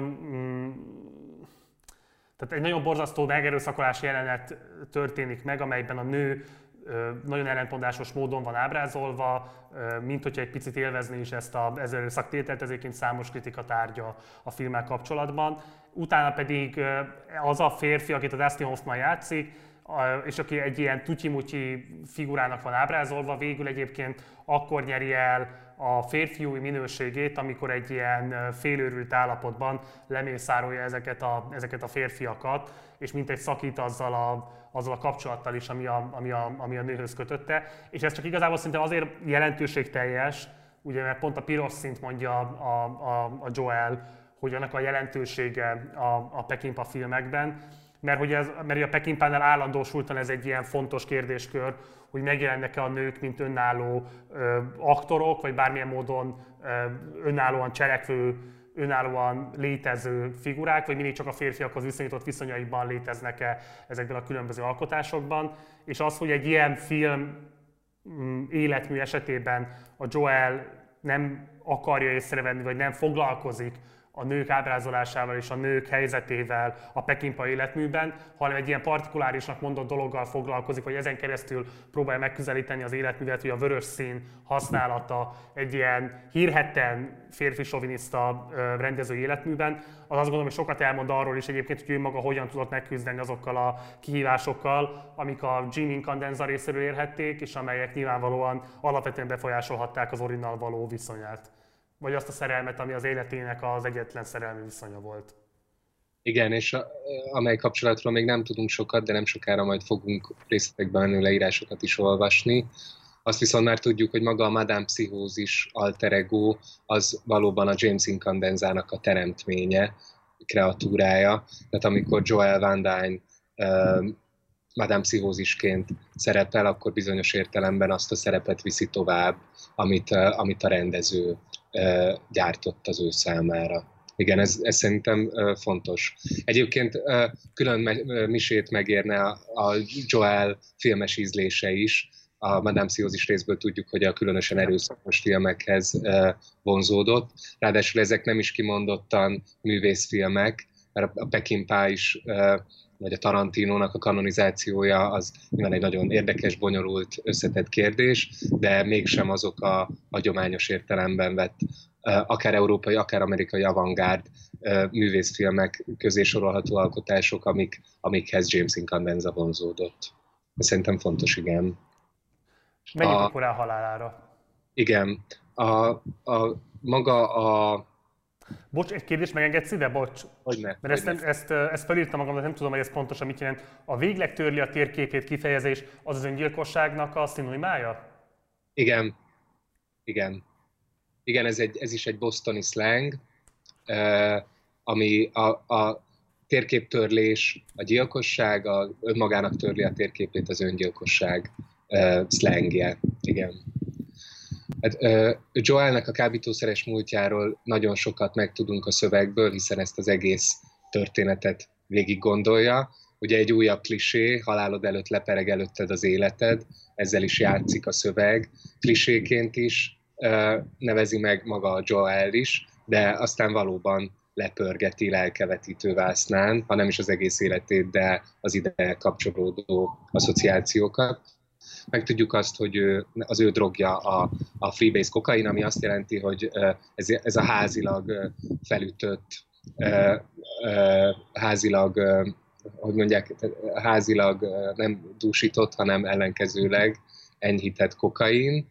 tehát egy nagyon borzasztó megerőszakolás jelenet történik meg, amelyben a nő nagyon ellentmondásos módon van ábrázolva, mint hogyha egy picit élvezni is ezt a ez erőszaktételt, ez egyébként számos kritika tárgya a filmmel kapcsolatban. Utána pedig az a férfi, akit a Dustin Hoffman játszik, és aki egy ilyen tutyi-mutyi figurának van ábrázolva, végül egyébként akkor nyeri el a férfiúi minőségét, amikor egy ilyen félőrült állapotban lemészárolja ezeket a, ezeket a férfiakat, és mintegy szakít azzal a, azzal a kapcsolattal is, ami a, ami, a, ami a nőhöz kötötte. És ez csak igazából szerintem azért jelentőségteljes, ugye, mert pont a piros szint mondja a, a, a Joel, hogy annak a jelentősége a, a Peckinpah filmekben, mert hogy ez, mert a Peckinpahnál állandósultan ez egy ilyen fontos kérdéskör, hogy megjelennek-e a nők, mint önálló ö, aktorok, vagy bármilyen módon ö, önállóan cselekvő, önállóan létező figurák, vagy mindig csak a férfiakhoz viszonyított viszonyaikban léteznek-e ezekben a különböző alkotásokban. És az, hogy egy ilyen film m, életmű esetében a Joel nem akarja észrevenni, vagy nem foglalkozik a nők ábrázolásával és a nők helyzetével a Peckinpah életműben, hanem egy ilyen partikulárisnak mondott dologgal foglalkozik, vagy ezen keresztül próbálja megközelíteni az életművet, hogy a vörös szín használata egy ilyen hírhedten férfi soviniszta rendező életműben, az azt gondolom, hogy sokat elmond arról is egyébként, hogy ő maga hogyan tudott megküzdeni azokkal a kihívásokkal, amik a Gene Incandenza részéről érhették, és amelyek nyilvánvalóan alapvetően befolyásolhatták az Orinnal való viszonyát. Vagy azt a szerelmet, ami az életének az egyetlen szerelmi viszonya volt. Igen, és a, amely kapcsolatról még nem tudunk sokat, de nem sokára majd fogunk részletekben menő leírásokat is olvasni. Azt viszont már tudjuk, hogy maga a Madame Pszichózis alter ego az valóban a James Incandenzának a teremtménye, kreatúrája. Tehát amikor Joel Van Dyne uh, Madame Pszichózisként szerepel, akkor bizonyos értelemben azt a szerepet viszi tovább, amit, uh, amit a rendező uh, gyártott az ő számára. Igen, ez, ez szerintem uh, fontos. Egyébként uh, külön me- misét megérne a, a Joel filmes ízlése is. A Madame Pszichózis részből tudjuk, hogy a különösen erőszakos filmekhez uh, vonzódott. Ráadásul ezek nem is kimondottan művészfilmek, mert a Peckinpah is, uh, vagy a Tarantinónak a kanonizációja az nyilván egy nagyon érdekes, bonyolult, összetett kérdés, de mégsem azok a hagyományos értelemben vett, uh, akár európai, akár amerikai avantgárd uh, művészfilmek közé sorolható alkotások, amik, amikhez James Incandenza vonzódott. Ez szerintem fontos, igen. Menjünk akkor rá halálára. Igen. A, a, maga a... Bocs, egy kérdés megengedsz ide? Bocs. Hogyne. Mert ezt, nem, ezt, ezt felírtam magam, de nem tudom, hogy ez pontosan mit jelent. A végleg törli a térképét kifejezés az az öngyilkosságnak a szinonimája? Igen. Igen. Igen, ez, egy, ez is egy bostoni slang, uh, ami a, a térképtörlés, a gyilkosság, a, önmagának törli a térképét az öngyilkosság uh, slangje. Igen. Hát, uh, Joelnek a kábítószeres múltjáról nagyon sokat megtudunk a szövegből, hiszen ezt az egész történetet végig gondolja. Ugye egy újabb klisé, halálod előtt lepereg előtted az életed, ezzel is játszik a szöveg. Kliséként is uh, nevezi meg maga a Joel is, de aztán valóban lepörgeti lelkevetítő vásznán, ha nem is az egész életét, de az ide kapcsolódó asszociációkat. Megtudjuk azt, hogy ő, az ő drogja a, a freebase kokain, ami azt jelenti, hogy ez, ez a házilag felütött, házilag, hogy mondják, házilag nem dúsított, hanem ellenkezőleg enyhített kokain.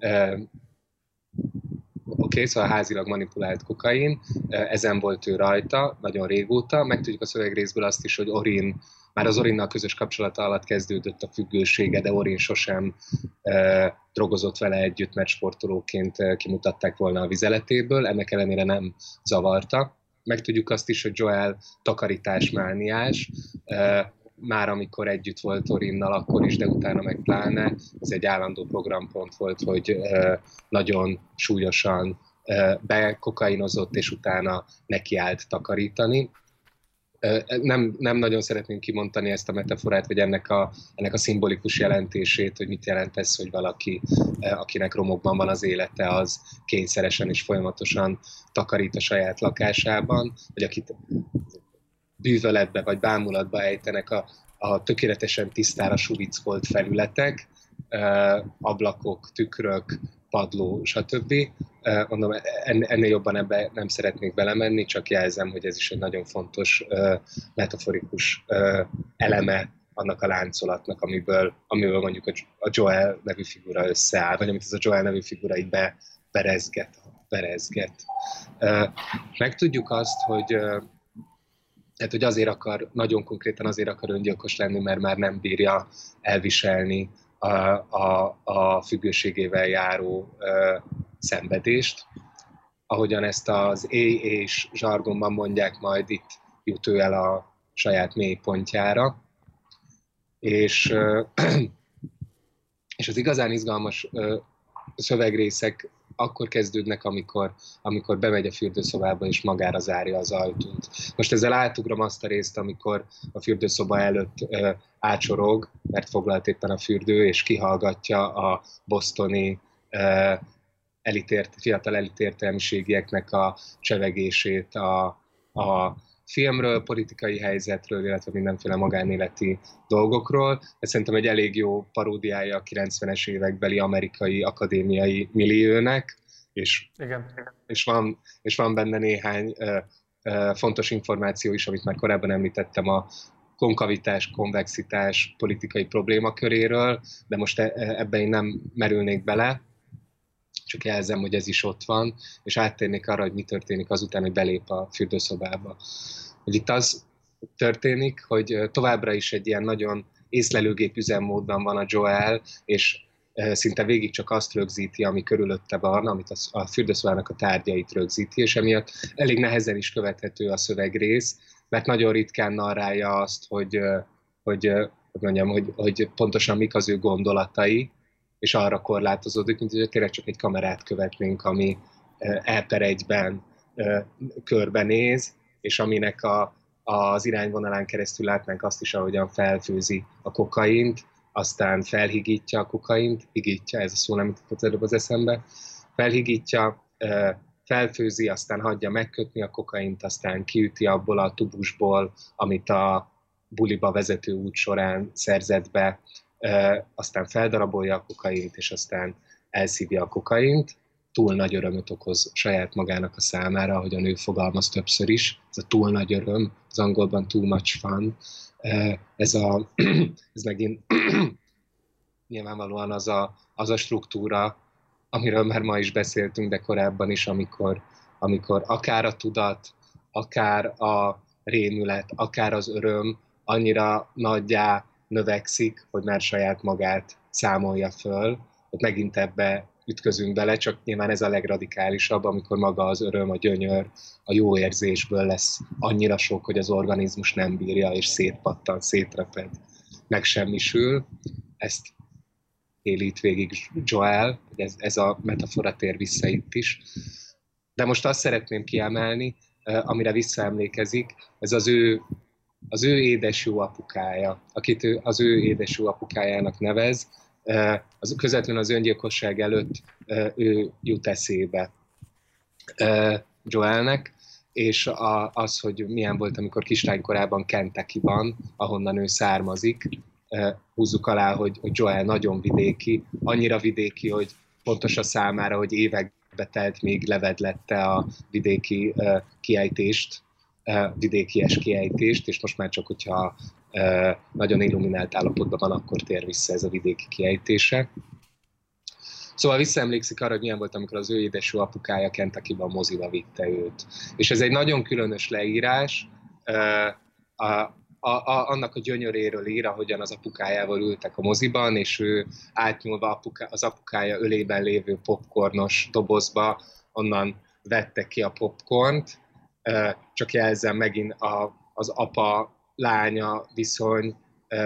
Oké, okay, szóval házilag manipulált kokain, ezen volt ő rajta, nagyon régóta. Megtudjuk a szövegrészből azt is, hogy Orin, már az Orinnal közös kapcsolata alatt kezdődött a függősége, de Orin sosem eh, drogozott vele együtt, mert sportolóként eh, kimutatták volna a vizeletéből, ennek ellenére nem zavarta. Megtudjuk azt is, hogy Joel takarításmániás, eh, már amikor együtt volt Orinnal, akkor is, de utána meg pláne. Ez egy állandó programpont volt, hogy eh, nagyon súlyosan eh, bekokainozott, és utána nekiállt takarítani. Nem, nem nagyon szeretném kimondani ezt a metaforát, vagy ennek a, ennek a szimbolikus jelentését, hogy mit jelent ez, hogy valaki, akinek romokban van az élete, az kényszeresen és folyamatosan takarít a saját lakásában, vagy akit bűvöletbe vagy bámulatba ejtenek a, a tökéletesen tisztára suvickolt felületek, ablakok, tükrök, padló, stb. Mondom, ennél jobban ebbe nem szeretnék belemenni, csak jelzem, hogy ez is egy nagyon fontos metaforikus eleme annak a láncolatnak, amiből, amiből mondjuk a Joel nevű figura összeáll, vagy amit ez a Joel nevű figura így be, berezget. berezget. Megtudjuk azt, hogy, hát, hogy azért akar, nagyon konkrétan azért akar öngyilkos lenni, mert már nem bírja elviselni A, a, a függőségével járó ö, szenvedést. Ahogyan ezt az éj és zsargonban mondják, majd itt jut ő el a saját mélypontjára. És, ö, és az igazán izgalmas ö, szövegrészek akkor kezdődnek, amikor, amikor bemegy a fürdőszobába és magára zárja az ajtót. Most ezzel átugrom azt a részt, amikor a fürdőszoba előtt ö, ácsorog, mert foglalt éppen a fürdő, és kihallgatja a bostoni ö, elitért, fiatal elitértelmiségieknek a csevegését a, a filmről, politikai helyzetről, illetve mindenféle magánéleti dolgokról. Ez szerintem egy elég jó paródiája a kilencvenes évekbeli amerikai akadémiai milliónek, és, és, van, és van benne néhány uh, uh, fontos információ is, amit már korábban említettem a konkavitás, konvexitás politikai problémaköréről, de most ebben én nem merülnék bele, csak jelzem, hogy ez is ott van, és áttérnék arra, hogy mi történik azután, hogy belép a fürdőszobába. Hogy itt az történik, hogy továbbra is egy ilyen nagyon észlelőgép üzemmódban van a Joel, és szinte végig csak azt rögzíti, ami körülötte van, amit a fürdőszobának a tárgyait rögzíti, és emiatt elég nehezen is követhető a szövegrész, mert nagyon ritkán narrálja azt, hogy, hogy, hogy, mondjam, hogy, hogy pontosan mik az ő gondolatai, és arra korlátozódik, mint hogy tényleg csak egy kamerát követnénk, ami E per egyben körbenéz, és aminek a, az irányvonalán keresztül látnánk azt is, ahogyan felfőzi a kokaint, aztán felhigítja a kokaint, higítja, ez a szó nem jutott előbb az eszembe, felhigítja, felfőzi, aztán hagyja megkötni a kokaint, aztán kiüti abból a tubusból, amit a buliba vezető út során szerzett be, aztán feldarabolja a kokaint, és aztán elszívja a kokaint. Túl nagy örömöt okoz saját magának a számára, ahogy a nő fogalmaz többször is. Ez a túl nagy öröm, az angolban too much fun. Ez, a, ez megint nyilvánvalóan az a, az a struktúra, amiről már ma is beszéltünk, de korábban is, amikor, amikor akár a tudat, akár a rémület, akár az öröm annyira nagyjá növekszik, hogy már saját magát számolja föl. Ott megint ebbe ütközünk bele, csak nyilván ez a legradikálisabb, amikor maga az öröm, a gyönyör, a jó érzésből lesz annyira sok, hogy az organizmus nem bírja, és szétpattan, szétreped, megsemmisül. Ezt éli itt végig Joel, ez, ez a metafora tér vissza itt is. De most azt szeretném kiemelni, amire visszaemlékezik, ez az ő, az ő édes jó apukája, akit ő, az ő édes jó apukájának nevez, az közvetlenül az öngyilkosság előtt ő jut eszébe Joelnek, és a, az, hogy milyen volt, amikor kislánykorában Kentuckyban, ahonnan ő származik, húzzuk alá, hogy, hogy Joel nagyon vidéki, annyira vidéki, hogy pontos a számára, hogy évekbe telt, még levedlette a vidéki uh, kiejtést, uh, vidékies kiejtést, és most már csak, hogyha uh, nagyon illuminált állapotban van, akkor tér vissza ez a vidéki kiejtése. Szóval visszaemlékszik arra, hogy milyen volt, amikor az ő édeső apukája Kentuckyban moziba vitte őt. És ez egy nagyon különös leírás, uh, a, A, a, annak a gyönyöréről ír, ahogyan az apukájával ültek a moziban, és ő átnyúlva apuká, az apukája ölében lévő popcornos dobozba, onnan vette ki a popcornt. Csak jelzem megint a, az apa-lánya viszony.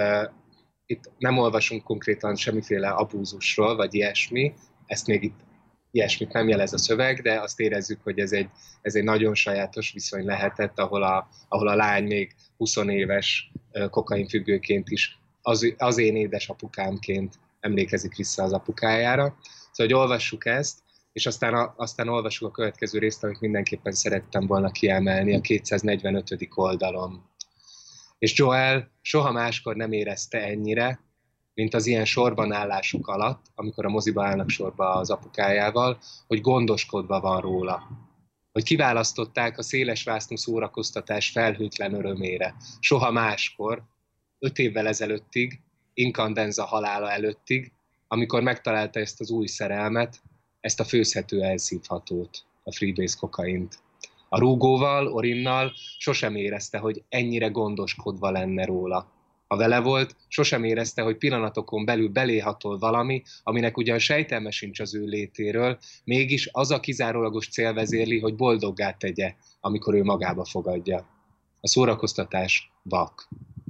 Itt nem olvasunk konkrétan semmiféle abúzusról, vagy ilyesmi. Ezt még itt ilyesmit nem jelez a szöveg, de azt érezzük, hogy ez egy, ez egy nagyon sajátos viszony lehetett, ahol a, ahol a lány még húsz éves kokainfüggőként is az, az én édesapukámként emlékezik vissza az apukájára. Szóval, hogy olvassuk ezt, és aztán, a, aztán olvassuk a következő részt, amit mindenképpen szerettem volna kiemelni a kétszáznegyvenötödik oldalon. És Joel soha máskor nem érezte ennyire, mint az ilyen sorbanállások alatt, amikor a moziba állnak sorba az apukájával, hogy gondoskodva van róla. Hogy kiválasztották a szélesvásznú szórakoztatás felhőtlen örömére. Soha máskor, öt évvel ezelőttig, Incandenza halála előttig, amikor megtalálta ezt az új szerelmet, ezt a főzhető elszívhatót, a freebase kokaint. A rúgóval, Orinnal sosem érezte, hogy ennyire gondoskodva lenne róla. Ha vele volt, sosem érezte, hogy pillanatokon belül beléhatol valami, aminek ugyan sejtelme sincs az ő létéről, mégis az a kizárólagos cél vezérli, hogy boldoggá tegye, amikor ő magába fogadja. A szórakoztatás vak.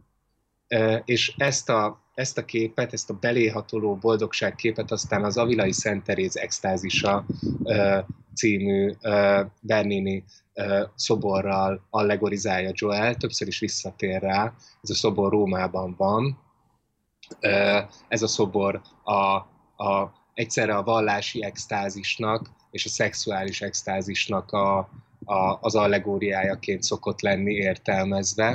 És ezt a, ezt a képet, ezt a beléhatoló boldogság képet aztán az Avilai Szent Teréz extázisa című Bernini szoborral allegorizálja Joel, többször is visszatér rá, ez a szobor Rómában van. Ez a szobor a, a, egyszerre a vallási extázisnak és a szexuális extázisnak a, a, az allegóriájaként szokott lenni értelmezve.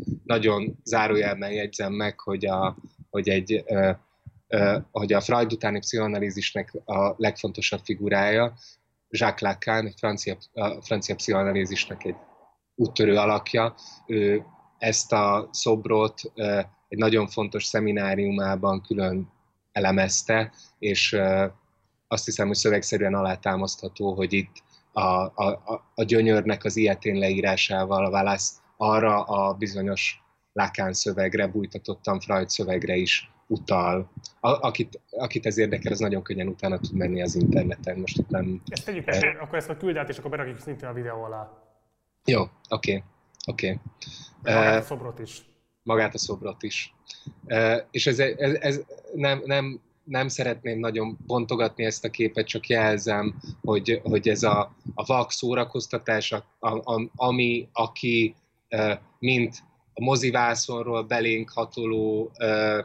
Nagyon zárójelben jegyzem meg, hogy, a, hogy, egy, ö, ö, hogy a Freud utáni pszichoanalízisnek a legfontosabb figurája, Jacques Lacan, egy francia, a francia pszichoanalízisnek egy úttörő alakja, ő ezt a szobrot ö, egy nagyon fontos szemináriumában külön elemezte, és ö, azt hiszem, hogy szövegszerűen alátámasztható, hogy itt a, a, a gyönyörnek az ilyetén leírásával a válasz arra a bizonyos Lacan szövegre, bújtatottan Freud szövegre is utal. A, akit, akit ez érdekel, az nagyon könnyen utána tud menni az interneten. Most itt nem... Ezt tegyük meg, eh... akkor ezt majd küld át, és akkor berakjuk szintén a videó alá. Jó, oké. Okay, okay. Magát uh, a szobrot is. Magát a szobrot is. Uh, és ez, ez, ez nem, nem, nem szeretném nagyon bontogatni ezt a képet, csak jelzem, hogy, hogy ez a, a vak szórakoztatás, a, a, ami, aki uh, mint a mozivászonról belénk hatoló uh,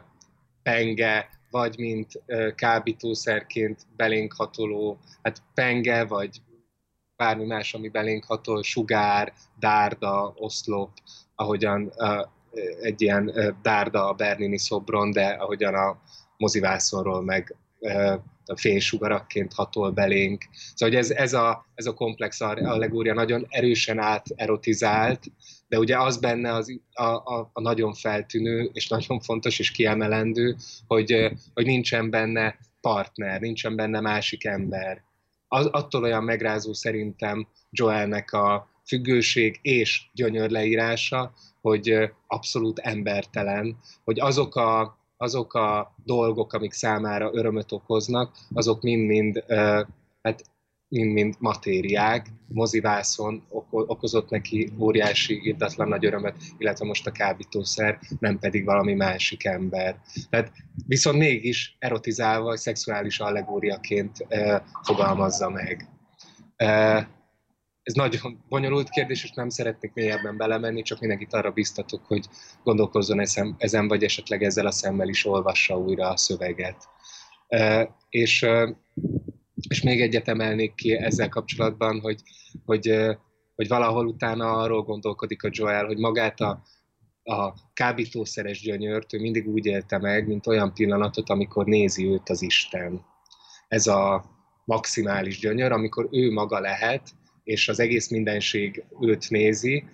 penge, vagy mint uh, kábítószerként belénk hatoló hát penge, vagy bármi más, ami belénk hatol, sugár, dárda, oszlop, ahogyan uh, egy ilyen uh, dárda a Bernini szobron, de ahogyan a mozivászonról meg uh, a fénysugarakként hatol belénk. Szóval hogy ez, ez, a, ez a komplex allegória nagyon erősen áterotizált, de ugye az benne az, a, a, a nagyon feltűnő, és nagyon fontos, és kiemelendő, hogy, hogy nincsen benne partner, nincsen benne másik ember. Az, attól olyan megrázó szerintem Joelnek a függőség és gyönyör leírása, hogy abszolút embertelen, hogy azok a, azok a dolgok, amik számára örömöt okoznak, azok mind-mind uh, hát mind-mind matériák, mozivászon okozott neki óriási, irdatlan nagy örömet, illetve most a kábítószer, nem pedig valami másik ember. Tehát viszont mégis erotizálva, vagy szexuális allegóriaként uh, fogalmazza meg. Uh, ez nagyon bonyolult kérdés, és nem szeretnék mélyebben belemenni, csak mindenkit arra biztatok, hogy gondolkozzon ezen, vagy esetleg ezzel a szemmel is olvassa újra a szöveget. Uh, és, uh, és még egyet emelnék ki ezzel kapcsolatban, hogy, hogy, uh, hogy valahol utána arról gondolkodik a Joel, hogy magát a, a kábítószeres gyönyört ő mindig úgy élte meg, mint olyan pillanatot, amikor nézi őt az Isten. Ez a maximális gyönyör, amikor ő maga lehet, és az egész mindenség őt nézi,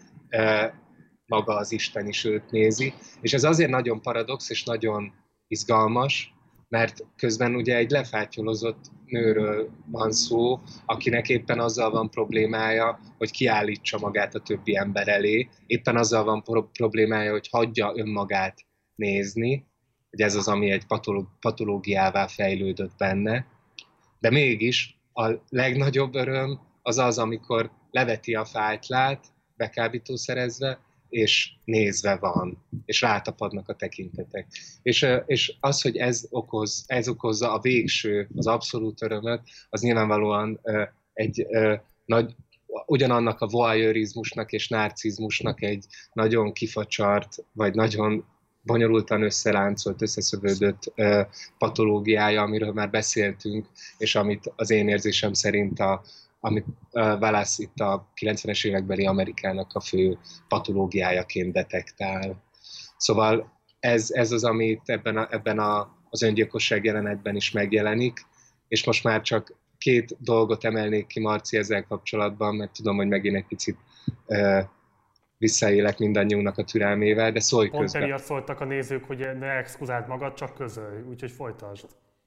maga az Isten is őt nézi. És ez azért nagyon paradox és nagyon izgalmas, mert közben ugye egy lefátyolozott nőről van szó, akinek éppen azzal van problémája, hogy kiállítsa magát a többi ember elé, éppen azzal van problémája, hogy hagyja önmagát nézni, hogy ez az, ami egy patológiává fejlődött benne, de mégis a legnagyobb öröm az az, amikor leveti a fátylát, bekábítószerezve, és nézve van, és rátapadnak a tekintetek. És, és az, hogy ez, okoz, ez okozza a végső, az abszolút örömöt, az nyilvánvalóan egy nagy, ugyanannak a voyeurizmusnak és narcizmusnak egy nagyon kifacsart, vagy nagyon bonyolultan összeláncolt, összeszövődött patológiája, amiről már beszéltünk, és amit az én érzésem szerint a amit Wallace itt a kilencvenes évekbeli Amerikának a fő patológiájaként detektál. Szóval ez, ez az, amit ebben, a, ebben a, az öngyilkosság jelenetben is megjelenik, és most már csak két dolgot emelnék ki, Marci, ezzel kapcsolatban, mert tudom, hogy megint egy picit uh, visszaélek mindannyiunknak a türelmével, de szólj Pont közben. Pont emiatt szóltak a nézők, hogy ne exkuzáld magad, csak közölj, úgyhogy folytasd.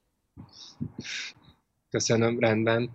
Köszönöm, rendben.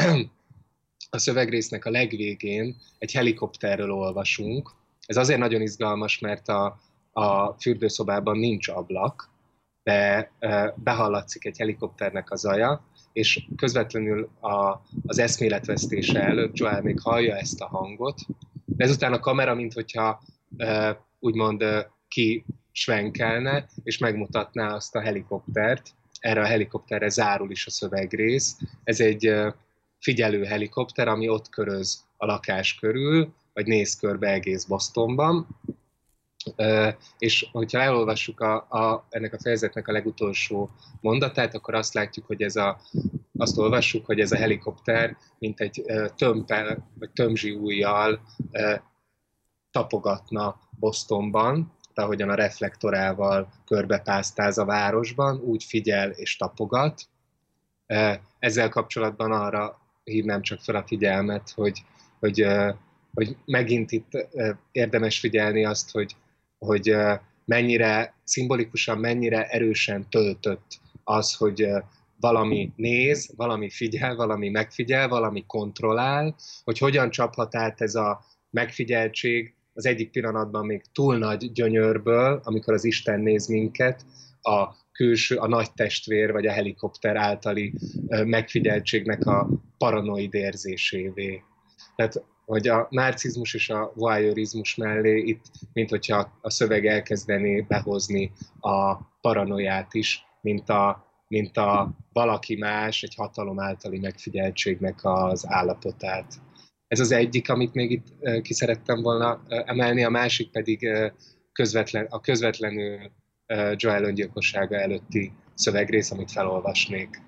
A szövegrésznek a legvégén egy helikopterről olvasunk. Ez azért nagyon izgalmas, mert a, a fürdőszobában nincs ablak, de e, behallatszik egy helikopternek a zaja, és közvetlenül a, az eszméletvesztése előtt Joel még hallja ezt a hangot, de ezután a kamera, minthogyha e, úgymond e, kisvenkelne, és megmutatná azt a helikoptert. Erre a helikopterre zárul is a szövegrész. Ez egy e, figyelő helikopter, ami ott köröz a lakás körül, vagy néz körbe egész Bostonban. Uh, és hogyha elolvassuk a, a, ennek a fejezetnek a legutolsó mondatát, akkor azt látjuk, hogy ez a, azt olvassuk, hogy ez a helikopter mint egy uh, tömpel, vagy tömzsi ujjal uh, tapogatna Bostonban, ahogyan a reflektorával körbepásztáz a városban, úgy figyel és tapogat. Uh, ezzel kapcsolatban arra hívnám csak fel a figyelmet, hogy, hogy, hogy megint itt érdemes figyelni azt, hogy, hogy mennyire szimbolikusan, mennyire erősen töltött az, hogy valami néz, valami figyel, valami megfigyel, valami kontrollál, hogy hogyan csaphat át ez a megfigyeltség az egyik pillanatban még túl nagy gyönyörből, amikor az Isten néz minket, a külső, a nagy testvér vagy a helikopter általi megfigyeltségnek a paranoid érzésévé. Tehát, hogy a narcizmus és a voyeurizmus mellé itt, mint hogyha a szöveg elkezdené behozni a paranoiát is, mint a, mint a valaki más, egy hatalom általi megfigyeltségnek az állapotát. Ez az egyik, amit még itt ki szerettem volna emelni, a másik pedig közvetlen, a közvetlenül Joel öngyilkossága előtti szövegrész, amit felolvasnék.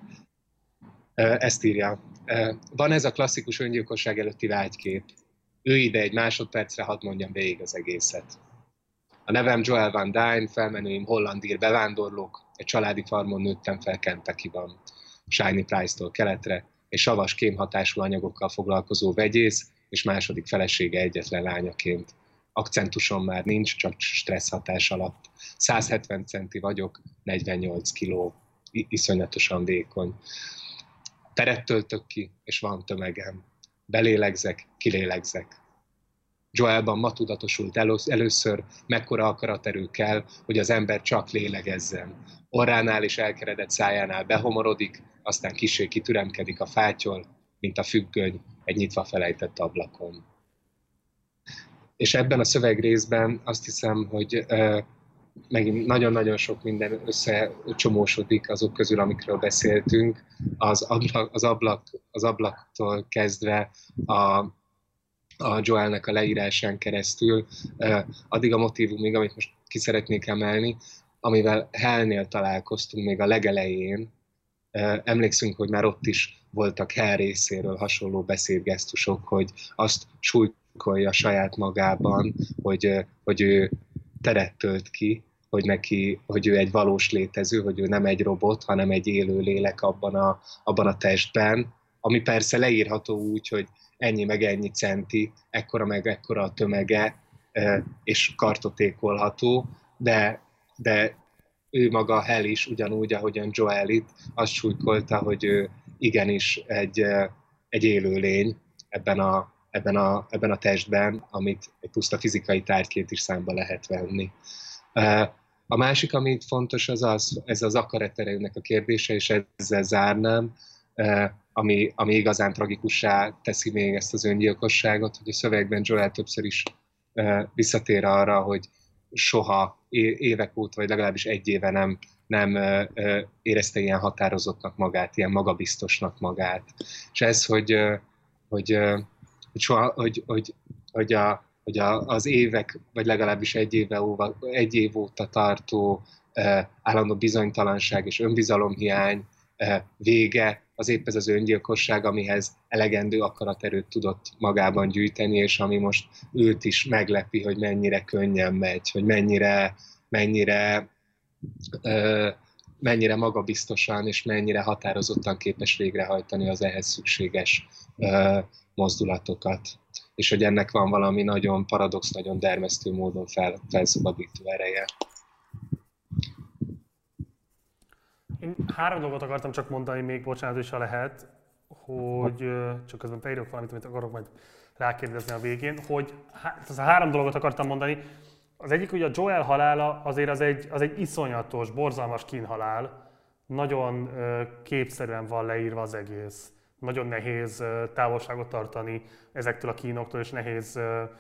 Ezt írja. Van ez a klasszikus öngyilkosság előtti vágykép. Ő ide egy másodpercre, hadd mondjam végig az egészet. A nevem Joel Van Dyne, felmenőim hollandír bevándorlók, egy családi farmon nőttem fel Kentuckyban. Shiny Price-tól keletre, egy savas kémhatású anyagokkal foglalkozó vegyész, és második felesége egyetlen lányaként. Akcentusom már nincs, csak stressz hatás alatt. száz hetven centi vagyok, negyvennyolc kiló. I- iszonyatosan vékony. Teret töltök ki, és van tömegem. Belélegzek, kilélegzek. Joelban ma tudatosult elő- először, mekkora akaraterő kell, hogy az ember csak lélegezzen. Orránál és elkeredett szájánál behomorodik, aztán kissé kitüremkedik a fátyol, mint a függöny egy nyitva felejtett ablakon. És ebben a szövegrészben azt hiszem, hogy megint nagyon-nagyon sok minden összecsomósodik azok közül, amikről beszéltünk, az, ablak, az, ablak, az ablaktól kezdve a, a Joelnek a leírásán keresztül, addig a motívumig, amit most ki szeretnék emelni, amivel Hellnél találkoztunk még a legelején. Emlékszünk, hogy már ott is voltak Hell részéről hasonló beszédgesztusok, hogy azt súlykolja saját magában, hogy, hogy ő teret tölt ki, hogy neki, hogy ő egy valós létező, hogy ő nem egy robot, hanem egy élő lélek abban a, abban a testben, ami persze leírható úgy, hogy ennyi meg ennyi centi, ekkora meg ekkora a tömege, és kartotékolható, de, de ő maga Hell is ugyanúgy, ahogyan Joel itt azt súlykolta, hogy ő igenis egy, egy élőlény ebben a, ebben, a, ebben a testben, amit egy puszta fizikai tárgyként is számba lehet venni. A másik, amit fontos, az az, ez az akaraterőnek a kérdése, és ezzel zárnám, ami, ami igazán tragikussá teszi még ezt az öngyilkosságot, hogy a szövegben Joel többször is visszatér arra, hogy soha évek óta, vagy legalábbis egy éve nem, nem érezte ilyen határozottnak magát, ilyen magabiztosnak magát. És ez, hogy, hogy, hogy, soha, hogy, hogy, hogy, a, hogy a, az évek, vagy legalábbis egy, éve óva, egy év óta tartó állandó bizonytalanság és önbizalomhiány vége, az épp ez az öngyilkosság, amihez elegendő akaraterőt tudott magában gyűjteni, és ami most őt is meglepi, hogy mennyire könnyen megy, hogy mennyire, mennyire, ö, mennyire magabiztosan és mennyire határozottan képes végrehajtani az ehhez szükséges ö, mozdulatokat. És hogy ennek van valami nagyon paradox, nagyon dermesztő módon fel, felszabadító ereje. Én három dolgot akartam csak mondani még, bocsánat, is ha lehet, hogy csak közben beírok valamit, amit akarok majd rákérdezni a végén, hogy az a három dolgot akartam mondani. Az egyik, hogy a Joel halála azért az egy, az egy iszonyatos, borzalmas kínhalál. Nagyon képszerűen van leírva az egész. Nagyon nehéz távolságot tartani ezektől a kínoktól, és nehéz...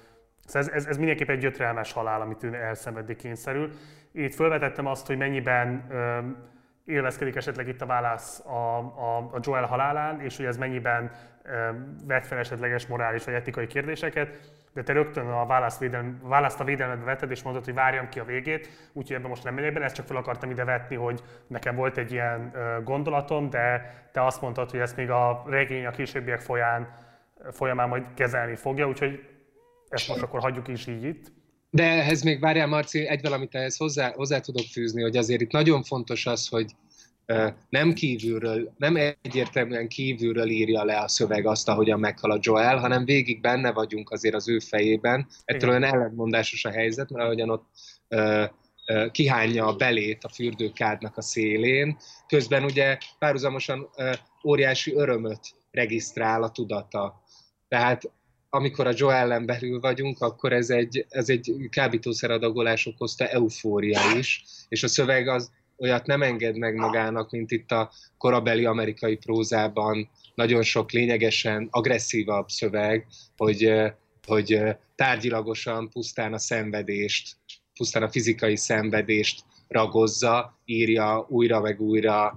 Ez, ez, ez mindenképp egy gyötrelmes halál, amit ő elszenvedni kényszerül. Itt felvetettem azt, hogy mennyiben élvezkedik esetleg itt a válasz a, a, a Joel halálán, és hogy ez mennyiben e, vet fel esetleges morális vagy etikai kérdéseket, de te rögtön a választ, védelm, választ a védelmedbe vetted, és mondod, hogy várjam ki a végét, úgyhogy ebben most nem megyek bele, ezt csak fel akartam ide vetni, hogy nekem volt egy ilyen e, gondolatom, de te azt mondtad, hogy ezt még a regény a későbbiek folyán, folyamán majd kezelni fogja, úgyhogy ezt most akkor hagyjuk is így itt. De ehhez még várjál, Marci, egy valamit ehhez hozzá, hozzá tudok fűzni, hogy azért itt nagyon fontos az, hogy uh, nem kívülről, nem egyértelműen kívülről írja le a szöveg azt, ahogyan meghal a Joel, hanem végig benne vagyunk azért az ő fejében. Ettől olyan ellentmondásos a helyzet, mert ahogyan ott uh, uh, kihányja a belét a fürdőkádnak a szélén, közben ugye párhuzamosan uh, óriási örömöt regisztrál a tudata. Tehát amikor a Joellen belül vagyunk, akkor ez egy, ez egy kábítószeradagolás okozta eufória is, és a szöveg az olyat nem enged meg magának, mint itt a korabeli amerikai prózában nagyon sok lényegesen agresszívabb szöveg, hogy, hogy tárgyilagosan pusztán a szenvedést, pusztán a fizikai szenvedést ragozza, írja újra meg újra,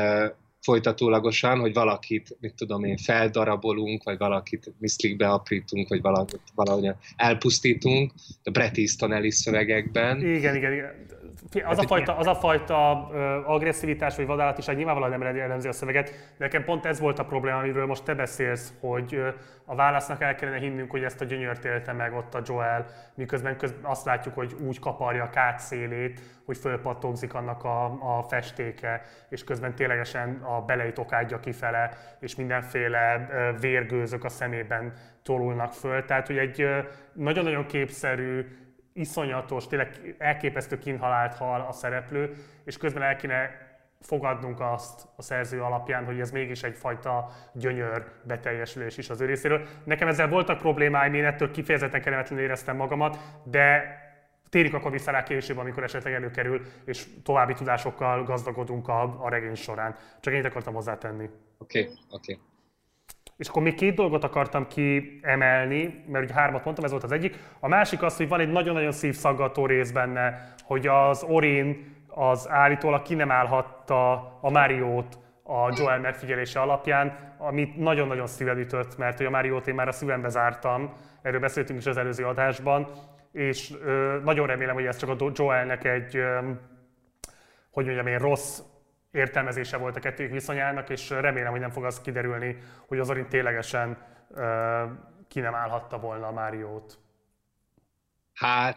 folytatólagosan, hogy valakit, mit tudom én, feldarabolunk, vagy valakit miszlikbe aprítunk, vagy valakit valahogy elpusztítunk, a Bret Easton Ellis szövegekben. Igen, igen, igen. Az a fajta, az a fajta uh, agresszivitás vagy vadállatiság nyilvánvalóan nem jellemzi a szöveget, de nekem pont ez volt a probléma, amiről most te beszélsz, hogy uh, a válasznak el kellene hinnünk, hogy ezt a gyönyört élte meg ott a Joel, miközben közben azt látjuk, hogy úgy kaparja a kád szélét, hogy fölpattogzik annak a, a festéke, és közben ténylegesen a beleit okádja kifele, és mindenféle uh, vérgőzök a szemében tolulnak föl. Tehát, hogy egy uh, nagyon-nagyon képszerű, iszonyatos, tényleg elképesztő kínhalált hal a szereplő, és közben el kéne fogadnunk azt a szerző alapján, hogy ez mégis egyfajta gyönyör beteljesülés is az ő részéről. Nekem ezzel voltak problémáim, én ettől kifejezetten kellemetlenül éreztem magamat, de térjük akkor vissza rá később, amikor esetleg előkerül, és további tudásokkal gazdagodunk a, a regény során. Csak ennyit akartam hozzátenni. Oké, okay, oké. És akkor még két dolgot akartam kiemelni, mert ugye hármat mondtam, ez volt az egyik. A másik az, hogy van egy nagyon-nagyon szívszaggató rész benne, hogy az Orin az állítólag ki nem állhatta a Mariót a Joel megfigyelése alapján, amit nagyon-nagyon szívem ütött, mert hogy a Mariót én már a szívembe zártam, erről beszéltünk is az előző adásban, és ö, nagyon remélem, hogy ez csak a Joelnek egy, ö, hogy mondjam én, rossz értelmezése volt a kettőjük viszonyának, és remélem, hogy nem fog az kiderülni, hogy az Orin ténylegesen ö, ki nem állhatta volna a Mariót. Hát,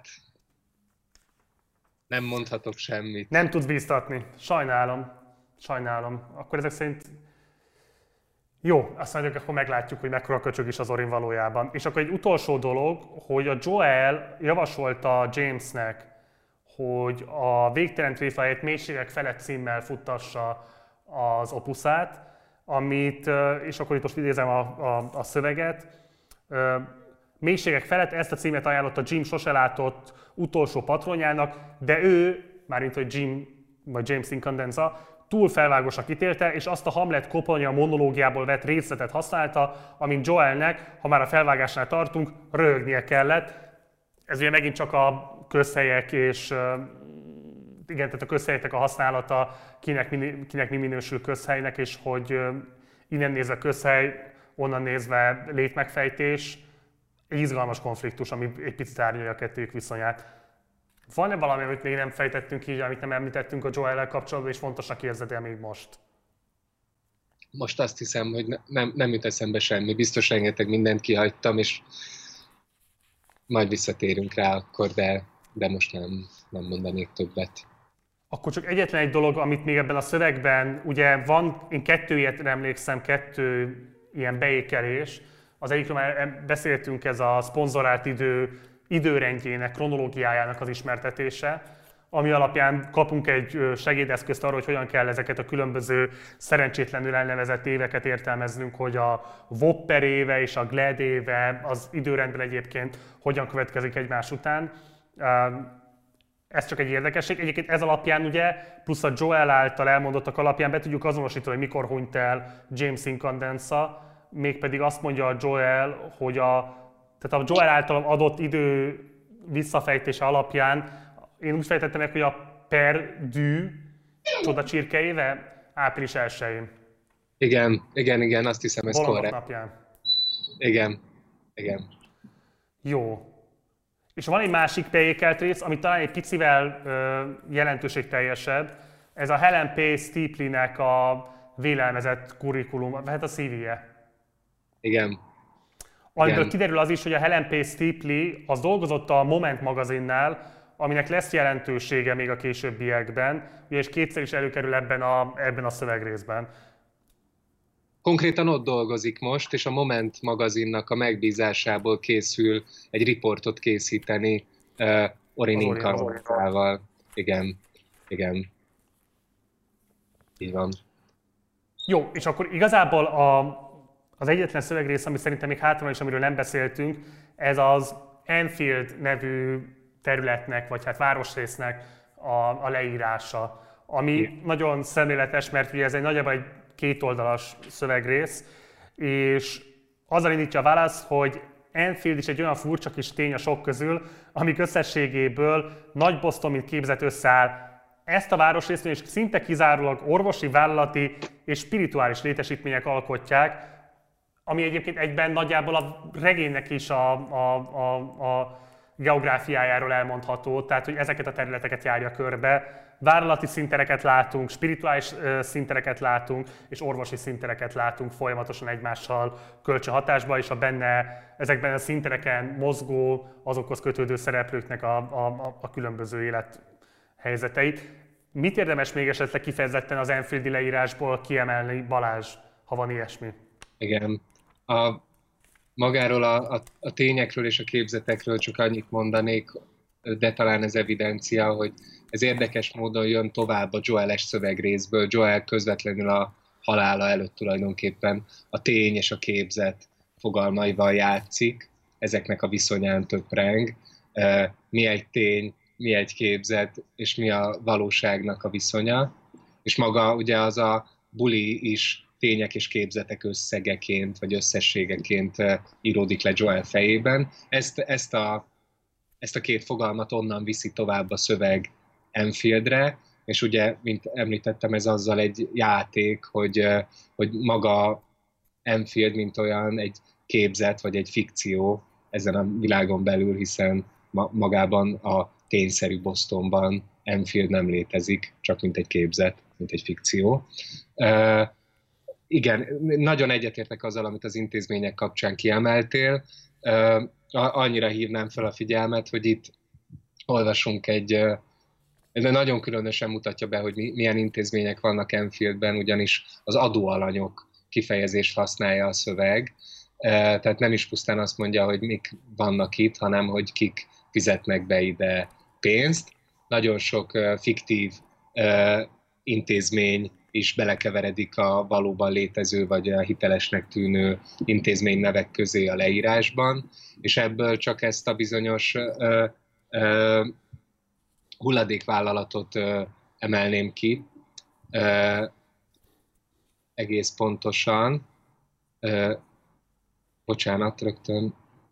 nem mondhatok semmit. Nem tudsz bíztatni. Sajnálom. Sajnálom. Akkor ezek szerint... Jó, azt mondjuk, akkor meglátjuk, hogy mekkora köcsög is az Orin valójában. És akkor egy utolsó dolog, hogy a Joel javasolta Jamesnek, hogy a Végtelen tréfa helyett Mélységek felett címmel futtassa az opuszát, amit, és akkor itt most idézem a, a, a szöveget, Mélységek felett ezt a címet ajánlotta Jim sose látott utolsó patronjának, de ő, mármint hogy Jim vagy James Incandenza, túl felvágosak ítélte, és azt a Hamlet koponya monológiából vett részletet használta, amint Joelnek, ha már a felvágásnál tartunk, röhögnie kellett. Ez ugye megint csak a közhelyek és igen, tehát a közhelyeknek a használata, kinek, kinek mi minősül közhelynek, és hogy innen nézve közhely, onnan nézve létmegfejtés, egy izgalmas konfliktus, ami egy picit árnyalja a kettőjük viszonyát. Van-e valami, amit még nem fejtettünk így, amit nem említettünk a Joel-el kapcsolatban, és fontosnak érzed el még most? Most azt hiszem, hogy ne, nem, nem jut eszembe semmi. Biztos rengeteg mindent kihagytam, és majd visszatérünk rá akkor, de, de most nem, nem mondanék többet. Akkor csak egyetlen egy dolog, amit még ebben a szövegben, ugye van, én kettő ilyet emlékszem, kettő ilyen beékelés. Az egyikről már beszéltünk, ez a szponzorált idő időrendjének, kronológiájának az ismertetése, ami alapján kapunk egy segédeszközt arra, hogy hogyan kell ezeket a különböző szerencsétlenül elnevezett éveket értelmeznünk, hogy a Whopper éve és a Glad éve az időrendben egyébként hogyan következik egymás után. Ez csak egy érdekesség. Egyébként ez alapján ugye, plusz a Joel által elmondottak alapján be tudjuk azonosítani, hogy mikor hunyt el James Incandenza, mégpedig azt mondja a Joel, hogy a Tehát a Joel által adott idő visszafejtése alapján én úgy fejtettem meg, hogy a Perdu csoda csirke éve április elsején. Igen, igen, igen, azt hiszem, ez korrekt. napján. Igen, igen. Jó. És van egy másik beékelt rész, ami talán egy picivel ö, jelentőségteljesebb. Ez a Helen P. Steepley-nek a vélelmezett kurrikulum, hát a szé vé-je. Igen. Amiből kiderül az is, hogy a Helen P. Steepley az dolgozott a Moment magazinnál, aminek lesz jelentősége még a későbbiekben, és kétszer is előkerül ebben a, ebben a szövegrészben. Konkrétan ott dolgozik most, és a Moment magazinnak a megbízásából készül egy riportot készíteni uh, Orin Incandenza-val. Igen, igen. Így van. Jó, és akkor igazából a Az egyetlen szövegrész, ami szerintem még hátra van is, amiről nem beszéltünk, ez az Enfield nevű területnek, vagy hát városrésznek a, a leírása, ami I. nagyon szemléletes, mert ugye ez egy nagyjából egy kétoldalas szövegrész, és azzal indítja a válasz, hogy Enfield is egy olyan furcsa kis tény a sok közül, amik összességéből Nagy Boston, mint képzet összeáll. Ezt a városrészt is szinte kizárólag orvosi, vállalati és spirituális létesítmények alkotják, ami egyébként egyben nagyjából a regénynek is a, a, a, a geográfiájáról elmondható, tehát hogy ezeket a területeket járja körbe. Vállalati szintereket látunk, spirituális szintereket látunk, és orvosi szintereket látunk folyamatosan egymással kölcsönhatásban, és a benne, ezekben a szintereken mozgó, azokhoz kötődő szereplőknek a, a, a különböző élethelyzeteit. Mit érdemes még esetleg kifejezetten az Enfieldi leírásból kiemelni, Balázs, ha van ilyesmi? Igen. A, magáról a, a, a tényekről és a képzetekről csak annyit mondanék, de talán ez evidencia, hogy ez érdekes módon jön tovább a Joel-es szövegrészből. Joel közvetlenül a halála előtt tulajdonképpen a tény és a képzet fogalmaival játszik, ezeknek a viszonyán töpreng. Mi egy tény, mi egy képzet, és mi a valóságnak a viszonya. És maga ugye az a buli is tények és képzetek összegeként, vagy összességeként íródik le Joel fejében. Ezt, ezt, a, ezt a két fogalmat onnan viszi tovább a szöveg Enfieldre, és ugye, mint említettem, ez azzal egy játék, hogy, hogy maga Enfield, mint olyan egy képzet, vagy egy fikció ezen a világon belül, hiszen magában a tényszerű Bostonban Enfield nem létezik, csak mint egy képzet, mint egy fikció. Uh, igen, nagyon egyetértek azzal, amit az intézmények kapcsán kiemeltél. Uh, annyira hívnám fel a figyelmet, hogy itt olvasunk egy, uh, de nagyon különösen mutatja be, hogy milyen intézmények vannak Enfieldben, ugyanis az adóalanyok kifejezést használja a szöveg. Uh, tehát nem is pusztán azt mondja, hogy mik vannak itt, hanem hogy kik fizetnek be ide pénzt. Nagyon sok uh, fiktív uh, intézmény is belekeveredik a valóban létező vagy a hitelesnek tűnő intézménynevek közé a leírásban, és ebből csak ezt a bizonyos uh, uh, hulladékvállalatot uh, emelném ki, uh, egész pontosan. Uh, bocsánat, rögtön.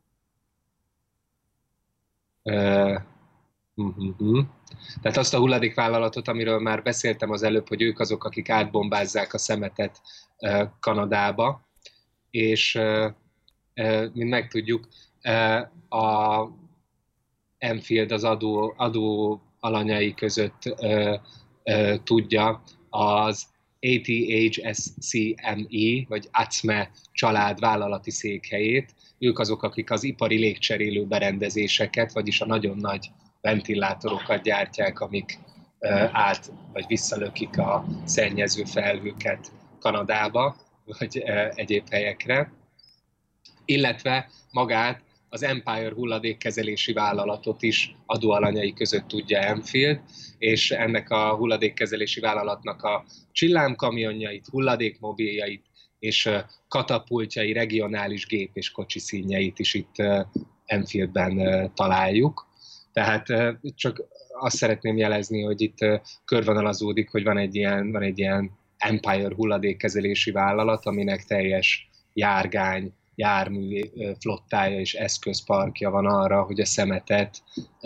Uh, uh-huh. Tehát azt a hulladékvállalatot, amiről már beszéltem az előbb, hogy ők azok, akik átbombázzák a szemetet uh, Kanadába, és uh, uh, mint megtudjuk, uh, a Enfield az adó, adó alanyai között uh, uh, tudja az á té há es cé em é, vagy á cé em e család vállalati székhelyét. Ők azok, akik az ipari légcserélő berendezéseket, vagyis a nagyon nagy ventilátorokat gyártják, amik uh, át vagy visszalökik a szennyező felhőket Kanadába, vagy uh, egyéb helyekre. Illetve magát az Empire hulladékkezelési vállalatot is adóalanyai között tudja Enfield, és ennek a hulladékkezelési vállalatnak a csillámkamionjait, hulladékmobiljait és katapultjai, regionális gép és kocsi színjeit is itt Enfieldben találjuk. Tehát csak azt szeretném jelezni, hogy itt körvonalazódik, hogy van egy ilyen, van egy ilyen Empire hulladékkezelési vállalat, aminek teljes járgány, jármű flottája és eszközparkja van arra, hogy a szemetet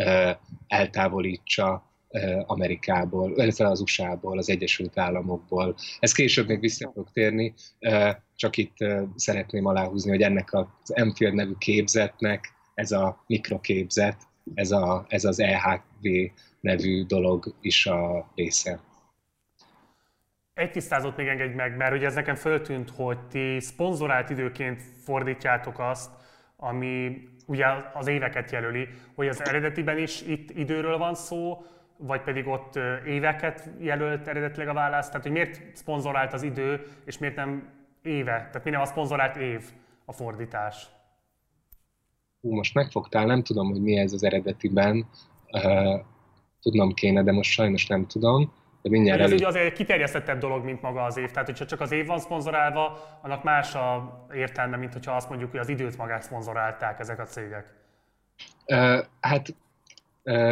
eltávolítsa Amerikából, illetve az u es á-ból, az Egyesült Államokból. Ez később még vissza fog térni, csak itt szeretném aláhúzni, hogy ennek az Enfield nevű képzetnek ez a mikroképzet, ez, a, ez az é há vé nevű dolog is a része. Egy tisztázót még engedj meg, mert ugye ez nekem föltűnt, hogy ti szponzorált időként fordítjátok azt, ami ugye az éveket jelöli, hogy az eredetiben is itt időről van szó, vagy pedig ott éveket jelölt eredetileg a válasz, tehát hogy miért szponzorált az idő, és miért nem éve, tehát miért nem a szponzorált év a fordítás? Hú, most megfogtál, nem tudom, hogy mi ez az eredetiben, uh, tudnom kéne, de most sajnos nem tudom. De mindjárt ez elő... ugye azért egy kiterjesztettebb dolog, mint maga az év, tehát hogyha csak az év van szponzorálva, annak más a értelme, mint hogyha azt mondjuk, hogy az időt magát szponzorálták ezek a cégek. Uh, hát uh,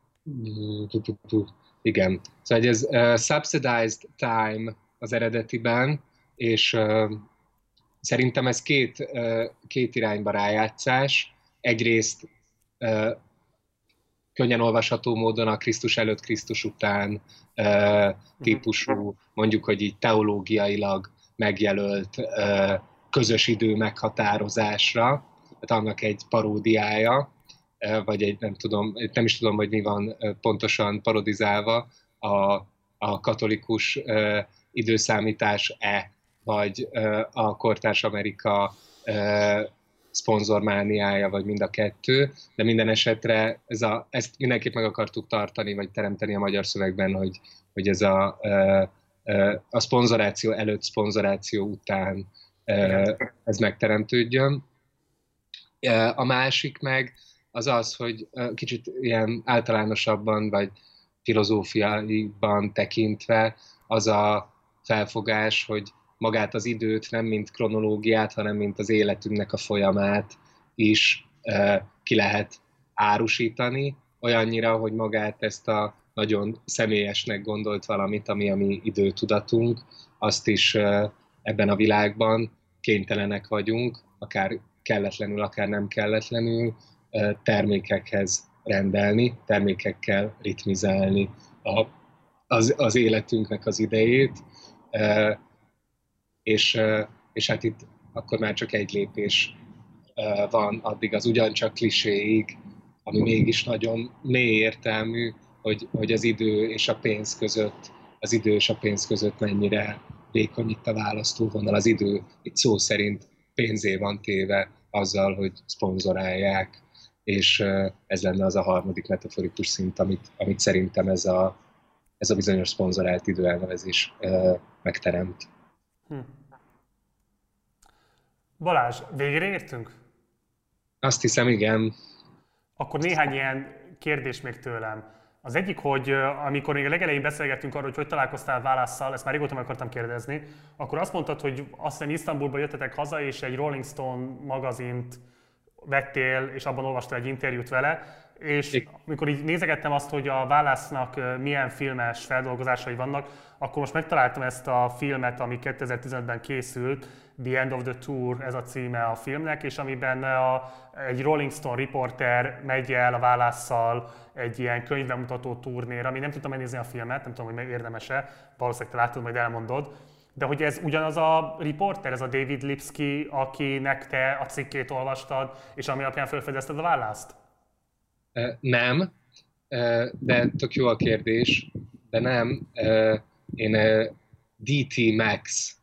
igen, szóval ez uh, subsidized time az eredetiben, és uh, szerintem ez két, uh, két irányba rájátszás. Egyrészt uh, könnyen olvasható módon a Krisztus előtt, Krisztus után uh, típusú, mondjuk, hogy így teológiailag megjelölt uh, közös idő meghatározásra, tehát annak egy paródiája, uh, vagy egy, nem tudom, nem is tudom, hogy mi van uh, pontosan parodizálva, a, a katolikus uh, időszámítás-e, vagy uh, a kortárs Amerika uh, szponzormániája, vagy mind a kettő, de minden esetre ez a, ezt mindenképp meg akartuk tartani, vagy teremteni a magyar szövegben, hogy, hogy ez a, a szponzoráció előtt, szponzoráció után ez megteremtődjön. A másik meg az az, hogy kicsit ilyen általánosabban, vagy filozófiaiban tekintve az a felfogás, hogy magát az időt nem mint kronológiát, hanem mint az életünknek a folyamát is uh, ki lehet árusítani, olyannyira, hogy magát ezt a nagyon személyesnek gondolt valamit, ami a mi időtudatunk, azt is uh, ebben a világban kénytelenek vagyunk, akár kelletlenül, akár nem kelletlenül termékekhez rendelni, termékekkel ritmizálni a, az, az életünknek az idejét, és, és hát itt akkor már csak egy lépés van addig az ugyancsak kliséig, ami mégis nagyon mély értelmű, hogy, hogy az idő és a pénz között, az idő és a pénz között mennyire vékony itt a választóvonal. Az idő itt szó szerint pénzé van téve azzal, hogy szponzorálják, és ez lenne az a harmadik metaforikus szint, amit, amit szerintem ez a, ez a bizonyos szponzorált időelnevezés megteremt. Hm. Balázs, végére értünk? Azt hiszem, igen. Akkor néhány ilyen kérdés még tőlem. Az egyik, hogy amikor még a legelején beszélgettünk arról, hogy hogy találkoztál Válasszal, ezt már régóta meg akartam kérdezni, akkor azt mondtad, hogy azt hiszem Isztambulba jöttetek haza, és egy Rolling Stone magazint vettél, és abban olvastál egy interjút vele, és é. amikor így nézegettem azt, hogy a Válasznak milyen filmes feldolgozásai vannak, akkor most megtaláltam ezt a filmet, ami kétezer-tizenötben készült, The End of the Tour, ez a címe a filmnek, és amiben a, egy Rolling Stone riporter megy el a Válasszal egy ilyen könyvbemutató turnéra, ami nem tudtam megnézni a filmet, nem tudom, hogy érdemes-e, valószínűleg te látod, majd elmondod. De hogy ez ugyanaz a riporter, ez a David Lipsky, akinek te a cikkét olvastad, és ami alapján felfedezted a Választ? Nem, de tök jó a kérdés, de nem. Én dé té Max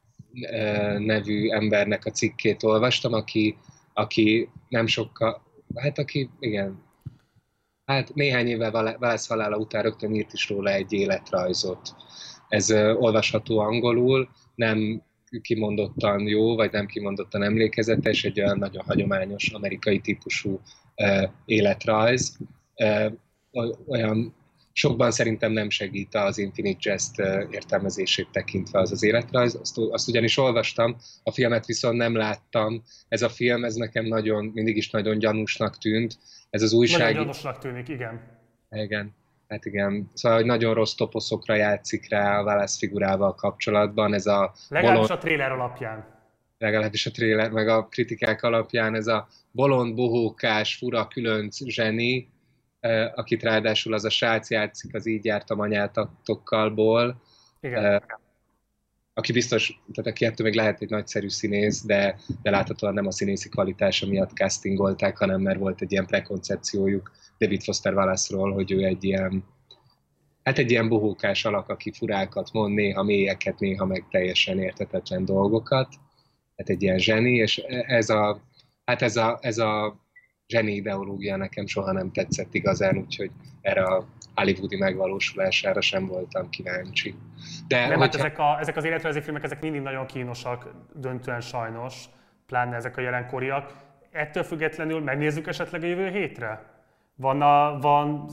nevű embernek a cikkét olvastam, aki, aki nem sokkal, hát aki, igen, hát néhány évvel Válasz halála után rögtön írt is róla egy életrajzot. Ez olvasható angolul, nem kimondottan jó, vagy nem kimondottan emlékezetes, egy olyan nagyon hagyományos amerikai típusú uh, életrajz. Uh, olyan sokban szerintem nem segít az Infinite Jest uh, értelmezését tekintve az az életrajz. Azt, azt ugyanis olvastam, a filmet viszont nem láttam. Ez a film, ez nekem nagyon, mindig is nagyon gyanúsnak tűnt. Ez az újság... Nagyon gyanúsnak tűnik, igen. Igen. Hát igen, szóval hogy nagyon rossz toposzokra játszik rá a Válasz figurával kapcsolatban. Ez a legalábbis bolond, a tréler alapján. Legalábbis a tréler, meg a kritikák alapján ez a bolond, bohókás, fura, különc zseni, eh, akit ráadásul az a srác játszik az Így jártam anyátokkalból. Igen. Eh, aki biztos, tehát aki ettől még lehet egy nagyszerű színész, de, de láthatóan nem a színészi kvalitása miatt castingolták, hanem mert volt egy ilyen prekoncepciójuk David Foster Wallace-ról, hogy ő egy ilyen, hát egy ilyen bohókás alak, aki furákat mond, néha mélyeket, néha meg teljesen érthetetlen dolgokat. Hát egy ilyen zseni, és ez a, hát ez a, ez a zseni ideológia nekem soha nem tetszett igazán, úgyhogy erre a hollywoodi megvalósulására sem voltam kíváncsi. De nem, hát ezek, a, ezek az életrajzi filmek, ezek mindig nagyon kínosak, döntően sajnos, pláne ezek a jelenkoriak. Ettől függetlenül megnézzük esetleg a jövő hétre? Van, a, van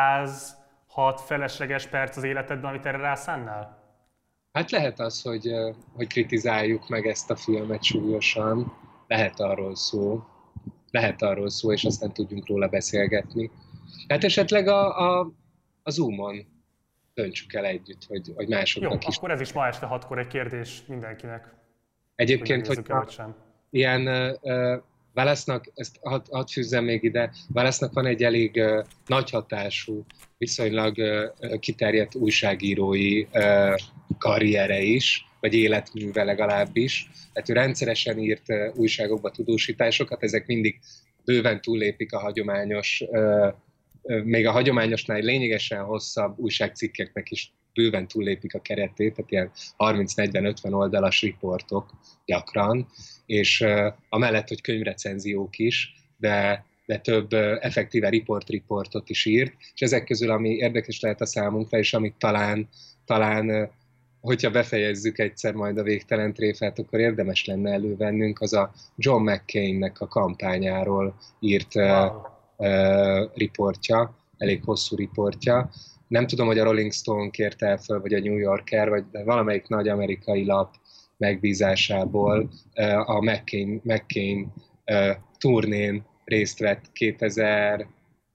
százhat felesleges perc az életedben, amit erre rászánnál? Hát lehet az, hogy, hogy kritizáljuk meg ezt a filmet súlyosan. Lehet arról szó. Lehet arról szó, és aztán tudjunk róla beszélgetni. Hát esetleg a, a, a Zoom-on döntsük el együtt, hogy, hogy másoknak Jó, is. akkor ez is ma este hatkor egy kérdés mindenkinek. Egyébként, hogy, hogy a, ilyen uh, Válasznak, ezt hadd had fűzzem még ide, Válasznak van egy elég uh, nagy hatású, viszonylag uh, kiterjedt újságírói uh, karriere is, vagy életműve legalábbis. Tehát ő rendszeresen írt uh, újságokba tudósításokat, ezek mindig bőven túllépik a hagyományos, uh, uh, még a hagyományosnál lényegesen hosszabb újságcikkeknek is bőven túllépik a keretét, tehát ilyen harminc-negyven-ötven oldalas riportok gyakran, és uh, amellett, hogy könyvrecenziók is, de, de több uh, effektíve riport-riportot is írt, és ezek közül, ami érdekes lehet a számunkra, és amit talán, talán uh, hogyha befejezzük egyszer majd a végtelen tréfát, akkor érdemes lenne elővennünk, az a John McCain-nek a kampányáról írt uh, wow. uh, riportja, elég hosszú riportja. Nem tudom, hogy a Rolling Stone kérte föl, vagy a New Yorker, vagy valamelyik nagy amerikai lap megbízásából uh, a McCain, McCain uh, turnén részt vett kétezer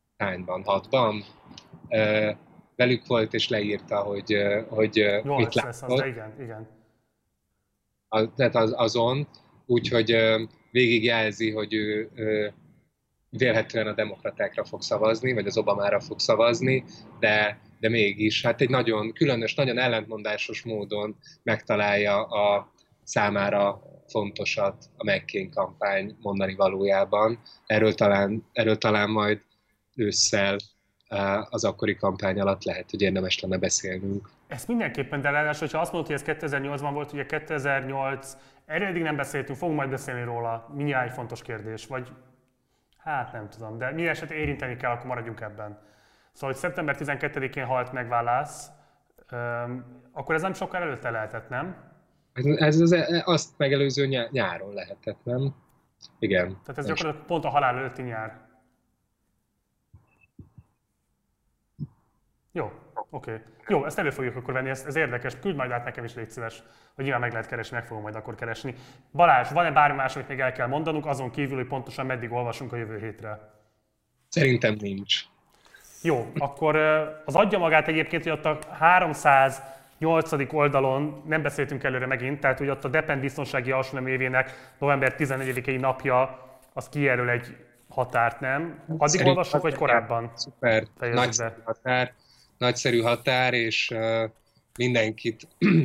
hatban. Uh, velük volt, és leírta, hogy, hogy Jó, mit lesz, lesz, az, de igen, igen. az, tehát az, azon, úgyhogy végigjelzi, hogy ő, ő vélhetően a demokratákra fog szavazni, vagy az Obamára fog szavazni, de, de mégis hát egy nagyon különös, nagyon ellentmondásos módon megtalálja a számára fontosat a McCain kampány mondani valójában. Erről talán, erről talán majd ősszel az akkori kampány alatt lehet, hogy érdemes lenne beszélnünk. Ezt mindenképpen, de ráadásul, hogyha azt mondod, hogy ez kétezer-nyolcban volt, ugye kétezer-nyolc, erről eddig nem beszéltünk, fogunk majd beszélni róla, mindjárt egy fontos kérdés, vagy hát nem tudom, de minden esetre érinteni kell, akkor maradjunk ebben. Szóval, hogy szeptember tizenkettedikén halt meg Wallace, akkor ez nem sokkal előtte lehetett, nem? Ez az, azt megelőző nyáron lehetett, nem? Igen. Tehát ez gyakorlatilag pont a halál előtti nyár. Jó, oké. Okay. Jó, ezt elő fogjuk akkor venni, ez, ez érdekes. Küld majd át nekem is, légy szíves, hogy nyilván meg lehet keresni, meg fogom majd akkor keresni. Balázs, van-e bármi más, amit még el kell mondanunk, azon kívül, hogy pontosan meddig olvasunk a jövő hétre? Szerintem nincs. Jó, akkor az adja magát egyébként, hogy ott a háromszáznyolcadik oldalon, nem beszéltünk előre megint, tehát hogy ott a Depend biztonsági alsóneművének november tizennegyedikei napja, az kijelöl egy határt, nem? Addig olvassuk, vagy korábban? Szuper, nagyszerű határ, nagyszerű határ, és uh, mindenkit,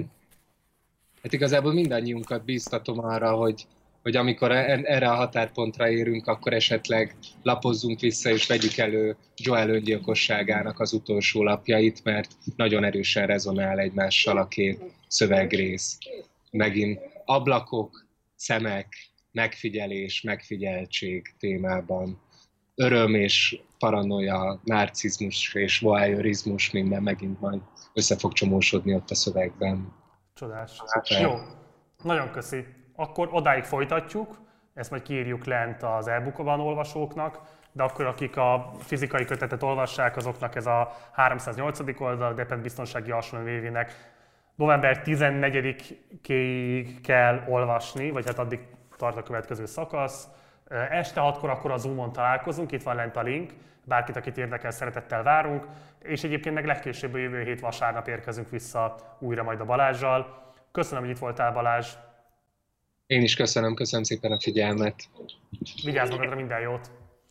hát igazából mindannyiunkat bíztatom arra, hogy, hogy amikor erre a határpontra érünk, akkor esetleg lapozzunk vissza, és vegyük elő Joel öngyilkosságának az utolsó lapjait, mert nagyon erősen rezonál egymással a két szövegrész. Megint ablakok, szemek, megfigyelés, megfigyeltség témában. Öröm és paranoia, narcizmus és voyeurizmus, minden megint majd össze fog csomósodni ott a szövegben. Csodás. Szuper. Jó, nagyon köszi. Akkor odáig folytatjuk, ezt majd kiírjuk lent az e-bookban olvasóknak, de akkor akik a fizikai kötetet olvassák, azoknak ez a háromszáznyolcadik oldal, Depend biztonsági alsóneművének november tizennegyedikéig kell olvasni, vagy hát addig tart a következő szakasz. Este hatkor akkor a Zoomon találkozunk, itt van lent a link, bárkit, akit érdekel, szeretettel várunk, és egyébként meg legkésőbb a jövő hét vasárnap érkezünk vissza újra majd a Balázssal. Köszönöm, hogy itt voltál, Balázs! Én is köszönöm, köszönöm szépen a figyelmet! Vigyázz magadra, minden jót!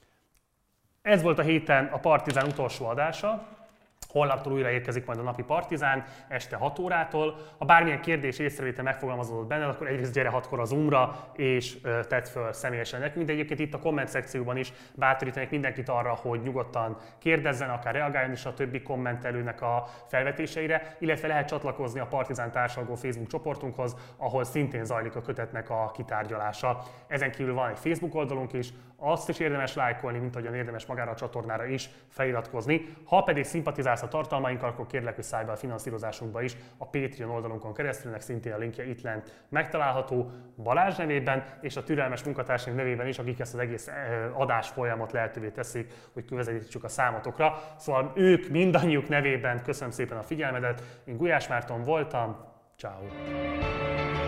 Ez volt a héten a Partizán utolsó adása. Holnaptól újra érkezik majd a napi Partizán, este hat órától. Ha bármilyen kérdés, észrevétel megfogalmazódott benned, akkor egyrészt gyere hatkor a Zoomra, és tedd föl személyesen nekünk. De egyébként itt a komment szekcióban is bátorítanék mindenkit arra, hogy nyugodtan kérdezzen, akár reagáljon is a többi kommentelőnek a felvetéseire, illetve lehet csatlakozni a Partizán társalgó Facebook csoportunkhoz, ahol szintén zajlik a kötetnek a kitárgyalása. Ezen kívül van egy Facebook oldalunk is, azt is érdemes lájkolni, mint ahogyan érdemes magára a csatornára is feliratkozni. Ha pedig szimpatizálsz a tartalmainkkal, akkor kérlek, hogy szállj be a finanszírozásunkba is a Patreon oldalunkon keresztül, ennek szintén a linkje itt lent megtalálható Balázs nevében, és a türelmes munkatársaim nevében is, akik ezt az egész adás folyamot lehetővé teszik, hogy közelítsük a számotokra. Szóval ők mindannyiuk nevében köszönöm szépen a figyelmedet, én Gulyás Márton voltam, ciao.